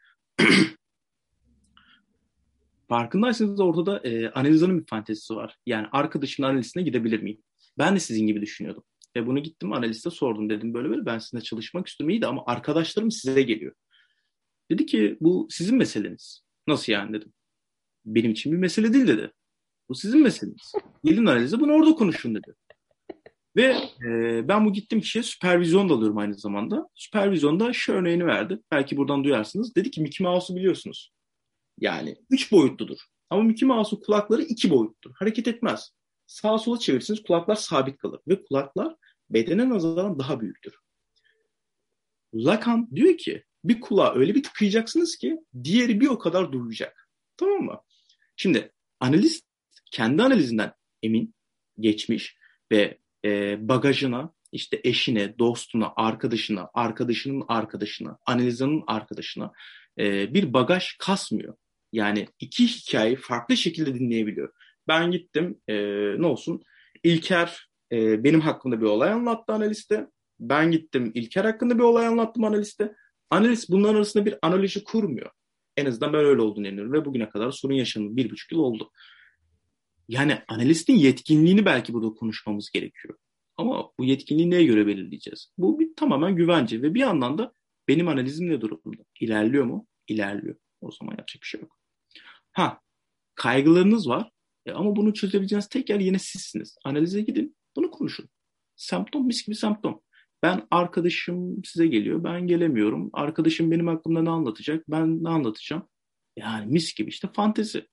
Farkındaysanız ortada e, analizanın bir fantezisi var. Yani arkadaşımın analistine gidebilir miyim? Ben de sizin gibi düşünüyordum. Ve bunu gittim analiste sordum. Dedim böyle böyle ben sizinle çalışmak istiyorum. İyi de ama arkadaşlarım size geliyor. Dedi ki bu sizin meseleniz. Nasıl yani dedim. Benim için bir mesele değil dedi. Bu sizin meseleniz. Gelin analize bunu orada konuşun dedi. Ve e, ben bu gittiğim kişiye süpervizyon da alıyorum aynı zamanda. Süpervizyonda şu örneğini verdi. Belki buradan duyarsınız. Dedi ki Mickey Mouse'u biliyorsunuz. Yani üç boyutludur. Ama Mickey Mouse'un kulakları iki boyutludur. Hareket etmez. Sağa sola çevirirsiniz kulaklar sabit kalır. Ve kulaklar bedene nazaran daha büyüktür. Lacan diyor ki bir kulağı öyle bir tıkayacaksınız ki diğeri bir o kadar duyacak. Tamam mı? Şimdi analist kendi analizinden emin, geçmiş ve e, bagajına, işte eşine, dostuna, arkadaşına, arkadaşının arkadaşına, analizanın arkadaşına e, bir bagaj kasmıyor. Yani iki hikayeyi farklı şekilde dinleyebiliyor. Ben gittim, e, ne olsun, İlker e, benim hakkımda bir olay anlattı analiste. Ben gittim İlker hakkında bir olay anlattım analiste. Analist bunların arasında bir analoji kurmuyor. En azından ben öyle olduğunu inanıyorum ve bugüne kadar sorun yaşadım. Bir buçuk yıl oldu. Yani analistin yetkinliğini belki burada konuşmamız gerekiyor. Ama bu yetkinliği neye göre belirleyeceğiz? Bu bir tamamen güvence ve bir yandan da benim analizim ne durumda? İlerliyor mu? İlerliyor. O zaman yapacak bir şey yok. Ha, kaygılarınız var e ama bunu çözebileceğiniz tek yer yine sizsiniz. Analize gidin, bunu konuşun. Semptom mis gibi semptom. Ben arkadaşım size geliyor, ben gelemiyorum. Arkadaşım benim hakkımda ne anlatacak, ben ne anlatacağım? Yani mis gibi işte fantezi.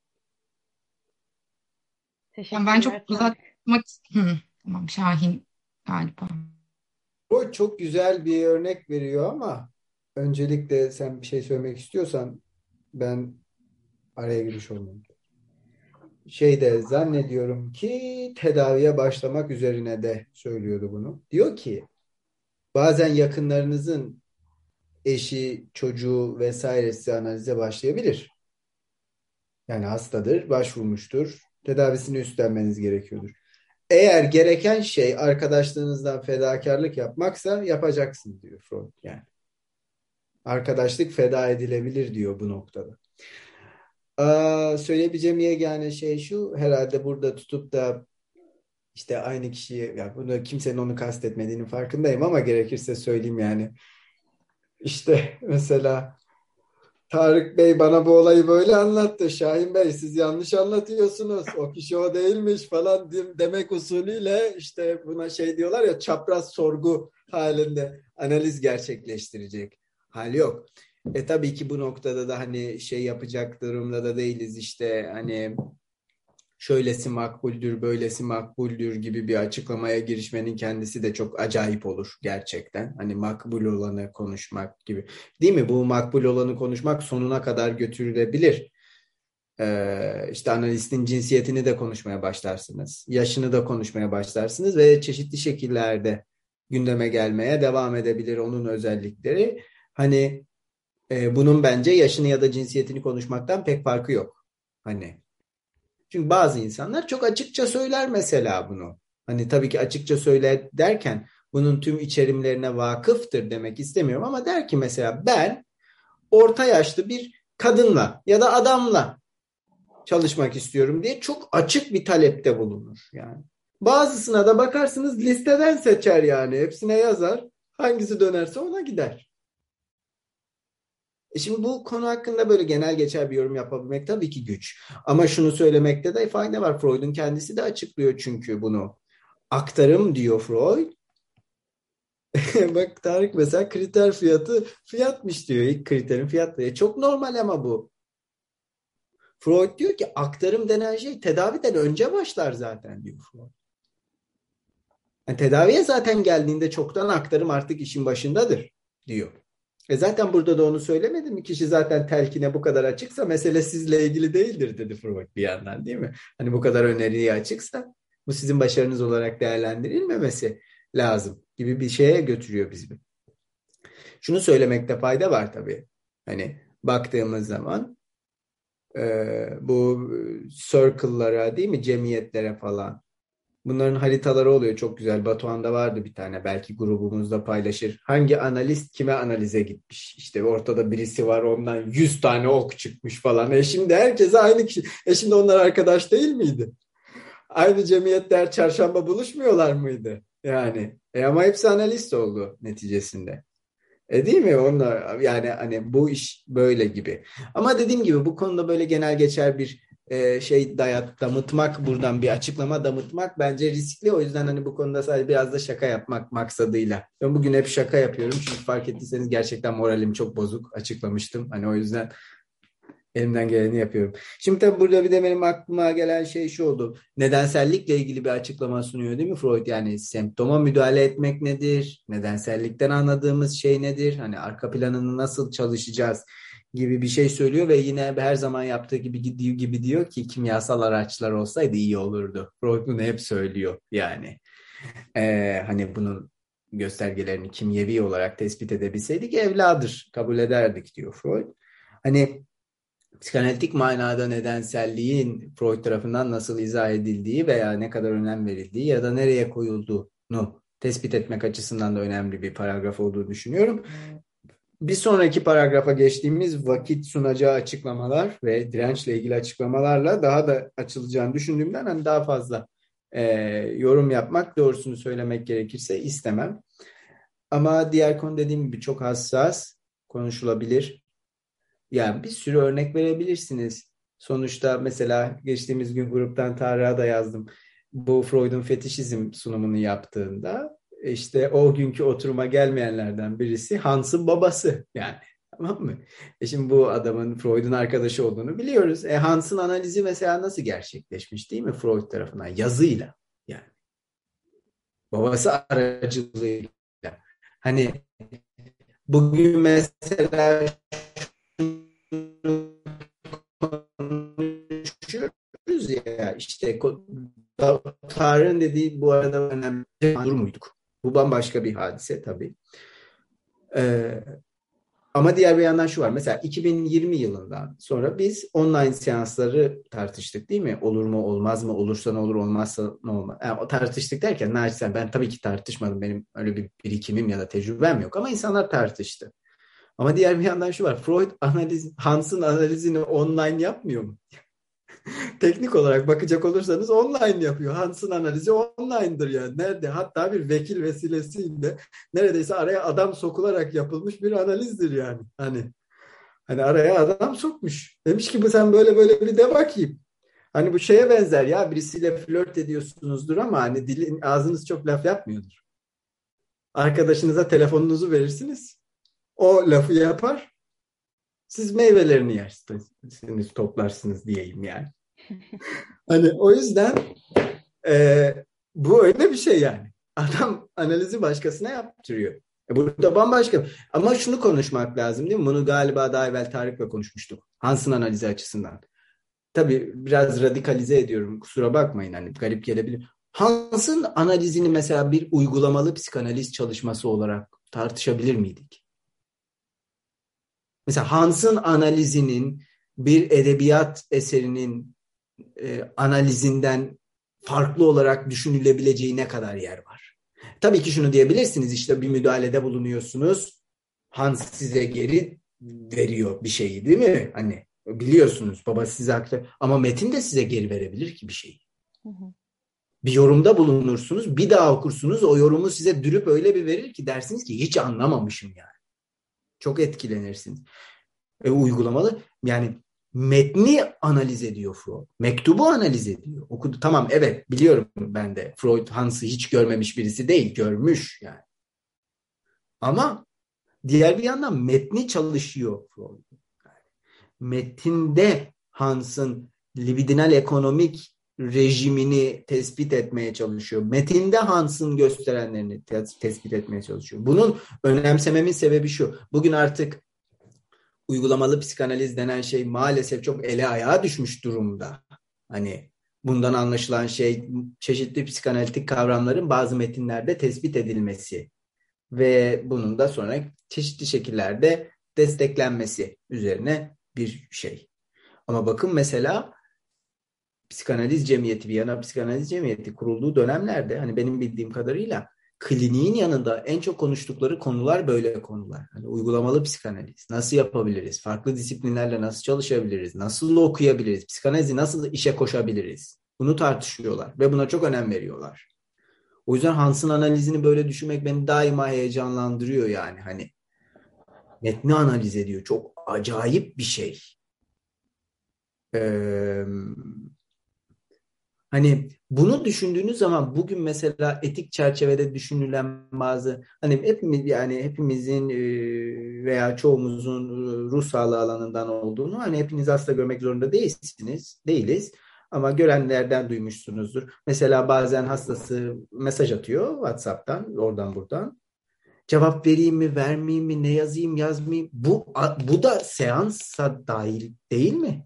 Yani ben çok uzatmak... Hı, tamam Şahin galiba.
O çok güzel bir örnek veriyor ama öncelikle sen bir şey söylemek istiyorsan ben araya giriş olmayayım. Şeyde zannediyorum ki tedaviye başlamak üzerine de söylüyordu bunu. Diyor ki bazen yakınlarınızın eşi, çocuğu vesairesi analize başlayabilir. Yani hastadır, başvurmuştur. Tedavisini üstlenmeniz gerekiyordur. Eğer gereken şey arkadaşlığınızdan fedakarlık yapmaksa yapacaksın diyor Freud yani. Arkadaşlık feda edilebilir diyor bu noktada. Aa, söyleyebileceğim yegane şey şu, herhalde burada tutup da işte aynı kişiyi, ya bunu kimsenin onu kastetmediğinin farkındayım ama gerekirse söyleyeyim yani. İşte mesela Tarık Bey bana bu olayı böyle anlattı. Şahin Bey siz yanlış anlatıyorsunuz. O kişi o değilmiş falan demek usulüyle işte buna şey diyorlar ya çapraz sorgu halinde analiz gerçekleştirecek hal yok. E tabii ki bu noktada da hani şey yapacak durumda da değiliz işte hani şöylesi makbuldür, böylesi makbuldür gibi bir açıklamaya girişmenin kendisi de çok acayip olur gerçekten. Hani makbul olanı konuşmak gibi. Değil mi? Bu makbul olanı konuşmak sonuna kadar götürülebilir. Ee, işte analistin cinsiyetini de konuşmaya başlarsınız. Yaşını da konuşmaya başlarsınız ve çeşitli şekillerde gündeme gelmeye devam edebilir onun özellikleri. Hani e, bunun bence yaşını ya da cinsiyetini konuşmaktan pek farkı yok. Hani çünkü bazı insanlar çok açıkça söyler mesela bunu. Hani tabii ki açıkça söyler derken bunun tüm içerimlerine vakıftır demek istemiyorum ama der ki mesela ben orta yaşlı bir kadınla ya da adamla çalışmak istiyorum diye çok açık bir talepte bulunur yani. Bazısına da bakarsınız listeden seçer yani hepsine yazar. Hangisi dönerse ona gider. E şimdi bu konu hakkında böyle genel geçer bir yorum yapabilmek tabii ki güç. Ama şunu söylemekte de fayda var. Freud'un kendisi de açıklıyor çünkü bunu. Aktarım diyor Freud. Bak Tarık mesela kriter fiyatı fiyatmış diyor. İlk kriterin fiyatı. E çok normal ama bu. Freud diyor ki aktarım denen şey tedaviden önce başlar zaten diyor Freud. Yani tedaviye zaten geldiğinde çoktan aktarım artık işin başındadır diyor. E zaten burada da onu söylemedim mi? Kişi zaten telkine bu kadar açıksa mesele sizle ilgili değildir dedi Freud bir yandan, değil mi? Hani bu kadar öneriye açıksa bu sizin başarınız olarak değerlendirilmemesi lazım gibi bir şeye götürüyor bizi. Şunu söylemekte fayda var tabii. Hani baktığımız zaman e, bu circle'lara değil mi, cemiyetlere falan. Bunların haritaları oluyor çok güzel. Batuhan'da vardı bir tane. Belki grubumuzda paylaşır. Hangi analist kime analize gitmiş? İşte ortada birisi var, ondan yüz tane ok çıkmış falan. E şimdi herkese aynı kişi. E şimdi onlar arkadaş değil miydi? Aynı cemiyetler çarşamba buluşmuyorlar mıydı? Yani. E ama hepsi analist oldu neticesinde. E değil mi? Onlar, yani hani bu iş böyle gibi. Ama dediğim gibi bu konuda böyle genel geçer bir e, şey dayat, damıtmak, buradan bir açıklama damıtmak bence riskli. O yüzden hani bu konuda sadece biraz da şaka yapmak maksadıyla. Ben bugün hep şaka yapıyorum. Çünkü fark ettiyseniz gerçekten moralim çok bozuk. Açıklamıştım. Hani o yüzden elimden geleni yapıyorum. Şimdi tabii burada bir de benim aklıma gelen şey şu oldu. Nedensellikle ilgili bir açıklama sunuyor değil mi Freud? Yani semptoma müdahale etmek nedir? Nedensellikten anladığımız şey nedir? Hani arka planını nasıl çalışacağız gibi bir şey söylüyor ve yine her zaman yaptığı gibi gidiyor gibi diyor ki kimyasal araçlar olsaydı iyi olurdu. Freud bunu hep söylüyor yani. Ee, hani bunun göstergelerini kimyevi olarak tespit edebilseydik evladır, kabul ederdik diyor Freud. Hani psikanalitik manada nedenselliğin Freud tarafından nasıl izah edildiği veya ne kadar önem verildiği ya da nereye koyulduğunu tespit etmek açısından da önemli bir paragraf olduğunu düşünüyorum. Bir sonraki paragrafa geçtiğimiz vakit sunacağı açıklamalar ve dirençle ilgili açıklamalarla daha da açılacağını düşündüğümden hani daha fazla e, yorum yapmak, doğrusunu söylemek gerekirse istemem. Ama diğer konu dediğim gibi çok hassas, konuşulabilir. Yani bir sürü örnek verebilirsiniz. Sonuçta mesela geçtiğimiz gün gruptan Tarık'a da yazdım. Bu Freud'un fetişizm sunumunu yaptığında işte o günkü oturuma gelmeyenlerden birisi Hans'ın babası yani. Tamam mı? E şimdi bu adamın Freud'un arkadaşı olduğunu biliyoruz. E Hans'ın analizi mesela nasıl gerçekleşmiş değil mi Freud tarafından? Yazıyla yani. Babası aracılığıyla. Hani bugün mesela konuşuyoruz ya işte Tarık'ın dediği bu arada önemli dur muyduk? Bu bambaşka bir hadise tabii. Ee, ama diğer bir yandan şu var. Mesela iki bin yirmi yılından sonra biz online seansları tartıştık değil mi? Olur mu olmaz mı? Olursa ne olur, olmazsa ne olmaz. Yani o tartıştık derken naçizane ben tabii ki tartışmadım. Benim öyle bir birikimim ya da tecrübem yok ama insanlar tartıştı. Ama diğer bir yandan şu var. Freud analiz, Hans'ın analizini online yapmıyor mu? Teknik olarak bakacak olursanız online yapıyor. Hans'ın analizi online'dır yani. Nerede? Hatta bir vekil vesilesiyle neredeyse araya adam sokularak yapılmış bir analizdir yani. Hani hani araya adam sokmuş. Demiş ki bu sen böyle böyle bir de bakayım. Hani bu şeye benzer ya, birisiyle flört ediyorsunuzdur ama hani dilin, ağzınız çok laf yapmıyordur. Arkadaşınıza telefonunuzu verirsiniz. O lafı yapar. Siz meyvelerini yersiniz, toplarsınız diyeyim yani. Hani o yüzden e, bu öyle bir şey yani. Adam analizi başkasına yaptırıyor. E burada bambaşka. Ama şunu konuşmak lazım değil mi? Bunu galiba daha evvel Tarık'la konuşmuştuk. Hans'ın analizi açısından. Tabii biraz radikalize ediyorum. Kusura bakmayın hani garip gelebilir. Hans'ın analizini mesela bir uygulamalı psikanaliz çalışması olarak tartışabilir miydik? Mesela Hans'ın analizinin bir edebiyat eserinin e, analizinden farklı olarak düşünülebileceği ne kadar yer var? Tabii ki şunu diyebilirsiniz, işte bir müdahalede bulunuyorsunuz. Hans size geri veriyor bir şeyi değil mi? Hani biliyorsunuz baba size haklı ama metin de size geri verebilir ki bir şeyi. Hı hı. Bir yorumda bulunursunuz, bir daha okursunuz, o yorumu size dürüp öyle bir verir ki dersiniz ki hiç anlamamışım yani. Çok etkilenirsiniz. E, uygulamalı yani metni analiz ediyor Freud. Mektubu analiz ediyor. Okudu. Tamam, evet, biliyorum ben de. Freud Hans'ı hiç görmemiş birisi değil. Görmüş yani. Ama diğer bir yandan metni çalışıyor Freud. Metinde Hans'ın libidinal ekonomik rejimini tespit etmeye çalışıyor. Metinde Hans'ın gösterenlerini te- tespit etmeye çalışıyor. Bunun önemsememin sebebi şu. Bugün artık uygulamalı psikanaliz denen şey maalesef çok ele ayağa düşmüş durumda. Hani bundan anlaşılan şey çeşitli psikanalitik kavramların bazı metinlerde tespit edilmesi ve bunun da sonra çeşitli şekillerde desteklenmesi üzerine bir şey. Ama bakın mesela psikanaliz cemiyeti, Viyana Psikanaliz Cemiyeti kurulduğu dönemlerde hani benim bildiğim kadarıyla kliniğin yanında en çok konuştukları konular böyle konular. Hani uygulamalı psikanaliz, nasıl yapabiliriz? Farklı disiplinlerle nasıl çalışabiliriz? Nasıl okuyabiliriz? Psikanalizi nasıl işe koşabiliriz? Bunu tartışıyorlar ve buna çok önem veriyorlar. O yüzden Hans'ın analizini böyle düşünmek beni daima heyecanlandırıyor yani. Hani metni analiz ediyor. Çok acayip bir şey. Ee, Hani bunu düşündüğünüz zaman bugün mesela etik çerçevede düşünülen bazı hani hepimiz yani hepimizin e, veya çoğumuzun e, ruh sağlığı alanından olduğunu hani hepiniz hasta görmek zorunda değilsiniz, değiliz. Ama görenlerden duymuşsunuzdur. Mesela bazen hastası mesaj atıyor WhatsApp'tan, oradan buradan. Cevap vereyim mi, vermeyeyim mi, ne yazayım, yazmayayım. Bu bu da seansa dahil değil mi?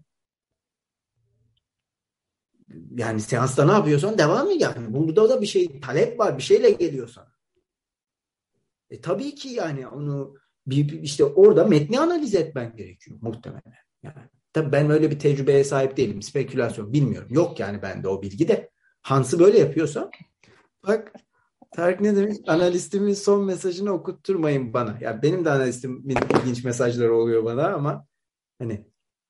Yani seansta ne yapıyorsan devam et yani. Burada da bir şey talep var, bir şeyle geliyorsan. E tabii ki yani onu bir, bir- işte orada metni analiz etmen gerekiyor muhtemelen. Yani tabii ben öyle bir tecrübeye sahip değilim. Spekülasyon bilmiyorum. Yok yani bende o bilgi de. Hans'ı böyle yapıyorsa bak Tarık ne demiş? Analistimin son mesajını okutturmayın bana. Ya benim de analistimin ilginç mesajları oluyor bana ama hani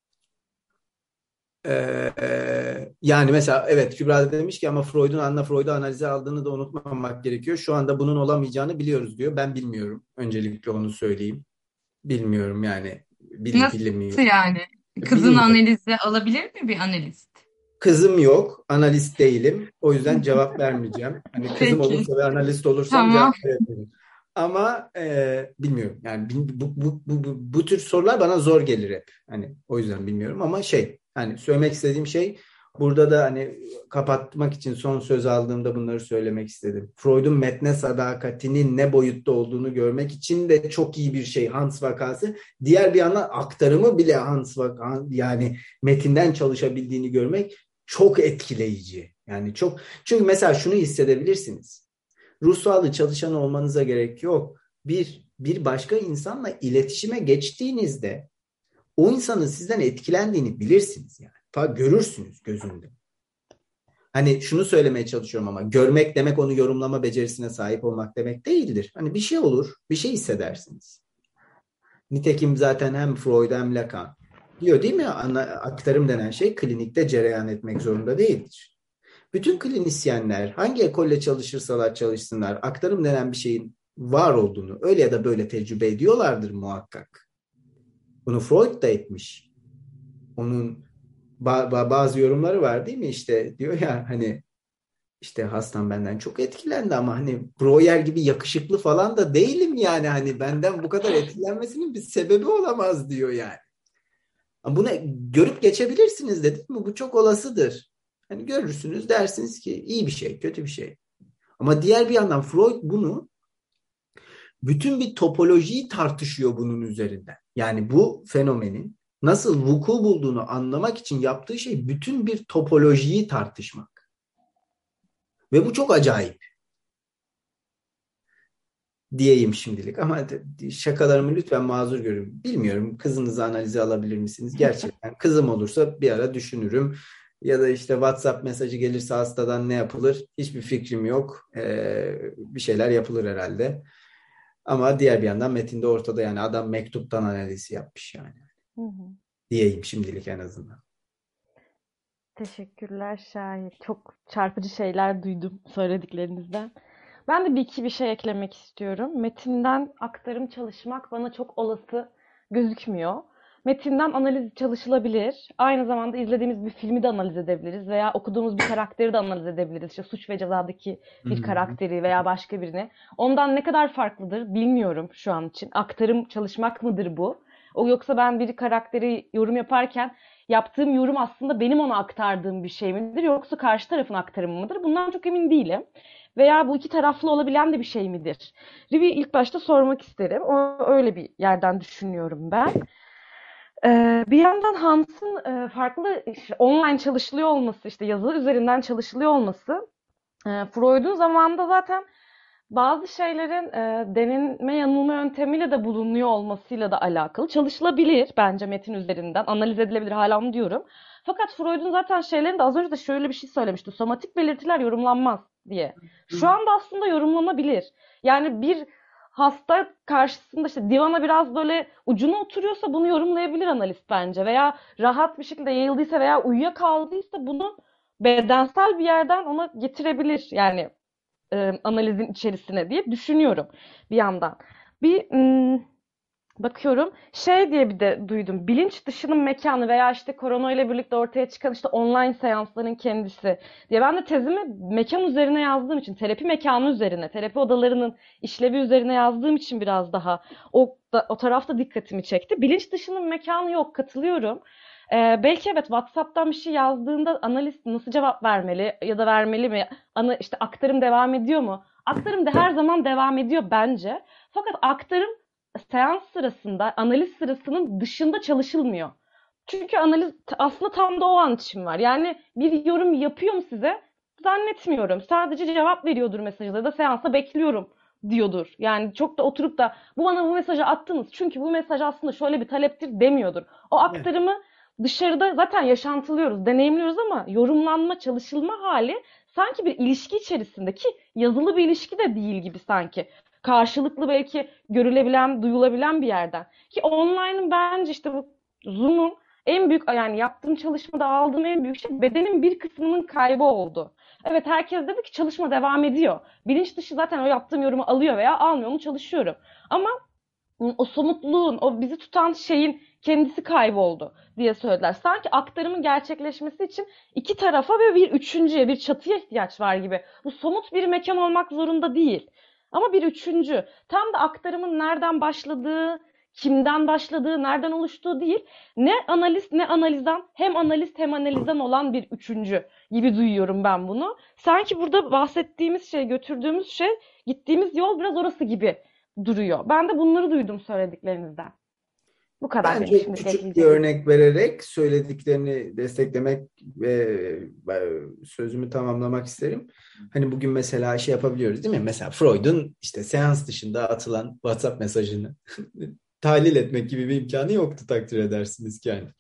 Ee, yani mesela evet Kübra da demiş ki ama Freud'un Anna Freud'u analize aldığını da unutmamak gerekiyor. Şu anda bunun olamayacağını biliyoruz diyor. Ben bilmiyorum. Öncelikle onu söyleyeyim. Bilmiyorum yani. Bil,
Nasıl
bilmiyorum.
yani? Kızın
Bilmiyorum.
analizi alabilir mi bir analist?
Kızım yok. Analist değilim. O yüzden cevap vermeyeceğim. Hani kızım
Peki.
olursa ve analist olursam
Tamam.
cevap verebilirim. Ama e, bilmiyorum. Yani bu, bu, bu, bu, bu, bu tür sorular bana zor gelir hep. Hani o yüzden bilmiyorum ama şey hani söylemek istediğim şey burada da hani kapatmak için son söz aldığımda bunları söylemek istedim. Freud'un metne sadakatinin ne boyutta olduğunu görmek için de çok iyi bir şey Hans vakası. Diğer bir yandan aktarımı bile Hans vakası yani metinden çalışabildiğini görmek çok etkileyici. Yani çok çünkü mesela şunu hissedebilirsiniz. Ruh sağlığı çalışanı olmanıza gerek yok. Bir bir başka insanla iletişime geçtiğinizde o insanın sizden etkilendiğini bilirsiniz yani. Ta görürsünüz gözünde. Hani şunu söylemeye çalışıyorum ama görmek demek onu yorumlama becerisine sahip olmak demek değildir. Hani bir şey olur, bir şey hissedersiniz. Nitekim zaten hem Freud hem Lacan diyor değil mi? Ana, aktarım denen şey klinikte cereyan etmek zorunda değildir. Bütün klinisyenler hangi ekolle çalışırsalar çalışsınlar aktarım denen bir şeyin var olduğunu öyle ya da böyle tecrübe ediyorlardır muhakkak. Bunu Freud da etmiş. Onun ba- ba- bazı yorumları var değil mi? İşte diyor ya hani işte hastam benden çok etkilendi ama hani Breuer gibi yakışıklı falan da değilim yani hani benden bu kadar etkilenmesinin bir sebebi olamaz diyor yani. Ama bunu görüp geçebilirsiniz de değil mi? Bu çok olasıdır. Hani görürsünüz dersiniz ki iyi bir şey, kötü bir şey. Ama diğer bir yandan Freud bunu bütün bir topolojiyi tartışıyor bunun üzerinden. Yani bu fenomenin nasıl vuku bulduğunu anlamak için yaptığı şey bütün bir topolojiyi tartışmak. Ve bu çok acayip diyeyim şimdilik ama şakalarımı lütfen mazur görün. Bilmiyorum kızınızı analize alabilir misiniz? Gerçekten kızım olursa bir ara düşünürüm. Ya da işte WhatsApp mesajı gelirse hastadan ne yapılır? Hiçbir fikrim yok. Ee, bir şeyler yapılır herhalde. Ama diğer bir yandan metinde ortada yani adam mektuptan analizi yapmış yani.
Hı hı.
Diyeyim şimdilik en azından.
Teşekkürler Şahin. Çok çarpıcı şeyler duydum söylediklerinizden. Ben de bir iki bir şey eklemek istiyorum. Metinden aktarım çalışmak bana çok olası gözükmüyor. metinden analiz çalışılabilir. Aynı zamanda izlediğimiz bir filmi de analiz edebiliriz veya okuduğumuz bir karakteri de analiz edebiliriz. İşte Suç ve Ceza'daki bir karakteri veya başka birini. Ondan ne kadar farklıdır bilmiyorum şu an için. Aktarım çalışmak mıdır bu? O yoksa ben bir karakteri yorum yaparken yaptığım yorum aslında benim ona aktardığım bir şey midir yoksa karşı tarafın aktarımı mıdır? Bundan çok emin değilim. Veya bu iki taraflı olabilen de bir şey midir? Rivi ilk başta sormak isterim. O öyle bir yerden düşünüyorum ben. Ee, bir yandan Hans'ın e, farklı işte, online çalışılıyor olması, işte yazı üzerinden çalışılıyor olması, e, Freud'un zamanında zaten bazı şeylerin e, denenme yanılma yöntemiyle de bulunuyor olmasıyla da alakalı. Çalışılabilir bence metin üzerinden, analiz edilebilir, hala onu diyorum. Fakat Freud'un zaten şeylerinde az önce de şöyle bir şey söylemişti. Somatik belirtiler yorumlanmaz diye. Şu anda aslında yorumlanabilir. Yani bir hasta karşısında işte divana biraz böyle ucuna oturuyorsa bunu yorumlayabilir analist bence. Veya rahat bir şekilde yayıldıysa veya uyuyakaldıysa bunu bedensel bir yerden ona getirebilir. Yani e, analizin içerisine diye düşünüyorum bir yandan. Bir m, bakıyorum şey diye bir de duydum. Bilinç dışının mekanı veya işte korona ile birlikte ortaya çıkan işte online seansların kendisi diye. Ben de tezimi mekan üzerine yazdığım için, terapi mekanı üzerine, terapi odalarının işlevi üzerine yazdığım için biraz daha o, da, o tarafta dikkatimi çekti. Bilinç dışının mekanı yok, katılıyorum. Ee, belki evet WhatsApp'tan bir şey yazdığında analist nasıl cevap vermeli ya da vermeli mi? Ana, işte aktarım devam ediyor mu? Aktarım da her zaman devam ediyor bence. Fakat aktarım seans sırasında, analiz sırasının dışında çalışılmıyor. Çünkü analiz aslında tam da o an için var. Yani bir yorum yapıyor mu size? Zannetmiyorum. Sadece cevap veriyordur mesajda da seansa bekliyorum diyordur. Yani çok da oturup da bu bana bu mesajı attınız çünkü bu mesaj aslında şöyle bir taleptir demiyordur. O aktarımı dışarıda zaten yaşantılıyoruz, deneyimliyoruz ama yorumlanma, çalışılma hali sanki bir ilişki içerisinde ki yazılı bir ilişki de değil gibi sanki. Karşılıklı belki görülebilen, duyulabilen bir yerden. Ki online'ın bence işte bu Zoom'un en büyük yani yaptığım çalışmada aldığım en büyük şey bedenin bir kısmının kaybı oldu. Evet herkes dedi ki çalışma devam ediyor. Bilinç dışı zaten o yaptığım yorumu alıyor veya almıyor mu çalışıyorum. Ama o somutluğun, o bizi tutan şeyin kendisi kayboldu diye söylediler. Sanki aktarımın gerçekleşmesi için iki tarafa ve bir üçüncüye, bir çatıya ihtiyaç var gibi. Bu somut bir mekan olmak zorunda değil. Ama bir üçüncü. Tam da aktarımın nereden başladığı, kimden başladığı, nereden oluştuğu değil. Ne analist ne analizan, hem analist hem analizan olan bir üçüncü gibi duyuyorum ben bunu. Sanki burada bahsettiğimiz şey, götürdüğümüz şey, gittiğimiz yol biraz orası gibi duruyor. Ben de bunları duydum söylediklerinizden. Bu kadar
Ben
benim
çok
şimdi
küçük bir
ekleyeceğim.
örnek vererek söylediklerini desteklemek ve sözümü tamamlamak isterim. Hani bugün mesela şey yapabiliyoruz değil mi? Mesela Freud'un işte seans dışında atılan WhatsApp mesajını tahlil etmek gibi bir imkanı yoktu takdir edersiniz ki yani.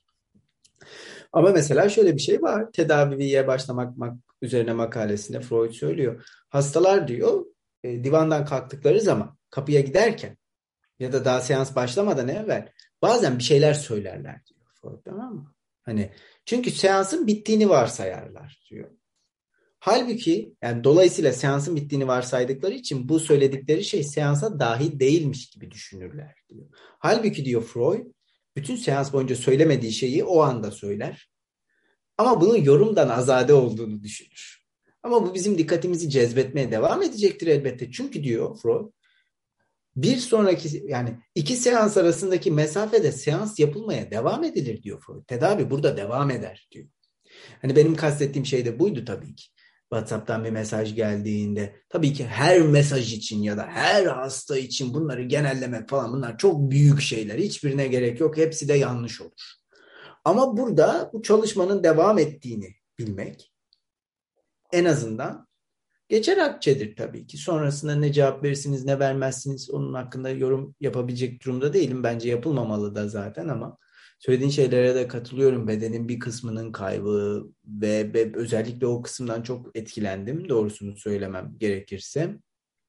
Ama mesela şöyle bir şey var. Tedaviye başlamak mak- üzerine makalesinde Freud söylüyor. Hastalar diyor e, divandan kalktıkları zaman kapıya giderken ya da daha seans başlamadan evvel bazen bir şeyler söylerler diyor Freud, tamam mı? Hani çünkü seansın bittiğini varsayarlar diyor. Halbuki yani dolayısıyla seansın bittiğini varsaydıkları için bu söyledikleri şey seansa dahil değilmiş gibi düşünürler diyor. Halbuki diyor Freud bütün seans boyunca söylemediği şeyi o anda söyler. Ama bunun yorumdan azade olduğunu düşünür. Ama bu bizim dikkatimizi cezbetmeye devam edecektir elbette. Çünkü diyor Freud bir sonraki yani iki seans arasındaki mesafede seans yapılmaya devam edilir diyor Freud. Tedavi burada devam eder diyor. Hani benim kastettiğim şey de buydu tabii ki. WhatsApp'tan bir mesaj geldiğinde tabii ki her mesaj için ya da her hasta için bunları genellemek falan bunlar çok büyük şeyler. Hiçbirine gerek yok. Hepsi de yanlış olur. Ama burada bu çalışmanın devam ettiğini bilmek en azından geçer akçedir tabii ki. Sonrasında ne cevap verirsiniz ne vermezsiniz onun hakkında yorum yapabilecek durumda değilim. Bence yapılmamalı da zaten ama söylediğin şeylere de katılıyorum. Bedenin bir kısmının kaybı ve, ve özellikle o kısımdan çok etkilendim. Doğrusunu söylemem gerekirse.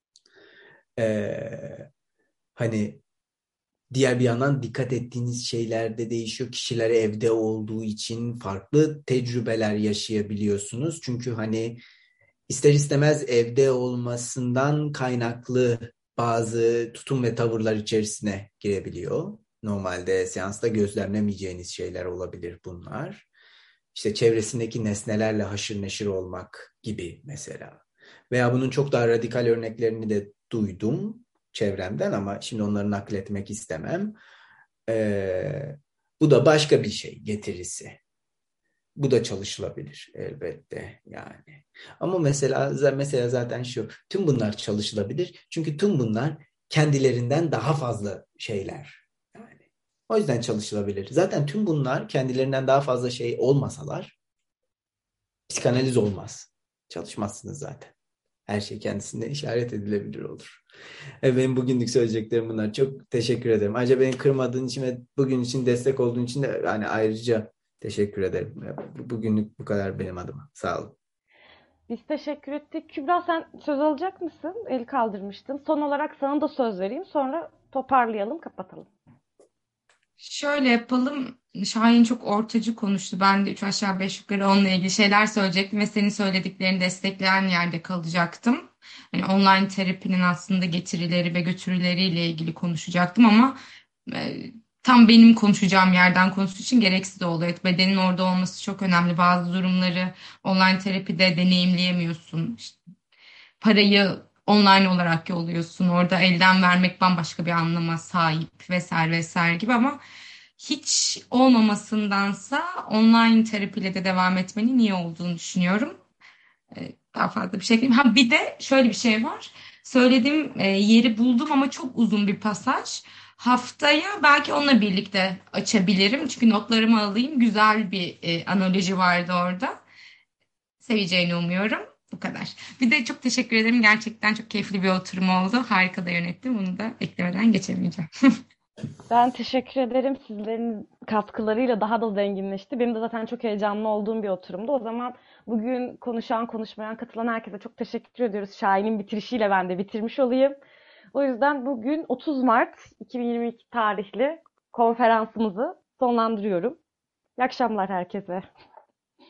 Ee, hani diğer bir yandan dikkat ettiğiniz şeyler de değişiyor. Kişiler evde olduğu için farklı tecrübeler yaşayabiliyorsunuz. Çünkü hani ister istemez evde olmasından kaynaklı bazı tutum ve tavırlar içerisine girebiliyor. Normalde seansta gözlemlemeyeceğiniz şeyler olabilir bunlar. İşte çevresindeki nesnelerle haşır neşir olmak gibi mesela. Veya bunun çok daha radikal örneklerini de duydum çevremden ama şimdi onları nakletmek istemem. Ee, bu da başka bir şey getirisi. Bu da çalışılabilir elbette yani. Ama mesela mesela zaten şu, tüm bunlar çalışılabilir. Çünkü tüm bunlar kendilerinden daha fazla şeyler. Yani o yüzden çalışılabilir. Zaten tüm bunlar kendilerinden daha fazla şey olmasalar psikanaliz olmaz. Çalışmazsınız zaten. Her şey kendisinden işaret edilebilir olur. E, benim bugünlük söyleyeceklerim bunlar. Çok teşekkür ederim. Ayrıca beni kırmadığın için ve bugün için destek olduğun için de yani ayrıca teşekkür ederim. Bugünlük bu kadar benim adıma. Sağ olun.
Biz teşekkür ettik. Kübra, sen söz alacak mısın? El kaldırmıştın. Son olarak sana da söz vereyim. Sonra toparlayalım, kapatalım.
Şöyle yapalım. Şahin çok ortacı konuştu. Ben de üç aşağı beş yukarı onunla ilgili şeyler söyleyecektim ve senin söylediklerini destekleyen yerde kalacaktım. Hani online terapinin aslında getirileri ve götürüleriyle ilgili konuşacaktım ama e, tam benim konuşacağım yerden konuştuğu için gereksiz oldu. Evet, bedenin orada olması çok önemli. Bazı durumları online terapide deneyimleyemiyorsun. İşte parayı online olarak yolluyorsun. Orada elden vermek bambaşka bir anlama sahip vesaire vesaire gibi ama hiç olmamasındansa online terapiyle de devam etmenin iyi olduğunu düşünüyorum. Ee, Daha fazla bir şey ekleyeyim. Ha bir de şöyle bir şey var. Söylediğim e, yeri buldum ama çok uzun bir pasaj. Haftaya belki onunla birlikte açabilirim. Çünkü notlarımı alayım. Güzel bir e, analoji vardı orada. Seveceğini umuyorum. Bu kadar. Bir de çok teşekkür ederim. Gerçekten çok keyifli bir oturum oldu. Harika da yönettim. Bunu da eklemeden geçemeyeceğim.
Ben teşekkür ederim. Sizlerin katkılarıyla daha da zenginleşti. Benim de zaten çok heyecanlı olduğum bir oturumdu. O zaman bugün konuşan, konuşmayan, katılan herkese çok teşekkür ediyoruz. Şahin'in bitirişiyle ben de bitirmiş olayım. O yüzden bugün otuz Mart iki bin yirmi iki tarihli konferansımızı sonlandırıyorum. İyi akşamlar herkese.